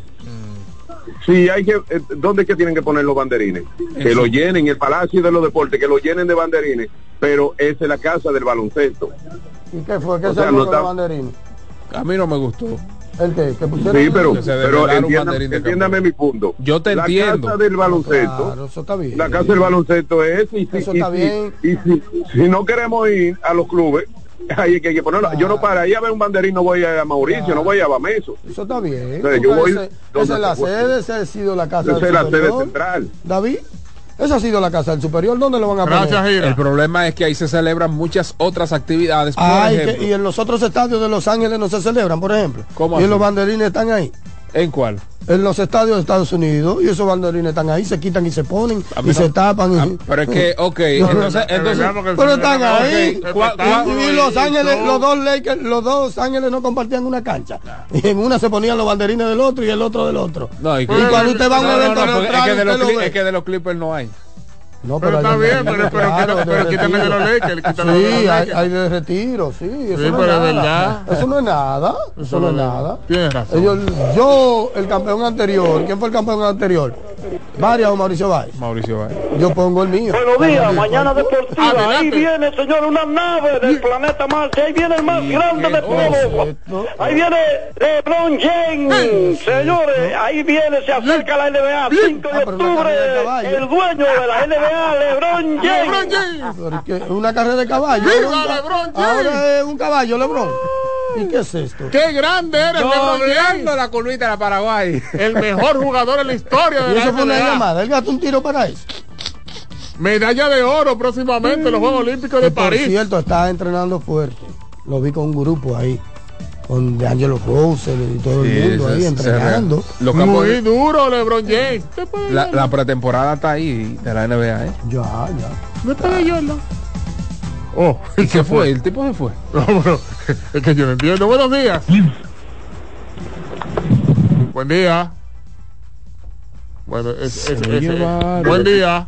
Sí, hay que, eh, ¿dónde es que tienen que poner los banderines? Eso. Que lo llenen, el Palacio de los Deportes, que lo llenen de banderines, pero esa es la casa del baloncesto. ¿Y qué fue? ¿Qué o se sea, no no con está... los banderines? A mí no me gustó. ¿El qué? ¿Que pusieron? Sí, pero, que pero entiéndame, entiéndame mi punto. Yo te la entiendo. La casa del baloncesto, claro, eso está bien. La casa del baloncesto es, y si, eso y está si, bien. Y si, si no queremos ir a los clubes, hay que, hay que ponerlo. Claro. Yo no para ahí a ver un banderín, no voy a Mauricio, claro. no voy a Bameso. Eso está bien. Entonces, yo voy ese, esa es la sede, esa ha sido la casa esa del es la superior. sede central. David, esa ha sido la casa del superior. ¿Dónde lo van a Gracias, poner? Gira. El problema es que ahí se celebran muchas otras actividades. Por ah, ejemplo. Y, que, y en los otros estadios de Los Ángeles no se celebran, por ejemplo. ¿Cómo y así? los banderines están ahí. ¿En cuál? En los estadios de Estados Unidos, y esos banderines están ahí, se quitan y se ponen y no, se tapan. A, y, pero es que, ok, no, entonces, entonces pero están ahí. Okay. ¿Cuál, cuál, y, y Los Ángeles, los dos Lakers, los dos Ángeles no compartían una cancha. Y en una se ponían los banderines del otro y el otro del otro. No, y, que, y cuando usted va a un no, evento no, no, neutral, es, que de los usted lo cli- ve. es que de los Clippers no hay. No, pero, pero está bien, pero, pero, claro, pero, pero quítame de los Lakers. Quítame Sí, de los hay, Lakers. hay de retiro, sí. Eso sí, no pero es es nada. verdad. Eso no es nada. Eso, eso no es nada. nada. Tienes razón. Ellos, yo, el campeón anterior, ¿quién fue el campeón anterior? ¿Varias o Mauricio Báez? Mauricio Báez. Yo pongo el mío. Buenos días, mañana deportiva. Adelante. Ahí viene, señor, una nave del planeta Marte. Ahí viene el más grande de todos. Ahí viene LeBron James. Señores, ahí viene, se acerca la N B A. cinco de octubre. El dueño de la N B A, LeBron James. Una carrera de caballo. ¡Viva LeBron James! Ahora es un caballo, LeBron. ¿Y qué es esto? ¡Qué grande eres, LeBron James! la curvita de la Paraguay. El mejor jugador en la historia de Y la eso fue una N B A. llamada. Él gastó un tiro para eso. Medalla de oro próximamente en los Juegos Olímpicos de Que, por París. cierto, está entrenando fuerte. Lo vi con un grupo ahí. Con de Angelo Russell y todo Sí, el mundo se- ahí se entrenando. re- Los campos Muy de- duro, LeBron James. la, la pretemporada está ahí de la N B A, ¿eh? Ya, ya. No está de Jordan. Oh, ¿Y qué fue? ¿El tipo se fue? No, pero es que yo no entiendo. Buenos días. Buen día. Bueno, es, es, es, es- buen día.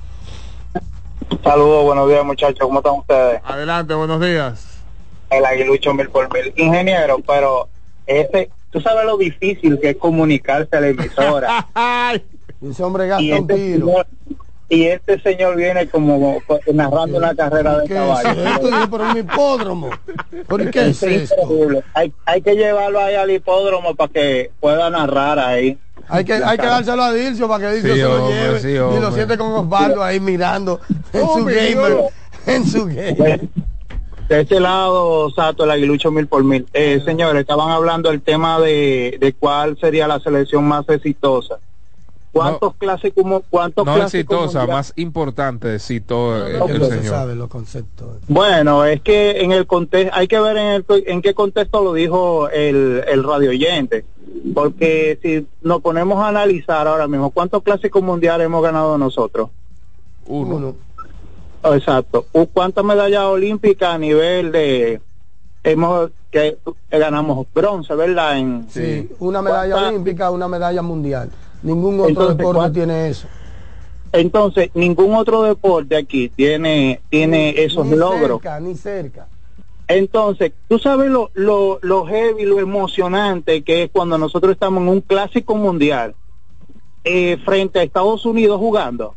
Saludos, buenos días, muchachos. ¿Cómo están ustedes? Adelante, buenos días. El aguilucho mil por mil. Ingeniero, pero ese, tú sabes lo difícil que es comunicarse a la emisora. Ese hombre gasta y, un este tiro. señor, y este señor viene como narrando una carrera de ¿Qué caballo. es esto? Yo, por un hipódromo. ¿Por qué es esto? Increíble. Hay, hay que llevarlo ahí al hipódromo para que pueda narrar ahí. Hay que, hay que dárselo a Dilcio para que Dilcio Sí, se lo hombre, lleve sí, y lo hombre. siente con Osvaldo ahí mirando en Oh, su mi gamer. Dios. En su gamer. De ese lado, Sato, el aguilucho mil por mil. Eh, señores, estaban hablando del tema de, de cuál sería la selección más exitosa. ¿Cuántos No. clásicos, cuántos No clásicos exitosa, mundiales? más importante, citó el, No, el no se señor. sabe los conceptos. Bueno, es que en el contexto, hay que ver en, el, en qué contexto lo dijo el, el radio oyente, porque si nos ponemos a analizar ahora mismo, ¿cuántos clásicos mundiales hemos ganado nosotros? Uno. Uno. Oh, exacto. ¿Cuántas medallas olímpicas a nivel de hemos que, que ganamos bronce, verdad? En, Sí, una medalla ¿cuántas- olímpica, una medalla mundial. Ningún otro Entonces, deporte ¿cuál- tiene eso. Entonces, ningún otro deporte aquí tiene tiene esos ni logros. cerca, ni cerca. Entonces, tú sabes lo, lo, lo heavy, lo emocionante que es cuando nosotros estamos en un clásico mundial eh, frente a Estados Unidos jugando.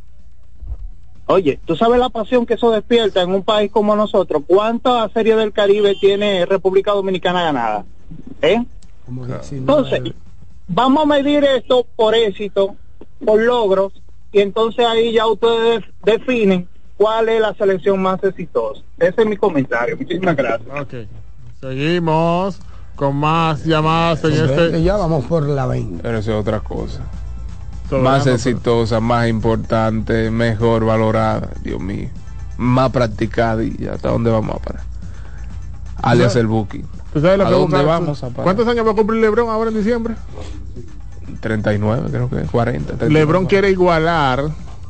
Oye, tú sabes la pasión que eso despierta en un país como nosotros. ¿Cuántas series del Caribe tiene República Dominicana ganada? ¿Eh? Como diecinueve. Entonces, vamos a medir esto por éxito, por logros, y entonces ahí ya ustedes definen cuál es la selección más exitosa. Ese es mi comentario. Muchísimas gracias. Ok. Seguimos con más llamadas en este. Ya vamos por la veinte. Pero eso es otra cosa. Sobre Más la- exitosa, más importante, mejor valorada, Dios mío. Más practicada y hasta dónde vamos a parar. Alias el booking. ¿Tú sabes lo ¿A que dónde busca- vamos a parar? ¿Cuántos años va a cumplir LeBron ahora en diciembre? treinta y nueve, creo que cuarenta. treinta y nueve. LeBron quiere igualar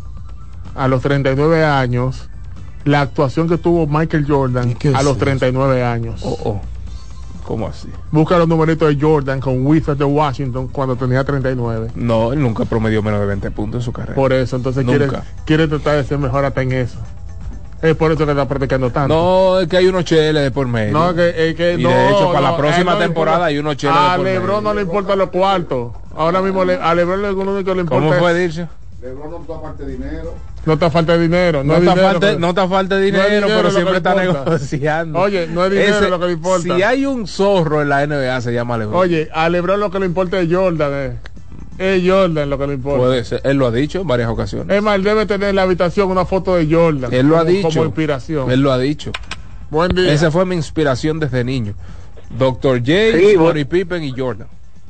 a los treinta y nueve años la actuación que tuvo Michael Jordan a los treinta y nueve años. Oh, oh. ¿Cómo así? Busca los numeritos de Jordan con Wizards de Washington cuando tenía treinta y nueve. No, él nunca promedió menos de veinte puntos en su carrera. Por eso, entonces quiere, Nunca. quiere tratar de ser mejor hasta en eso. Es por eso que está practicando tanto. No, es que hay unos cheles de por medio. No, que, es que y no, de hecho, para no, la próxima a él no le temporada importa- hay unos cheles A de por LeBron medio. no le importan los cuartos. Ahora mismo le- a LeBron lo único que le importa ¿Cómo fue, es- Dircio? LeBron no está falta de dinero. No está falta de dinero. No, No es está dinero falta- que- no está falta de no es dinero, pero lo que siempre le está importa. negociando. Oye, no es dinero Ese- lo que le importa. Si hay un zorro en la N B A, se llama LeBron. Oye, a LeBron lo que le importa es Jordan. eh. Es Jordan lo que le importa. Puede ser. Él lo ha dicho en varias ocasiones. Es más, él debe tener en la habitación una foto de Jordan. Él lo ha como- dicho. Como inspiración. Él lo ha dicho. Buen día. Esa fue mi inspiración desde niño. doctor J, Sí, Scottie Pippen y Jordan.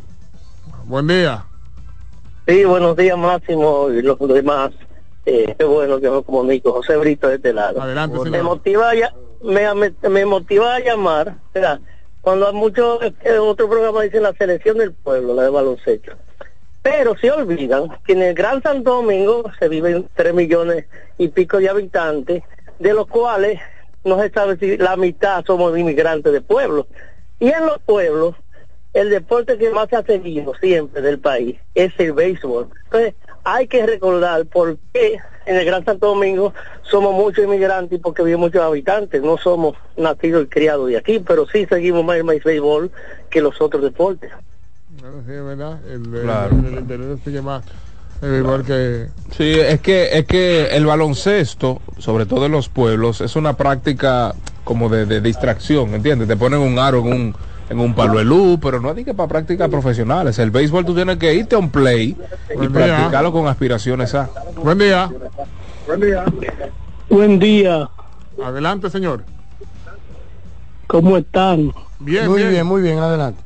Buen día. Sí, buenos días, Máximo, y los demás. Eh, qué bueno que me comunico. José Brito de este lado. Adelante, me señor. motiva a, ya- me, me, me motiva a llamar, ¿verdad? Cuando hay muchos eh, otros programas dicen la selección del pueblo, la de baloncesto. Pero se olvidan que en el Gran Santo Domingo se viven tres millones y pico de habitantes, de los cuales no se sabe si la mitad somos inmigrantes de pueblos. Y en los pueblos, el deporte que más se ha seguido siempre del país es el béisbol. Entonces, hay que recordar por qué en el Gran Santo Domingo somos muchos inmigrantes y porque viven muchos habitantes. No somos nacidos y criados de aquí, pero sí seguimos más el béisbol que los otros deportes. Bueno, sí, es verdad. El, el- Claro. el- el interior sigue más. eh, igual que. Sí, es que, es que el baloncesto, sobre todo en los pueblos, es una práctica como de, de distracción, ¿entiendes? Te ponen un aro en un, en un palo de luz, pero no es ni que para prácticas profesionales. El béisbol tú tienes que irte a un play y Buen día. practicarlo con aspiraciones a. Buen día. Buen día. Buen día, Adelante, señor. ¿cómo están? Bien, muy bien. bien, muy bien, adelante.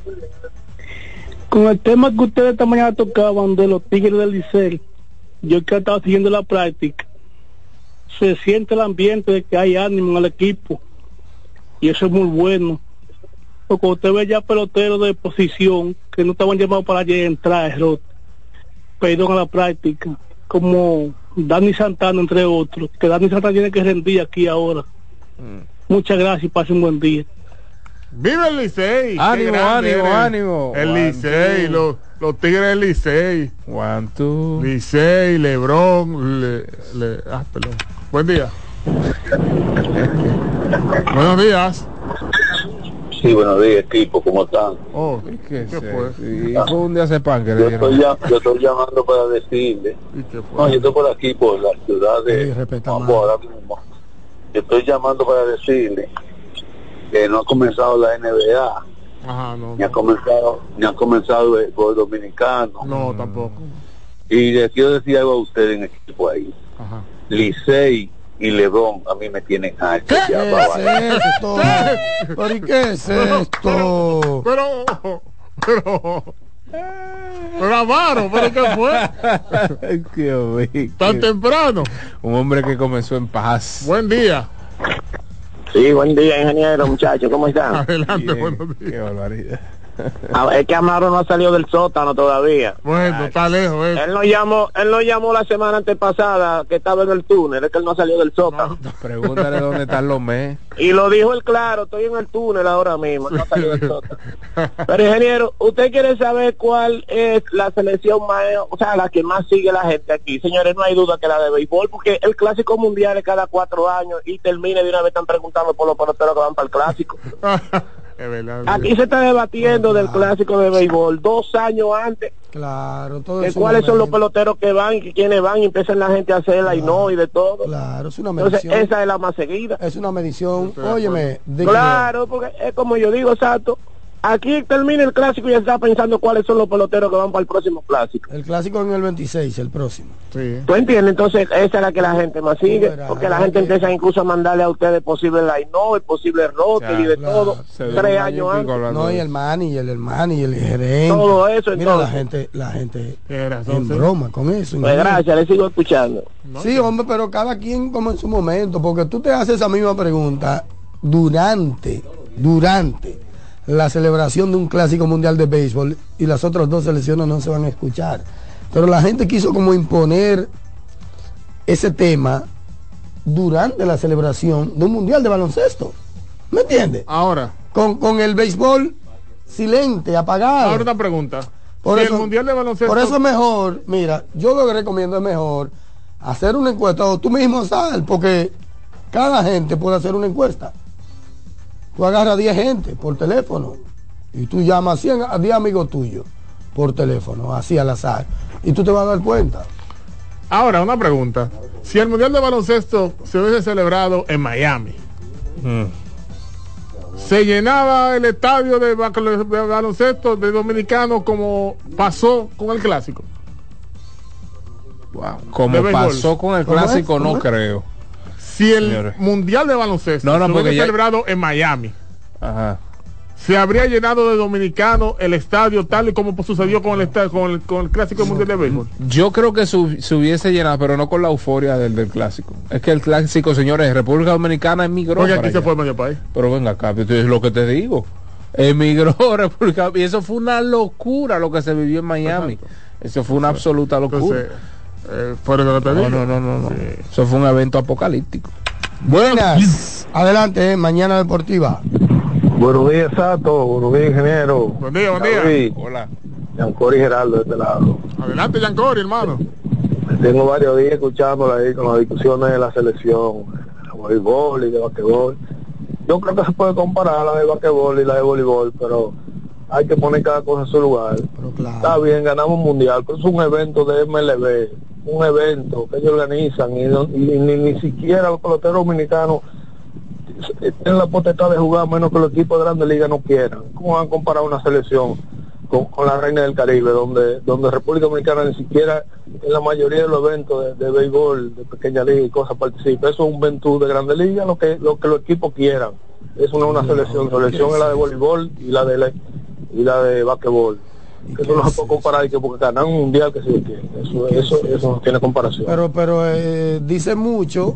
Con el tema que ustedes esta mañana tocaban de los Tigres del Licey, yo que estaba siguiendo la práctica, se siente el ambiente de que hay ánimo en el equipo y eso es muy bueno. Porque usted ve ya peloteros de posición que no estaban llamados para allá entrar, error, perdón a la práctica, como Dani Santana entre otros, que Dani Santana tiene que rendir aquí ahora. Muchas gracias y pasen un buen día. ¡Viva el Licey! ¡Qué Ánimo, grande ánimo, eres! ánimo. El One, Licey, two. los, los Tigres del Licey. One, two. Licey, Lebrón, le, le- ah, perdón. Buen día. Buenos días. Sí, buenos días, equipo, ¿cómo están? Oh, ¿Qué, ¿qué sé? fue? Y fue un día hace pan que le Yo dieron. estoy, llam- yo estoy llamando para decirle, ¿Y qué fue? no, yo estoy por aquí, por la ciudad Sí, de respeta Mambo, más. ahora mismo. Yo estoy llamando para decirle que no ha comenzado la N B A, Ajá, no. ni ha comenzado, ni ha comenzado el béisbol dominicano. No, tampoco. Y les quiero decir algo a ustedes en el equipo ahí. Ajá. Licey y Lebrón a mí me tienen alto. ¿Qué ya, es bye, bye. esto? ¿Pero y qué es esto? Pero, pero, pero Amaro, ¿pero qué fue? Qué bonito. Tan temprano. Un hombre que comenzó en paz. Buen día. Sí, buen día, ingeniero, muchachos, ¿cómo están? Adelante, Bien, buenos días. qué barbaridad. Ah, es que Amaro no ha salido del sótano todavía. Bueno, está lejos, eh. Él nos llamó, él nos llamó la semana antepasada que estaba en el túnel, es que él no salió del sótano. Pregúntale dónde están los mes. Y lo dijo él claro, estoy en el túnel ahora mismo, no salió del sótano. Pero ingeniero, ¿usted quiere saber cuál es la selección más, o sea, la que más sigue la gente aquí? Señores, no hay duda que la de béisbol, porque el clásico mundial es cada cuatro años y termina y de una vez están preguntando por los peloteros que van para el clásico. Es verdad. Aquí se está debatiendo del clásico de béisbol dos años antes. Claro, todo Que eso. cuáles son los peloteros que van y que quiénes van y empiezan la gente a hacerla y no y de todo. Claro, es una Entonces medición. esa es la más seguida. Es una medición. Óyeme, de Claro, porque es como yo digo, exacto. Aquí termina el clásico y ya está pensando cuáles son los peloteros que van para el próximo clásico. el clásico en el veintiséis, el próximo. Sí. ¿Tú entiendes? Entonces esa es la que la gente más sigue, verás, porque la gente que- empieza incluso a mandarle a ustedes posible line no, el posible roque Ya, y de claro. todo. Se dio un Tres año años y pico antes. hablando No, de y eso. el manager, el manager, el gerente. Todo eso, Mira, la entonces. gente, la gente Tienes razón, en sí. broma con eso. Pues ingeniero. gracias, le sigo escuchando. No, Sí, hombre, pero cada quien como en su momento, porque tú te haces esa misma pregunta durante, durante la celebración de un clásico mundial de béisbol y las otras dos selecciones no se van a escuchar. Pero la gente quiso como imponer ese tema durante la celebración de un mundial de baloncesto. ¿Me entiendes? Ahora. Con, con el béisbol silente, apagado. Ahora una pregunta. Por si eso, el mundial de baloncesto... Por eso es mejor, mira, yo lo que recomiendo es mejor hacer una encuesta, o tú mismo sal, porque cada gente puede hacer una encuesta. Tú agarras diez gente por teléfono y tú llamas a cien, a diez amigos tuyos por teléfono, así al azar, y tú te vas a dar cuenta. Ahora, una pregunta. Si el mundial de baloncesto se hubiese celebrado en Miami, mm. ¿se llenaba el estadio de, de baloncesto de dominicanos como pasó con el clásico? Wow. Como pasó con el clásico, no creo. Si el Señores. mundial de baloncesto no, no, se hubiese ya... celebrado en Miami, ajá, se habría llenado de dominicanos el estadio tal y como sucedió con el estadio, con el, con el clásico mundial de béisbol. Yo creo que su, se hubiese llenado, pero no con la euforia del, del clásico. Es que el clásico, señores, República Dominicana emigró. Porque aquí para se allá. fue medio país. Pero venga acá, es lo que te digo. Emigró República, y eso fue una locura lo que se vivió en Miami. Exacto. Eso fue una absoluta locura. Entonces, eh, por eso te digo. No, no, no, no, no. Sí. Eso fue un evento apocalíptico. Buenas, adelante, eh, Mañana Deportiva. Buenos días, Sato. Buenos días, ingeniero. Buen día, buen día. David. Hola. Yancori Geraldo de este lado. Adelante, Yancori, hermano. Tengo varios días escuchándola ahí con las discusiones de la selección de voleibol y de basquetbol. Yo creo que se puede comparar la de basquetbol y la de voleibol, pero hay que poner cada cosa en su lugar. Claro. Está bien, ganamos un mundial, pero es un evento de M L B, un evento que ellos organizan y, no, y ni, ni siquiera los peloteros dominicanos tienen la potestad de jugar, menos que los equipos de grandes ligas no quieran. ¿Cómo van a comparar una selección con, con la Reina del Caribe, donde donde República Dominicana ni siquiera en la mayoría de los eventos de, de béisbol, de pequeña liga y cosas participa? Eso es un Ventú de grandes ligas, lo que lo que los equipos quieran. Eso no es una selección, selección es la de voleibol y la de la, y la de basquetbol. Eso no se puede comparar y que porque ganan un mundial que sí que eso eso eso no tiene comparación. Pero pero eh, dice mucho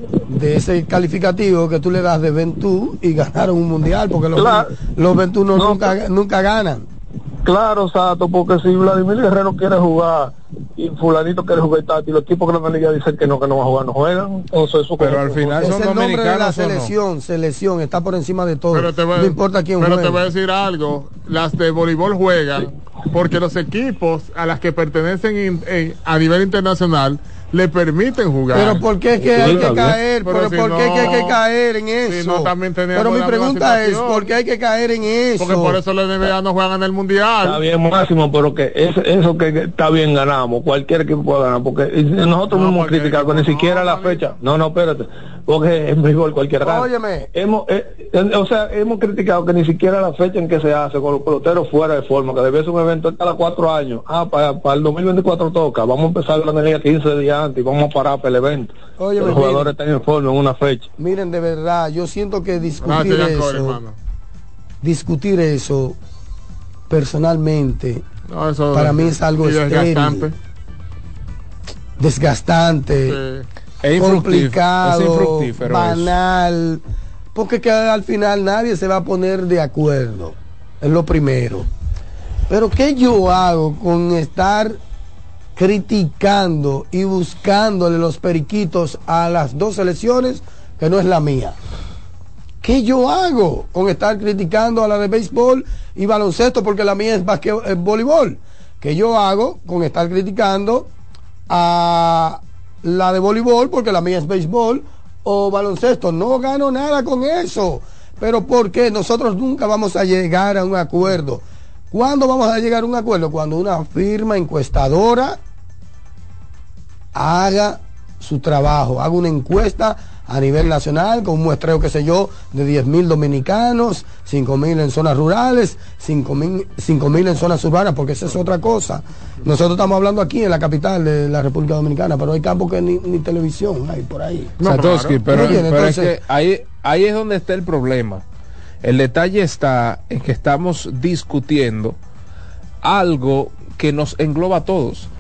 de ese calificativo que tú le das de Ventú y ganaron un mundial, porque los, claro. los Ventú no, no, nunca nunca ganan. Claro, Sato, porque si Vladimir Guerrero quiere jugar y fulanito quiere jugar y los equipos que la liga dicen que no, que no va a jugar, no juegan. Entonces, eso pero al final es son el nombre de la selección, no. selección, está por encima de todo. Pero te voy, no importa quién pero juegue. Te voy a decir algo, las de voleibol juegan porque los equipos a las que pertenecen in, eh, a nivel internacional le permiten jugar. Pero ¿por qué es que hay que caer? Pero, pero si ¿por qué no, es que hay que caer en eso? Si no, también pero mi pregunta es, ¿por qué hay que caer en eso? Porque por eso los N B A no juegan en el mundial. Está bien, Máximo, pero que eso, eso que está bien ganamos, cualquier equipo puede ganar, porque nosotros no, hemos criticado que ni siquiera no, la fecha. No, no, espérate, porque en béisbol cualquier gana. Óyeme. Hemos, eh, o sea, hemos criticado que ni siquiera la fecha en que se hace con los peloteros fuera de forma, que debe ser un evento cada cuatro años. Ah, para, para el dos mil veinticuatro toca, vamos a empezar la liga quince días antes y vamos a parar para el evento. Oye, los jugadores están en forma en una fecha. Miren, de verdad, yo siento que discutir Gracias, eso, Jacob, discutir eso personalmente, no, eso para mí es algo desgastante, desgastante, sí. complicado, es banal, eso. Porque que al final nadie se va a poner de acuerdo, es lo primero. Pero ¿qué yo hago con estar criticando y buscándole los periquitos a las dos selecciones que no es la mía? ¿Qué yo hago con estar criticando a la de béisbol y baloncesto porque la mía es, basquet, es voleibol? ¿Qué yo hago con estar criticando a la de voleibol porque la mía es béisbol o baloncesto? No gano nada con eso. ¿Pero por qué? Nosotros nunca vamos a llegar a un acuerdo. ¿Cuándo vamos a llegar a un acuerdo? Cuando una firma encuestadora haga su trabajo, haga una encuesta a nivel nacional con un muestreo, qué sé yo, de diez mil dominicanos, cinco mil en zonas rurales, cinco mil en zonas urbanas, porque esa es otra cosa. Nosotros estamos hablando aquí en la capital de la República Dominicana, pero hay campos que ni, ni televisión hay por ahí. No, Satoshi, pero, Oye, pero entonces, es que ahí, ahí es donde está el problema. El detalle está en que estamos discutiendo algo que nos engloba a todos.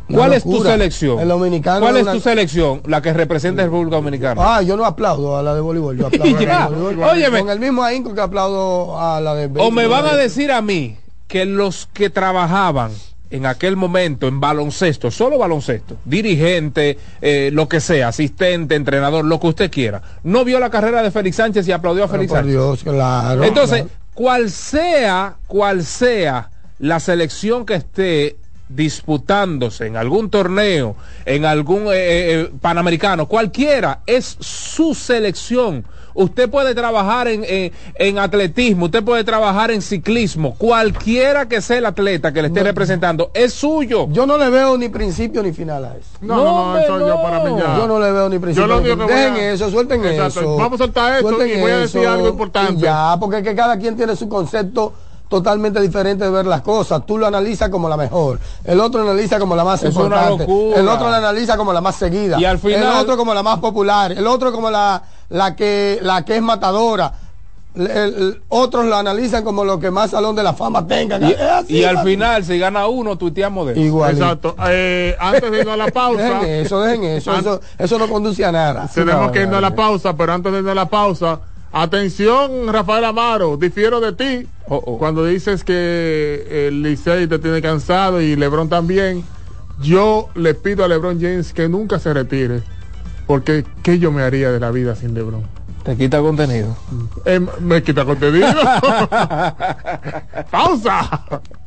¿Cuál es tu selección? El dominicano. ¿Cuál es una... tu selección? La que representa el República Dominicana. Ah, yo no aplaudo a la de voleibol. Yo aplaudo ya. a la de voleibol. Óyeme. Con el mismo ahínco que aplaudo a la de béisbol. O me van a decir a mí que los que trabajaban en aquel momento en baloncesto, solo baloncesto, dirigente, eh, lo que sea, asistente, entrenador, lo que usted quiera, no vio la carrera de Félix Sánchez y aplaudió a Félix por Sánchez. Dios, claro. Entonces, claro. cual sea, cual sea la selección que esté disputándose en algún torneo, en algún eh, eh, panamericano, cualquiera, es su selección. Usted puede trabajar en, en, en atletismo, usted puede trabajar en ciclismo, cualquiera que sea el atleta que le esté no, representando, es suyo. Yo no le veo ni principio ni final a eso. No, no, no, no eso no. Yo para mí ya. Yo no le veo ni principio yo ni final. Dejen a... eso, suelten Exacto. eso. Vamos a soltar esto y voy a decir eso, algo importante. Ya, porque es que cada quien tiene su concepto totalmente diferente de ver las cosas. Tú lo analizas como la mejor, el otro lo analiza como la más es importante, el otro lo analiza como la más seguida, y al final, el otro como la más popular, el otro como la, la que la que es matadora, el, el, otros lo analizan como lo que más salón de la fama tenga. Y, así, y al final, si gana uno, tuiteamos de eso. Igual. Exacto. Eh, antes de irnos a la pausa. Dejen eso, dejen eso, eso, eso no conduce a nada. Tenemos no, que irnos a la pausa, pero antes de irnos a la pausa, atención, Rafael Amaro, difiero de ti oh, oh. cuando dices que el Licey te tiene cansado y LeBron también. Yo le pido a LeBron James que nunca se retire, porque ¿qué yo me haría de la vida sin LeBron? Te quita contenido. Eh, me quita contenido. Pausa.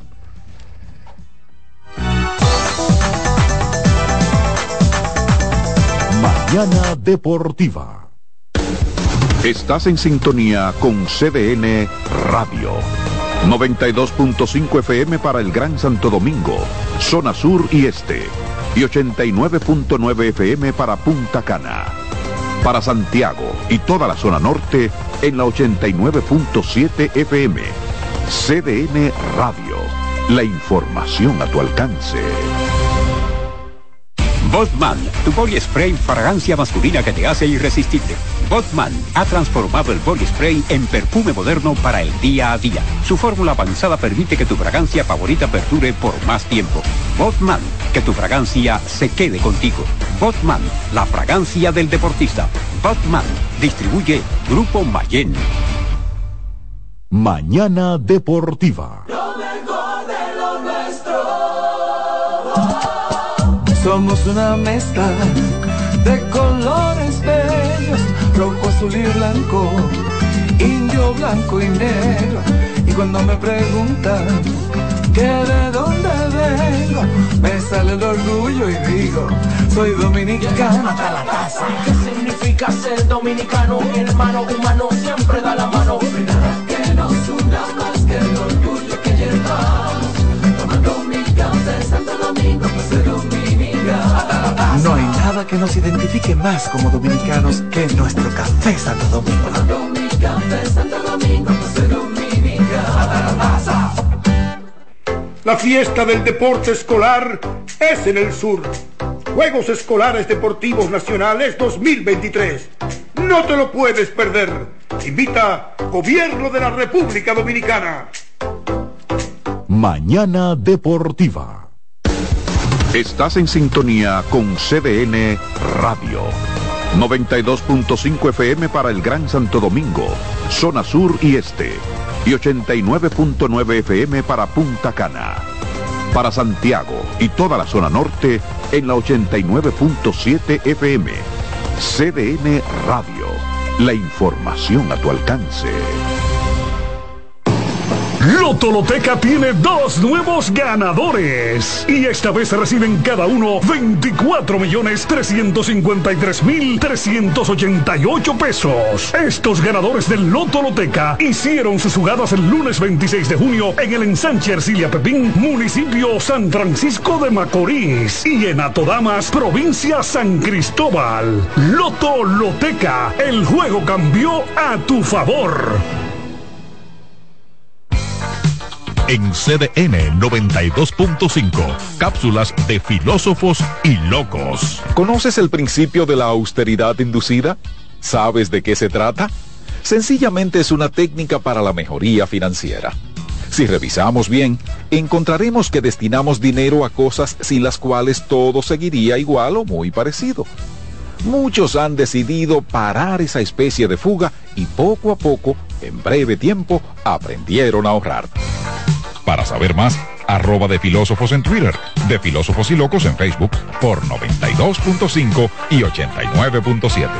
Mañana Deportiva. Estás en sintonía con C D N Radio. noventa y dos punto cinco F M para el Gran Santo Domingo, zona sur y este. Y ochenta y nueve punto nueve F M para Punta Cana. Para Santiago y toda la zona norte en la ochenta y nueve punto siete F M. C D N Radio. La información a tu alcance. Botman, tu body spray fragancia masculina que te hace irresistible. Botman ha transformado el body spray en perfume moderno para el día a día. Su fórmula avanzada permite que tu fragancia favorita perdure por más tiempo. Botman, que tu fragancia se quede contigo. Botman, la fragancia del deportista. Botman, distribuye Grupo Mayen. Mañana Deportiva. Lo mejor de lo nuestro. Somos una mezcla de colores bellos, rojo, azul y blanco, indio, blanco y negro. Y cuando me preguntan que de dónde vengo, me sale el orgullo y digo, soy dominicano hasta la casa. ¿Qué significa ser dominicano? Mi hermano humano siempre da la mano. Nada que nos una más que el orgullo que llevamos. Tomando mi café Santo Domingo, pues soy dominicano. No hay nada que nos identifique más como dominicanos que nuestro café Santo Domingo. Tomando mi café Santo Domingo, pues soy dominicano. La fiesta del deporte escolar es en el sur. Juegos Escolares Deportivos Nacionales dos mil veintitrés. No te lo puedes perder. Invita Gobierno de la República Dominicana. Mañana Deportiva. Estás en sintonía con C D N Radio. noventa y dos punto cinco F M para el Gran Santo Domingo, zona sur y este. Y ochenta y nueve punto nueve F M para Punta Cana. Para Santiago y toda la zona norte en la ochenta y nueve punto siete F M. C D N Radio. La información a tu alcance. Lotoloteca tiene dos nuevos ganadores y esta vez reciben cada uno veinticuatro millones trescientos cincuenta y tres mil trescientos ochenta y ocho pesos. Estos ganadores del Lotoloteca hicieron sus jugadas el lunes veintiséis de junio en el ensanche Ercilia Pepín, municipio San Francisco de Macorís, y en Atodamas, provincia San Cristóbal. Lotoloteca, el juego cambió a tu favor. En C D N noventa y dos punto cinco, cápsulas de filósofos y locos. ¿Conoces el principio de la austeridad inducida? ¿Sabes de qué se trata? Sencillamente es una técnica para la mejoría financiera. Si revisamos bien, encontraremos que destinamos dinero a cosas sin las cuales todo seguiría igual o muy parecido. Muchos han decidido parar esa especie de fuga y poco a poco, en breve tiempo, aprendieron a ahorrar. Para saber más, arroba de filósofos en Twitter, de filósofos y locos en Facebook, por noventa y dos punto cinco y ochenta y nueve punto siete.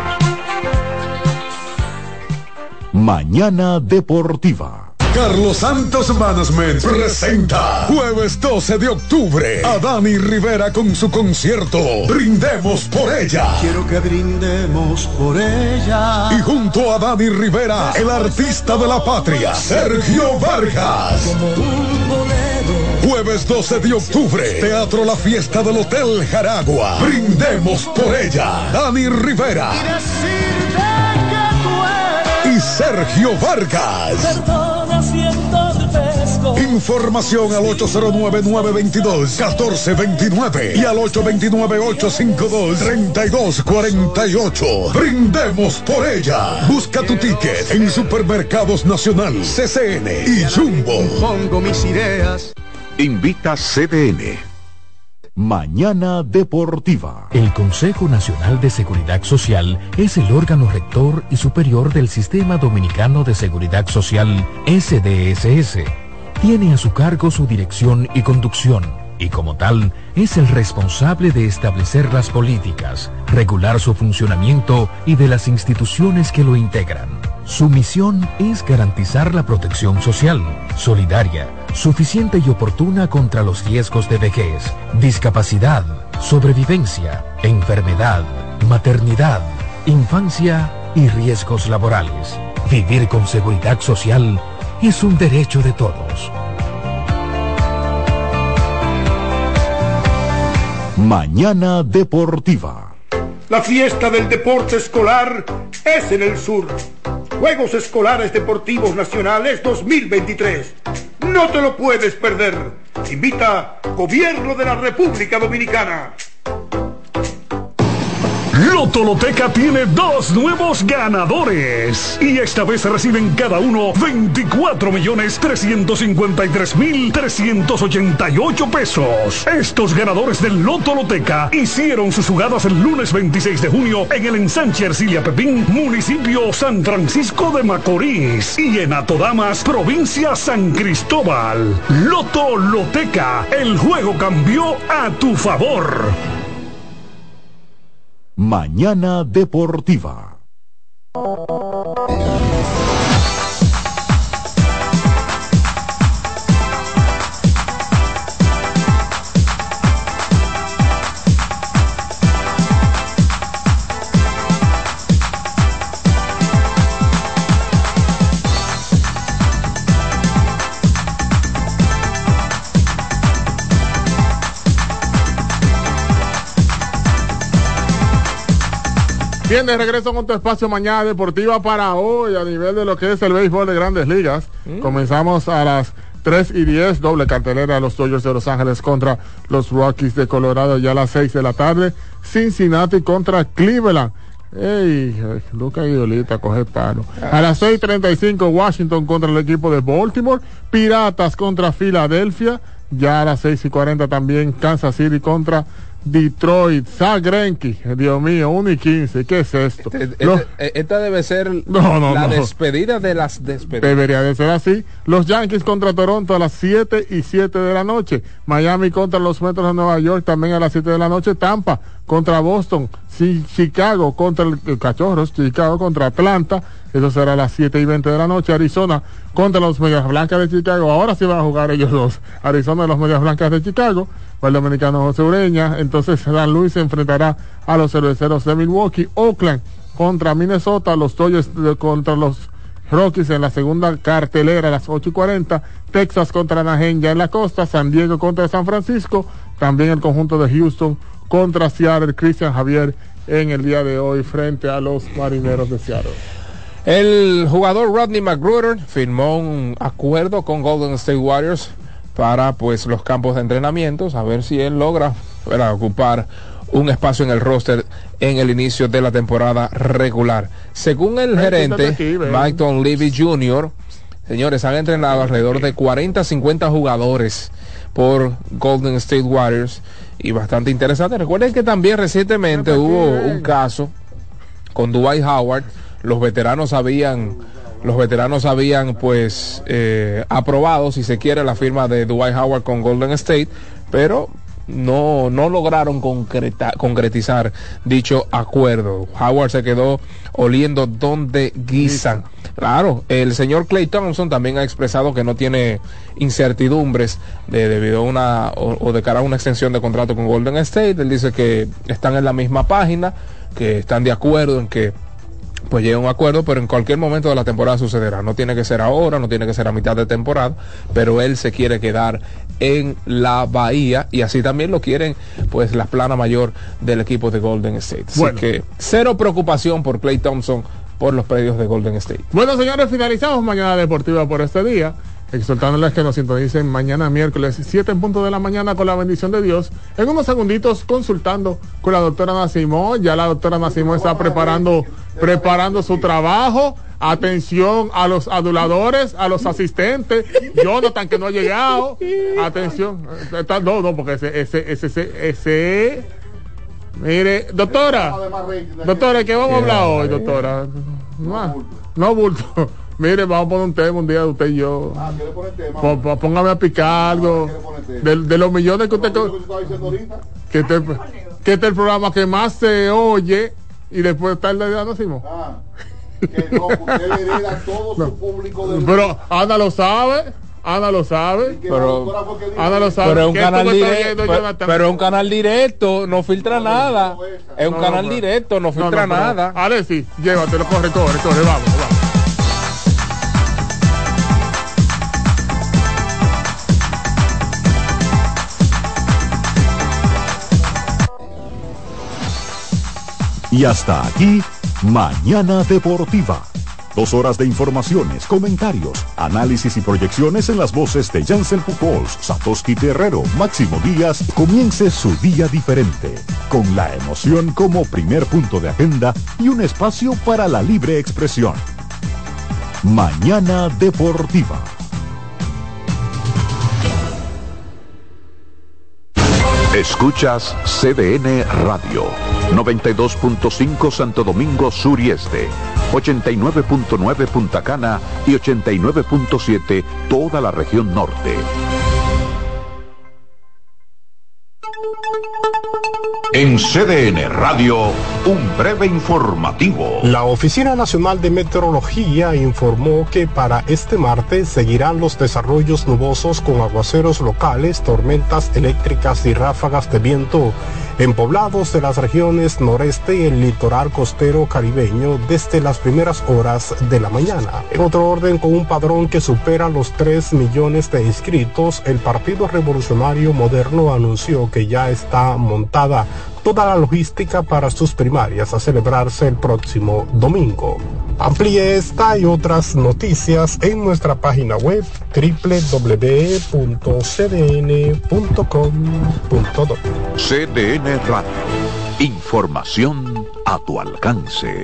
Mañana Deportiva. Carlos Santos Management presenta jueves doce de octubre a Dani Rivera con su concierto Brindemos por ella. Quiero que brindemos por ella. Y junto a Dani Rivera, el artista de la patria, Sergio Vargas. Como un bolero. Jueves doce de octubre, Teatro La Fiesta del Hotel Jaragua. Brindemos por ella. Dani Rivera. Y decirte que tú eres. Y Sergio Vargas. Perdona si entorpezco. Información al ocho cero nueve, nueve dos dos, uno cuatro dos nueve y al ocho dos nueve, ocho cinco dos, tres dos cuatro ocho. Brindemos por ella. Busca tu ticket en Supermercados Nacional, C C N y Jumbo. Pongo mis ideas. Invita C D N. Mañana Deportiva. El Consejo Nacional de Seguridad Social es el órgano rector y superior del Sistema Dominicano de Seguridad Social, S D S S. Tiene a su cargo su dirección y conducción, y como tal, es el responsable de establecer las políticas, regular su funcionamiento y de las instituciones que lo integran. Su misión es garantizar la protección social, solidaria, suficiente y oportuna contra los riesgos de vejez, discapacidad, sobrevivencia, enfermedad, maternidad, infancia y riesgos laborales. Vivir con seguridad social es un derecho de todos. Mañana Deportiva. La fiesta del deporte escolar es en el sur. Juegos Escolares Deportivos Nacionales dos mil veintitrés. No te lo puedes perder. Invita Gobierno de la República Dominicana. Lotoloteca tiene dos nuevos ganadores y esta vez reciben cada uno veinticuatro millones trescientos cincuenta y tres mil trescientos ochenta y ocho pesos. Estos ganadores del Lotoloteca hicieron sus jugadas el lunes veintiséis de junio en el ensanche Ercilia Pepín, municipio San Francisco de Macorís, y en Atodamas, provincia San Cristóbal. Lotoloteca, el juego cambió a tu favor. Mañana Deportiva. Bien, de regreso con tu espacio Mañana Deportiva para hoy a nivel de lo que es el béisbol de Grandes Ligas. Mm. Comenzamos a las tres y diez, doble cartelera de los Dodgers de Los Ángeles contra los Rockies de Colorado, ya a las seis de la tarde. Cincinnati contra Cleveland. Ey, Lucas Idolita coge paro. A las seis treinta y cinco, Washington contra el equipo de Baltimore. Piratas contra Filadelfia. Ya a las seis y cuarenta también Kansas City contra Detroit. Zach Greinke, Dios mío, uno y quince, ¿qué es esto? Este, Los... este, esta debe ser no, no, la no. despedida de las despedidas. Debería de ser así. Los Yankees contra Toronto a las siete y siete de la noche. Miami contra los Metros de Nueva York también a las siete de la noche. Tampa contra Boston. Sí, Chicago contra el, el Cachorros. Chicago contra Atlanta. Eso será a las siete y veinte de la noche. Arizona contra los Medias Blancas de Chicago. Ahora sí van a jugar ellos dos. Arizona de los Medias Blancas de Chicago. El dominicano José Ureña. Entonces San Luis se enfrentará a los Cerveceros de Milwaukee. Oakland contra Minnesota. Los Dodgers contra los Rockies en la segunda cartelera a las ocho y cuarenta. Texas contra Anaheim ya en la costa. San Diego contra San Francisco. También el conjunto de Houston contra Seattle. Cristian Javier en el día de hoy frente a los Marineros de Seattle. El jugador Rodney McGruder firmó un acuerdo con Golden State Warriors para pues los campos de entrenamientos, a ver si él logra para ocupar un espacio en el roster en el inicio de la temporada regular. Según el gerente Mike Dunleavy junior, Señores, han entrenado alrededor de cuarenta, cincuenta jugadores por Golden State Warriors y bastante interesante. Recuerden que también recientemente hubo un caso con Dwight Howard. Los veteranos habían, los veteranos habían pues eh, aprobado, si se quiere, la firma de Dwight Howard con Golden State, pero no, no lograron concreta, concretizar dicho acuerdo. Howard se quedó oliendo donde guisan. Claro, el señor Klay Thompson también ha expresado que no tiene incertidumbres de, debido a una o, o de cara a una extensión de contrato con Golden State. Él dice que están en la misma página, que están de acuerdo en que pues llega un acuerdo, pero en cualquier momento de la temporada sucederá. No tiene que ser ahora, no tiene que ser a mitad de temporada, pero él se quiere quedar en la Bahía y así también lo quieren pues la plana mayor del equipo de Golden State. Bueno. Así que cero preocupación por Klay Thompson por los predios de Golden State. Bueno, señores, finalizamos Mañana Deportiva por este día, exhortándoles que nos sintonicen mañana miércoles siete en punto de la mañana con la bendición de Dios. En unos segunditos consultando con la doctora Nacimó. Ya la doctora Nacimó está preparando preparando su trabajo. Atención a los aduladores, a los asistentes. Jonathan, que no ha llegado. Atención. Está, no, no, porque ese, ese, ese, ese, ese mire, doctora, doctora, ¿qué vamos a hablar hoy, doctora? No, no bulto. Mire, vamos a poner un tema un día de usted y yo. Ah, ¿quiere poner tema? P -p Póngame a picar algo. De, de los millones que usted... Que este, que este el programa que más se oye y después está el de Nacimó. Ah, que no, usted le hereda a todo no. su público. De pero Ana lo sabe. Ana lo sabe, pero Ana lo sabe, pero es un canal directo, pero, pero es un canal directo, no filtra no, nada, no, es un no, canal no, directo, no filtra no, no, nada. Alexis, llévatelo, corre, corre, corre, vamos, vamos. Y hasta aquí, Mañana Deportiva. Dos horas de informaciones, comentarios, análisis y proyecciones en las voces de Jansen Pujols, Satoshi Terrero, Máximo Díaz. Comience su día diferente, con la emoción como primer punto de agenda y un espacio para la libre expresión. Mañana Deportiva. Escuchas C D N Radio, noventa y dos punto cinco Santo Domingo Sur y Este, ochenta y nueve punto nueve Punta Cana y ochenta y nueve punto siete toda la región norte. En C D N Radio, un breve informativo. La Oficina Nacional de Meteorología informó que para este martes seguirán los desarrollos nubosos con aguaceros locales, tormentas eléctricas y ráfagas de viento en poblados de las regiones noreste y el litoral costero caribeño desde las primeras horas de la mañana. En otro orden, con un padrón que supera los tres millones de inscritos, el Partido Revolucionario Moderno anunció que ya está montada toda la logística para sus primarias a celebrarse el próximo domingo. Amplíe esta y otras noticias en nuestra página web doble u doble u doble u punto c d n punto com punto do. C D N Radio. Información a tu alcance.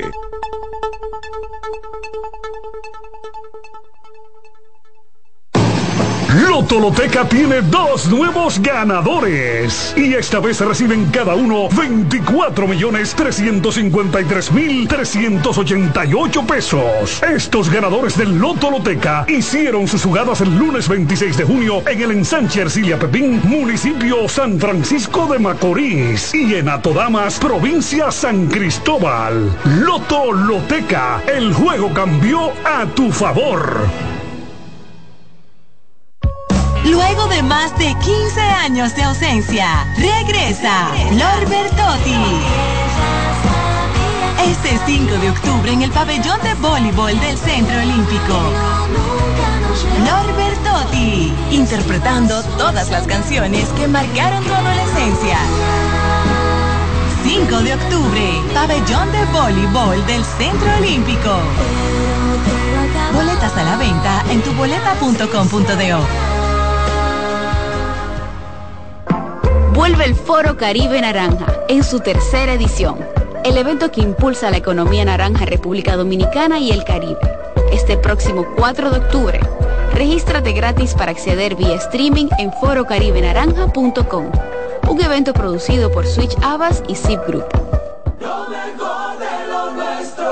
Lotoloteca tiene dos nuevos ganadores y esta vez reciben cada uno veinticuatro millones trescientos cincuenta y tres mil trescientos ochenta y ocho pesos. Estos ganadores del Lotoloteca hicieron sus jugadas el lunes veintiséis de junio en el ensanche Ercilia Pepín, municipio San Francisco de Macorís, y en Atodamas, provincia San Cristóbal. Lotoloteca, el juego cambió a tu favor. Luego de más de quince años de ausencia, regresa Flor Bertotti. Este cinco de octubre en el pabellón de voleibol del Centro Olímpico. Flor Bertotti, interpretando todas las canciones que marcaron tu adolescencia. cinco de octubre, pabellón de voleibol del Centro Olímpico. Boletas a la venta en tu boleta punto com punto do. Vuelve el Foro Caribe Naranja en su tercera edición, el evento que impulsa la economía naranja en República Dominicana y el Caribe. este próximo cuatro de octubre. Regístrate gratis para acceder vía streaming en foro caribe naranja punto com. Un evento producido por Switch Abbas y Zip Group. Lo mejor de lo nuestro.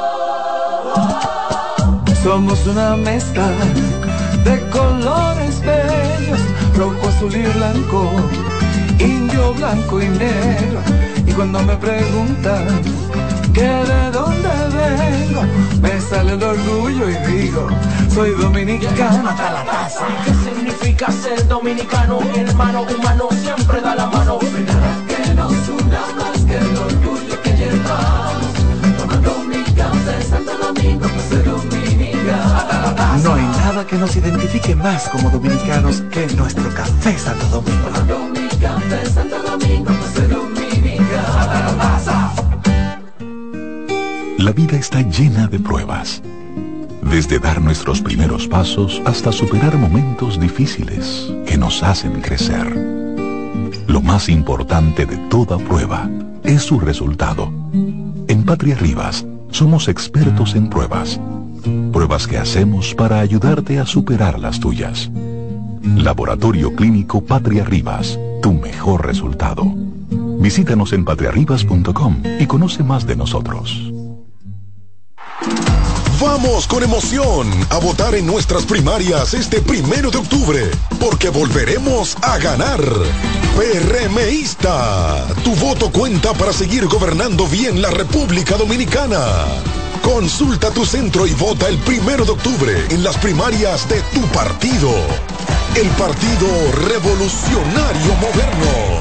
Somos una mezcla de colores bellos, rojo, azul y blanco, indio, blanco y negro. Y cuando me preguntan que de dónde vengo, me sale el orgullo y digo, soy dominicano hasta la taza. ¿Qué significa ser dominicano? Hermano humano siempre da la mano. Nada que nos una más que el orgullo que llevamos. Tomando mi café Santo Domingo, pues soy dominicano. No hay nada que nos identifique más como dominicanos que nuestro café Santo Domingo. Tomando mi café Santo Domingo, pues soy dominicano. La vida está llena de pruebas. Desde dar nuestros primeros pasos hasta superar momentos difíciles que nos hacen crecer. Lo más importante de toda prueba es su resultado. En Patria Rivas somos expertos en pruebas. Pruebas que hacemos para ayudarte a superar las tuyas. Laboratorio Clínico Patria Rivas, tu mejor resultado. Visítanos en patria rivas punto com y conoce más de nosotros. Vamos con emoción a votar en nuestras primarias este primero de octubre, porque volveremos a ganar. PRMista, tu voto cuenta para seguir gobernando bien la República Dominicana. Consulta tu centro y vota el primero de octubre en las primarias de tu partido. El Partido Revolucionario Moderno.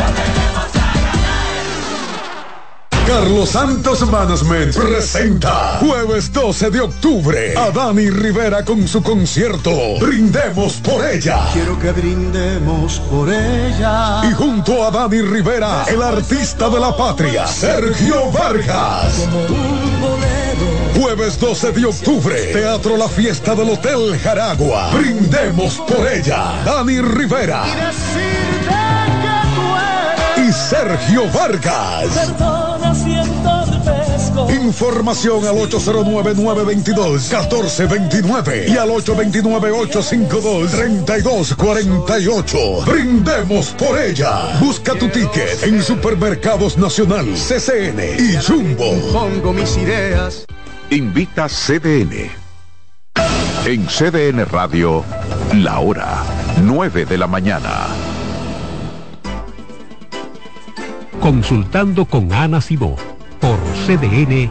Carlos Santos Management presenta jueves doce de octubre a Dani Rivera con su concierto Brindemos por ella. Quiero que brindemos por ella. Y junto a Dani Rivera, el artista de la patria, Sergio Vargas. Como un bolero. Jueves doce de octubre, Teatro La Fiesta del Hotel Jaragua. Brindemos por ella. Dani Rivera. Y decirte que tú eres. Y Sergio Vargas. Perdona, siento refresco. Información al ocho cero nueve, nueve dos dos, uno cuatro dos nueve y al ocho dos nueve, ocho cinco dos, tres dos cuatro ocho. Brindemos por ella. Busca tu ticket en Supermercados Nacional, C C N y Jumbo. Pongo mis ideas. Invita C D N. En C D N Radio, la hora nueve de la mañana. Consultando con Ana Simó por C D N.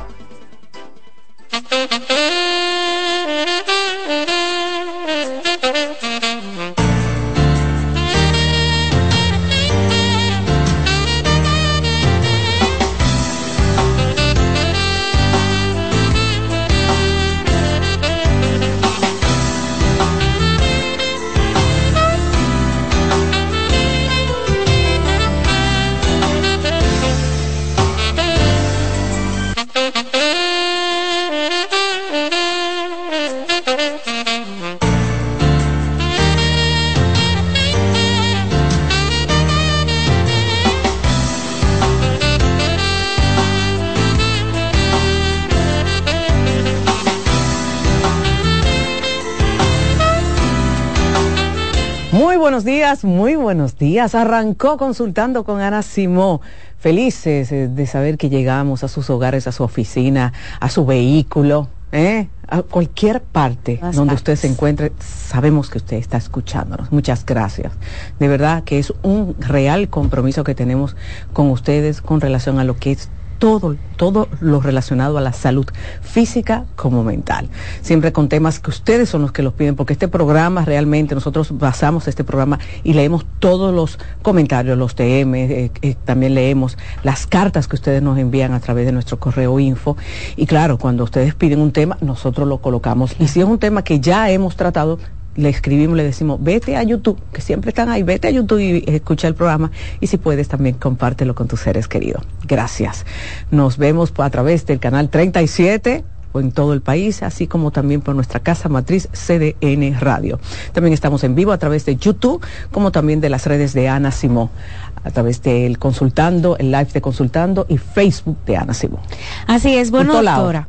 Buenos días, muy buenos días. Arrancó Consultando con Ana Simó. Felices de saber que llegamos a sus hogares, a su oficina, a su vehículo, ¿eh? A cualquier parte Las donde partes. Usted se encuentre. Sabemos que usted está escuchándonos. Muchas gracias. De verdad que es un real compromiso que tenemos con ustedes con relación a lo que es todo, todo lo relacionado a la salud física como mental. Siempre con temas que ustedes son los que los piden, porque este programa realmente, nosotros basamos este programa y leemos todos los comentarios, los D M, eh, eh, también leemos las cartas que ustedes nos envían a través de nuestro correo info. Y claro, cuando ustedes piden un tema, nosotros lo colocamos. Y si es un tema que ya hemos tratado, le escribimos, le decimos, vete a YouTube, que siempre están ahí, vete a YouTube y escucha el programa, y si puedes también compártelo con tus seres queridos. Gracias. Nos vemos a través del canal treinta y siete o en todo el país, así como también por nuestra casa matriz C D N Radio. También estamos en vivo a través de YouTube, como también de las redes de Ana Simó, a través del Consultando, el live de Consultando y Facebook de Ana Simó. Así es, bueno, doctora.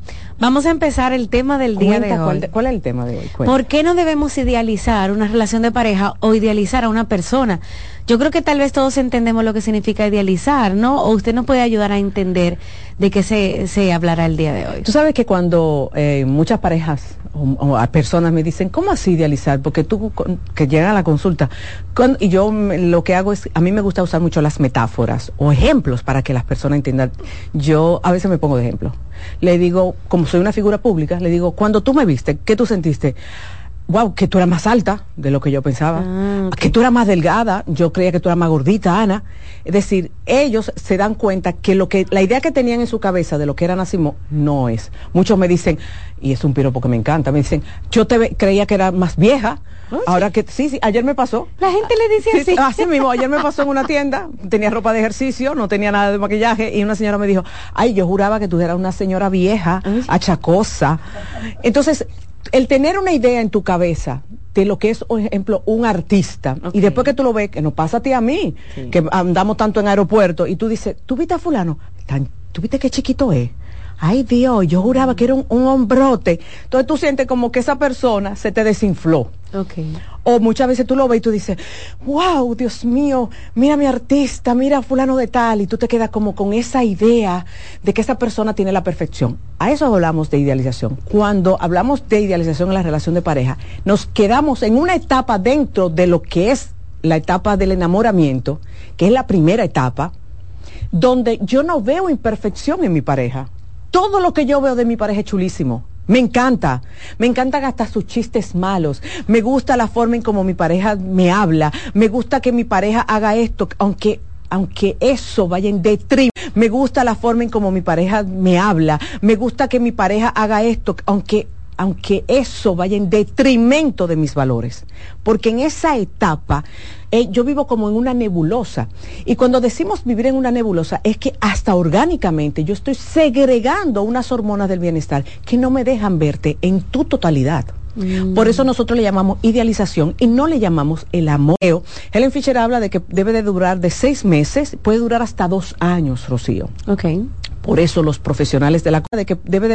Vamos a empezar el tema del día Cuenta, de hoy. ¿cuál, de, ¿Cuál es el tema de hoy? Cuenta. ¿Por qué no debemos idealizar una relación de pareja o idealizar a una persona? Yo creo que tal vez todos entendemos lo que significa idealizar, ¿no? O usted nos puede ayudar a entender de qué se, se hablará el día de hoy. Tú sabes que cuando eh, muchas parejas o, o personas me dicen, ¿cómo así idealizar? Porque tú, que llegan a la consulta, con, y yo lo que hago es, a mí me gusta usar mucho las metáforas o ejemplos para que las personas entiendan. Yo a veces me pongo de ejemplo. Le digo, como soy una figura pública, le digo, cuando tú me viste, ¿qué tú sentiste? Wow, que tú eras más alta de lo que yo pensaba, ah, okay. Que tú eras más delgada, yo creía que tú eras más gordita, Ana. Es decir, ellos se dan cuenta que lo que la idea que tenían en su cabeza de lo que era Ana Simó no es. Muchos me dicen, y es un piropo que me encanta, me dicen, yo te ve, creía que era más vieja, oh, ahora sí. que sí, sí, ayer me pasó. La gente le dice sí, así. Así mismo, ayer me pasó en una tienda, tenía ropa de ejercicio, no tenía nada de maquillaje, y una señora me dijo, ay, yo juraba que tú eras una señora vieja, oh, sí. achacosa. Entonces, el tener una idea en tu cabeza de lo que es, por ejemplo, un artista, okay. y después que tú lo ves, que nos pasa a ti a mí, sí. que andamos tanto en aeropuerto, y tú dices, ¿tú viste a fulano? Tan, ¿tú viste qué chiquito es? Ay Dios, yo juraba que era un, un hombrote. Entonces tú sientes como que esa persona se te desinfló. Okay. O muchas veces tú lo ves y tú dices, wow, Dios mío, mira mi artista, mira fulano de tal, y tú te quedas como con esa idea de que esa persona tiene la perfección. A eso hablamos de idealización. Cuando hablamos de idealización en la relación de pareja, nos quedamos en una etapa dentro de lo que es la etapa del enamoramiento, que es la primera etapa, donde yo no veo imperfección en mi pareja. Todo lo que yo veo de mi pareja es chulísimo. Me encanta, me encantan hasta sus chistes malos, me gusta la forma en como mi pareja me habla, me gusta que mi pareja haga esto, aunque aunque eso vaya en detrimento, me gusta la forma en como mi pareja me habla, me gusta que mi pareja haga esto, aunque aunque eso vaya en detrimento de mis valores, porque en esa etapa eh, yo vivo como en una nebulosa, y cuando decimos vivir en una nebulosa es que hasta orgánicamente yo estoy segregando unas hormonas del bienestar que no me dejan verte en tu totalidad. Mm. Por eso nosotros le llamamos idealización y no le llamamos el amor. Helen Fisher habla de que debe de durar de seis meses, puede durar hasta dos años, Rocío. Okay. Por eso los profesionales de la de que debe de